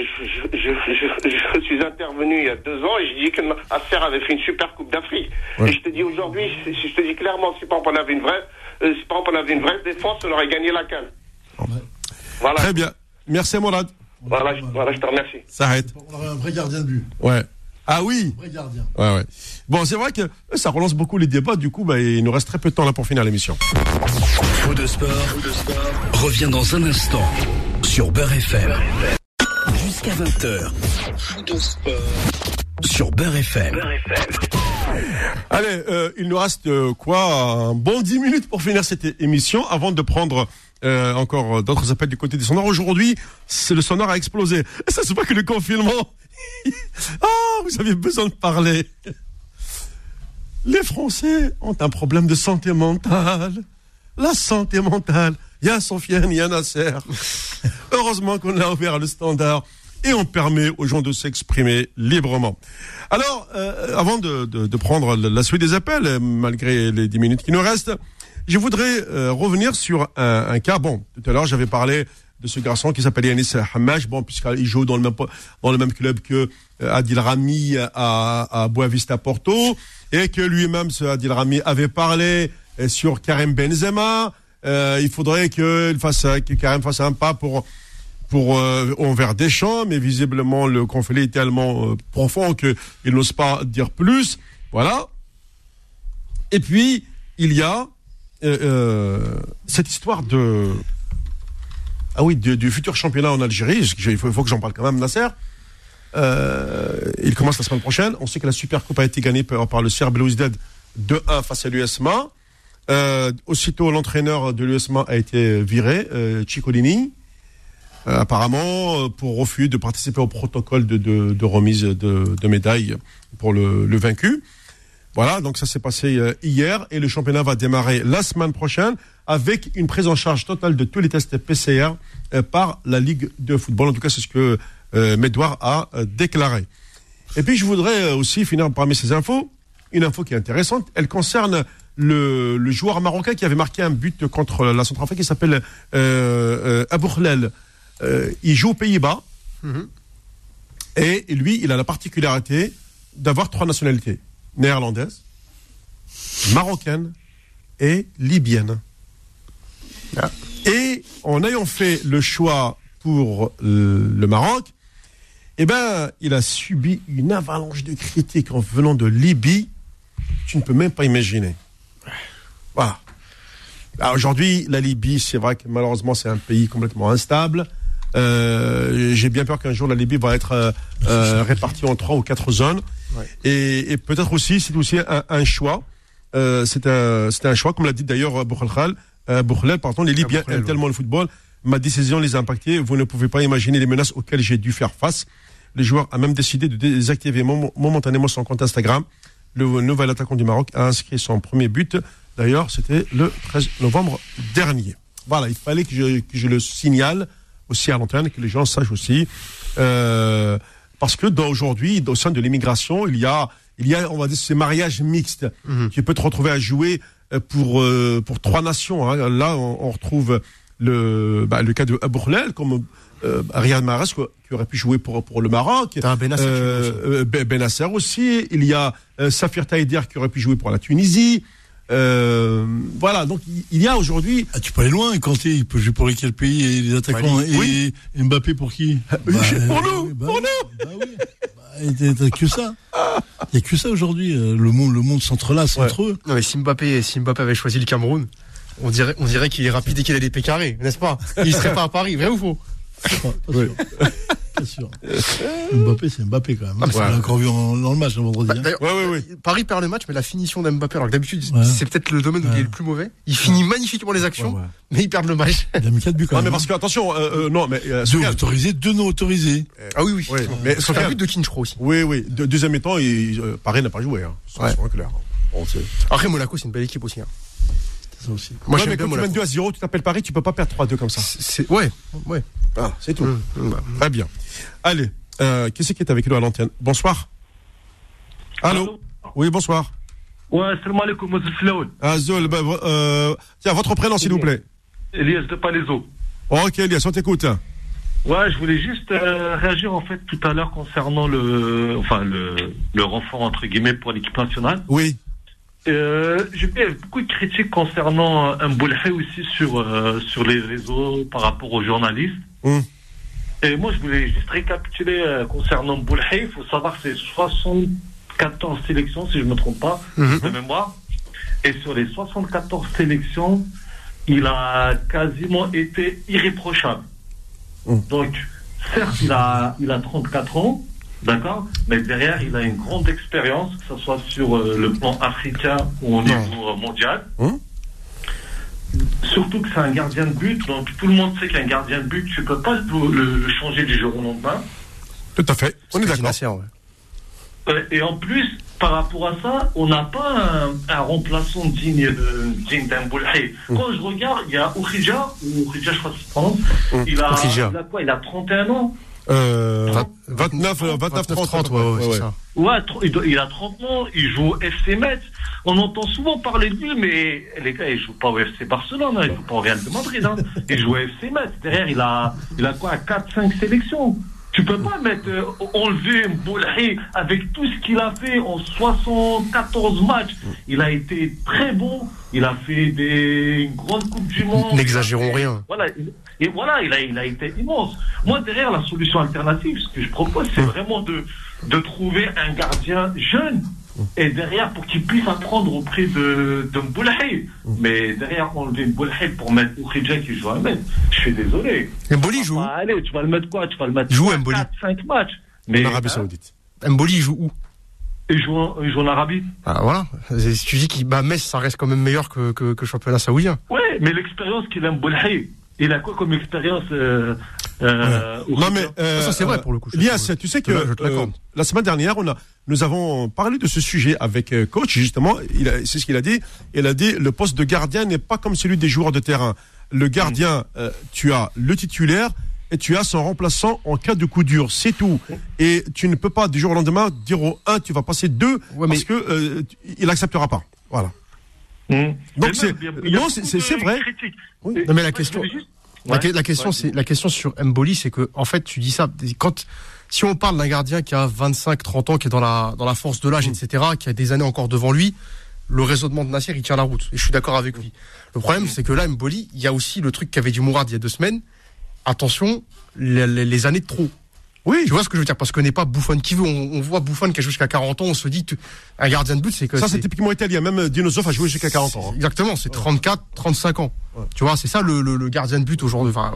je suis intervenu il y a 2 ans et j'ai dit que Nasser avait fait une super Coupe d'Afrique. Ouais. Et je te dis aujourd'hui, je te dis clairement, si par exemple on avait une vraie défense, on aurait gagné la CAN. Voilà. Très bien. Merci Mourad. Voilà, je te remercie. Ça arrête. On aurait un vrai gardien de but. Ouais. Ah oui. Un vrai gardien. Ouais. Bon, c'est vrai que ça relance beaucoup les débats. Du coup, il nous reste très peu de temps là pour finir l'émission. Faux de sport revient dans un instant sur Beurre FM. Jusqu'à 20h. Faux de sport sur Beurre FM. Allez, il nous reste un bon 10 minutes pour finir cette émission avant de prendre encore d'autres appels du côté des sonores. Aujourd'hui, le sonore a explosé. Et ça se voit que le confinement... vous avez besoin de parler. Les Français ont un problème de santé mentale. La santé mentale. Il y a Sofiane, il y a Nasser. Heureusement qu'on a ouvert le standard et on permet aux gens de s'exprimer librement. Alors, avant de prendre la suite des appels, malgré les 10 minutes qui nous restent, je voudrais revenir sur un cas. Bon, tout à l'heure, j'avais parlé de ce garçon qui s'appelle Yanis Hamash, puisqu'il joue dans le même club que Adil Rami à Boavista Porto, et que lui-même, ce Adil Rami, avait parlé sur Karim Benzema. Il faudrait que Karim fasse un pas pour envers Deschamps, mais visiblement le conflit est tellement profond qu'il n'ose pas dire plus. Voilà. Et puis il y a cette histoire du futur championnat en Algérie. Il faut que j'en parle quand même, Nasser. Il commence la semaine prochaine. On sait que la Super Coupe a été gagnée par le CR Belouizdad 2-1 face à l'USMA. Aussitôt, l'entraîneur de l'USMA a été viré, Ciccolini, apparemment pour refus de participer au protocole de remise de médailles pour le vaincu. Voilà, donc ça s'est passé hier et le championnat va démarrer la semaine prochaine avec une prise en charge totale de tous les tests PCR par la Ligue de football. En tout cas, c'est ce que Medouar a déclaré. Et puis, je voudrais aussi finir parmi ces infos, une info qui est intéressante. Elle concerne le joueur marocain qui avait marqué un but contre la Centrafrique, qui s'appelle Abou Khlel. Il joue aux Pays-Bas et lui, il a la particularité d'avoir 3 nationalités. Néerlandaise, marocaine et libyenne. Ah. Et en ayant fait le choix pour le Maroc, il a subi une avalanche de critiques en venant de Libye. Tu ne peux même pas imaginer. Voilà. Alors aujourd'hui, la Libye, c'est vrai que malheureusement, c'est un pays complètement instable. J'ai bien peur qu'un jour la Libye va être répartie en 3 ou 4 zones. Ouais. Et peut-être aussi, c'est aussi un choix. C'est un choix, comme l'a dit d'ailleurs Boukhlel, les Libyens aiment tellement le football. Ma décision les a impactés. Vous ne pouvez pas imaginer les menaces auxquelles j'ai dû faire face. Le joueur a même décidé de désactiver momentanément son compte Instagram. Le nouvel attaquant du Maroc a inscrit son premier but. D'ailleurs, c'était le 13 novembre dernier. Voilà, il fallait que je le signale aussi à l'antenne, que les gens sachent aussi. Parce que aujourd'hui, au sein de l'immigration, il y a, on va dire, ces mariages mixtes. Tu peux te retrouver à jouer pour 3 nations. Hein. Là, on retrouve le cas de Abou Khlel, comme Riyad Mahrez, qui aurait pu jouer pour le Maroc. Benasser aussi. Il y a Safir Taïder, qui aurait pu jouer pour la Tunisie. Voilà, donc il y a aujourd'hui. Ah, tu peux aller loin, Kanté, il peut jouer pour quel pays et les attaquants et Mbappé pour qui? Pour nous. T'as que ça. Il y a que ça aujourd'hui. Le monde s'entrelace entre eux. Non mais si Mbappé avait choisi le Cameroun, on dirait qu'il est rapide et qu'il a des pécarés, n'est-ce pas? Il serait pas à Paris, vrai ou faux? Pas sûr. Mbappé, c'est Mbappé quand même. On l'a encore vu dans le match le vendredi. Paris perd le match, mais la finition d'Mbappé, alors que d'habitude, c'est peut-être le domaine où il est le plus mauvais. Il finit magnifiquement les actions, mais ils perdent le match. Il a mis 4 buts quand même. Non, mais parce que, attention, non, mais. 2 autorisés, 2 non autorisés. Ah oui. Mais c'est un but de King, je crois aussi. Oui. Deuxième mi-temps, Paris n'a pas joué. C'est clair. Après, Monaco, c'est une belle équipe aussi. Ça aussi. Moi, mais quand tu mènes 2-0, tu t'appelles Paris, tu peux pas perdre 3-2 comme ça. Ouais. Ah, c'est tout. Très bien. Allez, qui c'est qui est avec nous à l'antenne? Bonsoir. Allô? Oui, bonsoir. Ouais, salam alaikum, Moses Flaoul. Azul, tiens, votre prénom, s'il vous plaît. Elias de Palaiso. Ok, Elias, on t'écoute. Ouais, je voulais juste réagir en fait tout à l'heure concernant le renfort entre guillemets pour l'équipe nationale. Oui. J'ai vu beaucoup de critiques concernant Mboulhay aussi sur les réseaux par rapport aux journalistes. Et moi, je voulais juste récapituler concernant Mboulhay. Il faut savoir que c'est 74 sélections, si je ne me trompe pas, de mémoire. Et sur les 74 sélections, il a quasiment été irréprochable. Donc, certes, il a 34 ans, d'accord, mais derrière, il a une grande expérience, que ce soit sur le plan africain ou au niveau mondial. Surtout que c'est un gardien de but, donc tout le monde sait qu'un gardien de but, tu ne peux pas le changer du jour au lendemain. Tout à fait, on est d'accord. Et en plus, par rapport à ça, on n'a pas un remplaçant digne d'Mboulhay. Quand je regarde, il y a Ourija, je crois que c'est France, il a quoi? Il a 31 ans. 29-30, c'est ça. Ouais, il a 30 ans, il joue au FC Metz. On entend souvent parler de lui, mais les gars, il joue pas au FC Barcelone, il joue pas au Real de Madrid, il joue au FC Metz. Derrière, il a quoi? 4-5 sélections. Tu peux pas enlever Mboulhay avec tout ce qu'il a fait en 74 matchs. Il a été très bon. Il a fait une grande Coupe du Monde. N'exagérons rien. Il a été immense. Moi, derrière, la solution alternative, ce que je propose, c'est vraiment de trouver un gardien jeune. Et derrière, pour qu'il puisse apprendre auprès de Mboulhay. Mais derrière, enlever Mboulhay pour mettre Ourija qui joue à Metz, je suis désolé. Mboli joue. Allez, tu vas le mettre quoi? Tu vas le mettre 4-5 matchs. Mais en Arabie Saoudite. Mboli joue où? Il joue en Arabie. Ah voilà. Si tu dis qu'il Metz, ça reste quand même meilleur que le championnat saoudien. Ouais, mais l'expérience qu'il a Mboulhay, il a quoi comme expérience non mais ça c'est vrai pour le coup. Elias, tu sais que la semaine dernière nous avons parlé de ce sujet avec coach justement. C'est ce qu'il a dit. Il a dit le poste de gardien n'est pas comme celui des joueurs de terrain. Le gardien, tu as le titulaire et tu as son remplaçant en cas de coup dur, c'est tout. Et tu ne peux pas du jour au lendemain dire au 1 tu vas passer 2 parce que il acceptera pas. Voilà. Donc c'est vrai. Oui. Non mais la question. La question sur Mboli, c'est que en fait tu dis ça si on parle d'un gardien qui a 25-30 ans, qui est dans la force de l'âge, etc., qui a des années encore devant lui, le raisonnement de Nasser il tient la route. Et je suis d'accord avec lui. Le problème c'est que là Mboli, il y a aussi le truc qu'avait dit Mourad il y a 2 semaines. Attention, les années de trop. Oui. Tu vois ce que je veux dire? Parce qu'on n'est pas Buffon qui veut. On voit Buffon qui a joué jusqu'à 40 ans. On se dit, un gardien de but, c'est que. Ça, c'est typiquement italien. Même Dinosaur a joué jusqu'à 40 ans. Exactement. C'est 34, 35 ans. Ouais. Tu vois, c'est ça le gardien de but aujourd'hui. Enfin,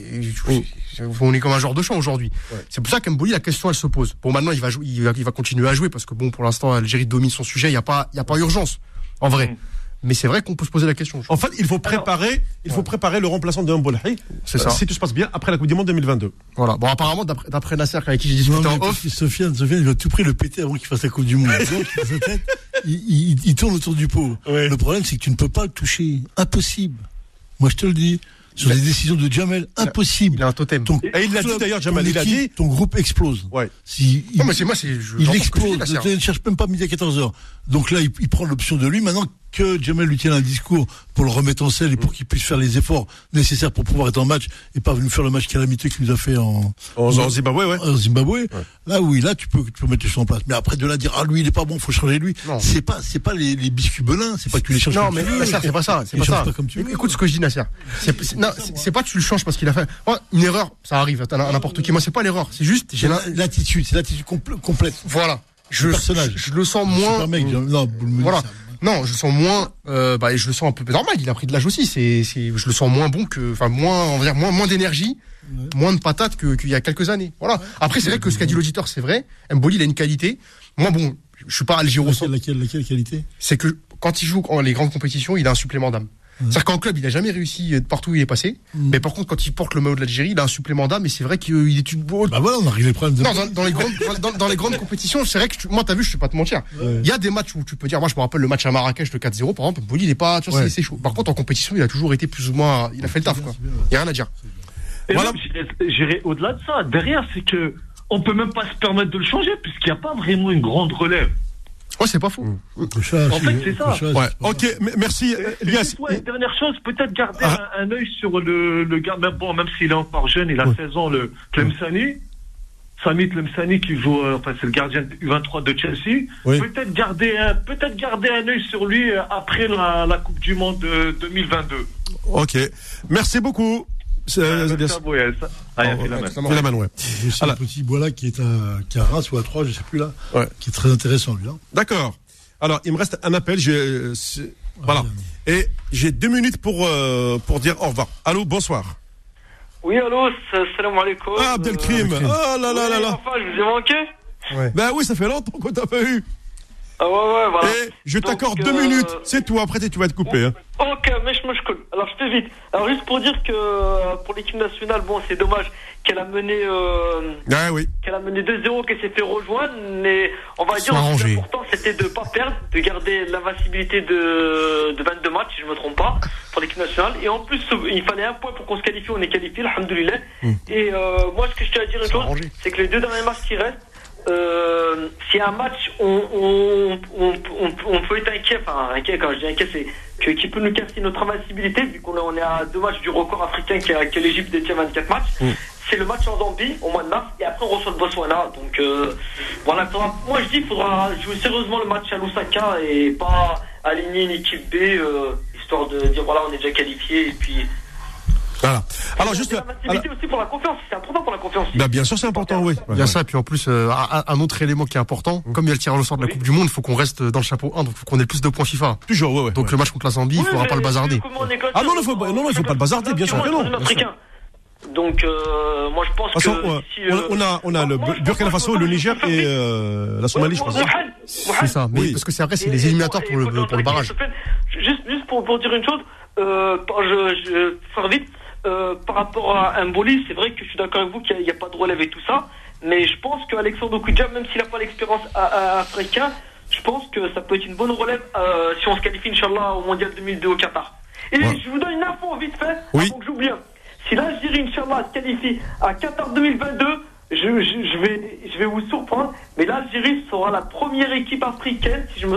on est comme un joueur de champ aujourd'hui. Ouais. C'est pour ça qu'Mboli, la question, elle se pose. Bon, maintenant, il va continuer à jouer parce que bon, pour l'instant, Algérie domine son sujet. Il y a pas urgence. En vrai. Mais c'est vrai qu'on peut se poser la question. En fait, il faut préparer le remplaçant de Mboulhay. C'est ça. Si tout se passe bien après la Coupe du Monde 2022. Voilà. Bon, apparemment, d'après Nasser, avec qui j'ai discuté en off. Sofiane, il va tout prix le péter avant qu'il fasse la Coupe du Monde. Donc, dans sa tête, il tourne autour du pot. Ouais. Le problème, c'est que tu ne peux pas le toucher. Impossible. Moi, je te le dis. Sur les décisions de Jamel, impossible. Il a un totem. Et il l'a dit d'ailleurs, Jamel, il a dit. Ton groupe explose. Ouais. Il explose. Tu ne cherches même pas midi à 14h. Donc là, il prend l'option de lui. Maintenant que Jamel lui tienne un discours pour le remettre en selle et pour qu'il puisse faire les efforts nécessaires pour pouvoir être en match et pas venir faire le match calamiteux qu'il nous a fait en Zimbabwe, ouais. En Zimbabwe. Ouais. Là, tu peux mettre les choses en place. Mais après, de là dire, lui, il est pas bon, faut changer lui. Non. C'est pas les biscuits belins, c'est pas que tu les changes. Non, mais Nasser, c'est pas ça. C'est pas ça. Écoute ce que je dis, Nasser. C'est pas que tu le changes parce qu'il a fait. Moi, une erreur, ça arrive à n'importe qui. Moi, c'est pas l'erreur. C'est juste, l'attitude, c'est l'attitude complète. Voilà. Je le sens moins. Super mec, voilà. Non, je le sens moins. Je le sens un peu normal. Il a pris de l'âge aussi. Je le sens moins bon moins d'énergie, moins de patates qu'il y a quelques années. Voilà. Après, c'est vrai que ce qu'a dit l'auditeur, c'est vrai. Mboli, il a une qualité. Moi, bon, je suis pas Algéro. Laquelle qualité? C'est que quand il joue dans les grandes compétitions, il a un supplément d'âme. C'est-à-dire qu'en club, il n'a jamais réussi partout où il est passé. Mais par contre, quand il porte le maillot de l'Algérie, il a un supplément d'âme. Et c'est vrai qu'il est une bonne. Bah voilà, on a réglé le problème. Dans les grandes compétitions, c'est vrai que moi, t'as vu, je vais pas te mentir. Il y a des matchs où tu peux dire, moi, je me rappelle le match à Marrakech de 4-0, par exemple. Mboli, il est pas, tu vois, c'est chaud. Par contre, en compétition, il a toujours été plus ou moins, il a fait le taf, quoi. Il y a rien à dire. Et voilà. J'irai au-delà de ça. Derrière, c'est que on peut même pas se permettre de le changer puisqu'il n'y a pas vraiment une grande relève. Ouais, c'est pas faux. En fait, c'est ça. Ouais. Ok, merci, Elias. Dernière chose, peut-être garder un œil sur le gars, même s'il est encore jeune, il a 16 ans, le Tlemceni. Sami Tlemceni qui joue, c'est le gardien U23 de Chelsea. Oui. Peut-être garder un œil sur lui après la Coupe du Monde 2022. Ok. Merci beaucoup. Filaman, ouais. J'ai aussi un petit Boila qui est à Reims ou à 3, je sais plus là, qui est très intéressant lui. Hein. D'accord. Alors, il me reste un appel. Voilà. Et j'ai 2 minutes pour dire au revoir. Allô, bonsoir. Oui, allô, salam alaikum. Ah, Abdelkrim. Oh là là là là. Enfin, je vous ai manqué. Ouais. Ben oui, ça fait longtemps qu'on t'a pas eu. Ah ouais, voilà. Et je t'accorde 2 minutes, c'est tout, après tu vas te couper. Ok, mais je cool. Alors je fais vite. Alors juste pour dire que pour l'équipe nationale, bon, c'est dommage qu'elle a mené qu'elle a mené 2-0, qu'elle s'est fait rejoindre, mais on va dire que l'important c'était de pas perdre, de garder l'invincibilité de 22 matchs, si je me trompe pas, pour l'équipe nationale. Et en plus, il fallait un point pour qu'on se qualifie, on est qualifié, alhamdoulilah. Et moi, ce que je tiens à dire une chose, c'est que les 2 derniers matchs qui restent, si un match on peut être inquiet quand je dis inquiet, c'est qui peut nous casser notre invincibilité, vu qu'on est à 2 matchs du record africain que l'Égypte détient 24 matchs. C'est le match en Zambie au mois de mars, et après on reçoit le Botswana. Donc voilà, moi je dis qu'il faudra jouer sérieusement le match à Lusaka et pas aligner une équipe B histoire de dire voilà, on est déjà qualifié et puis. Voilà. Alors juste aussi pour la confiance, c'est important pour la confiance. Bah bien sûr, c'est important, oui. Il y a ça, et puis en plus un autre élément qui est important, comme il y a le tirage au sort de la Coupe du Monde, il faut qu'on reste dans le chapeau 1, donc il faut qu'on ait le plus de points FIFA. Toujours, ouais. Donc le match contre la Zambie, il faudra pas le bazarder. Ah non, il faut pas le bazarder, bien sûr que non. Donc moi je pense que on a le Burkina Faso, le Niger et la Somalie, je pense. C'est ça, mais parce que c'est après c'est les éliminatoires pour le barrage. Juste pour dire une chose, je fais vite. Par rapport à Mboli, c'est vrai que je suis d'accord avec vous qu'il n'y a pas de relève et tout ça, mais je pense qu'Alexandre Koudia, même s'il n'a pas l'expérience africaine, je pense que ça peut être une bonne relève si on se qualifie, Inch'Allah, au Mondial 2002 au Qatar. Et je vous donne une info vite fait, avant que j'oublie. Si l'Algérie, Inch'Allah, se qualifie à Qatar 2022, je vais vous surprendre, mais l'Algérie sera la première équipe africaine, je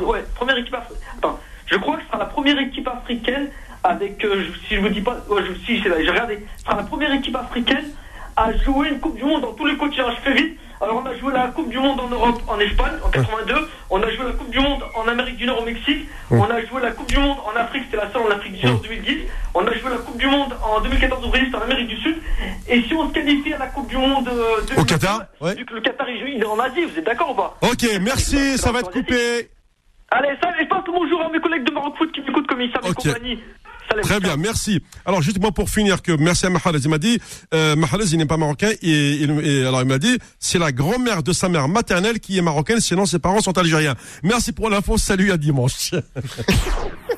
crois que ce sera la première équipe africaine avec, si je vous dis pas, j'ai regardé, ce sera la première équipe africaine à jouer une Coupe du Monde dans tous les continents. Je fais vite. Alors on a joué la Coupe du Monde en Europe, en Espagne, en 82. On a joué la Coupe du Monde en Amérique du Nord, au Mexique. On a joué la Coupe du Monde en Afrique, c'était la seule en Afrique du Nord en 2010. On a joué la Coupe du Monde en 2014 au Brésil, c'était en Amérique du Sud. Et si on se qualifie à la Coupe du Monde au Qatar, vu que le Qatar il est en Asie, vous êtes d'accord ou pas? Ok, merci, ça va être coupé. Allez, ça, et passe bonjour à mes collègues de Maroc Foot qui m'écoutent comme ils savent et compagnie. Très bien, merci. Alors, justement, pour finir, merci à Mahalez, il m'a dit, Mahalez, il n'est pas marocain, et alors il m'a dit, c'est la grand-mère de sa mère maternelle qui est marocaine, sinon ses parents sont algériens. Merci pour l'info, salut, à dimanche.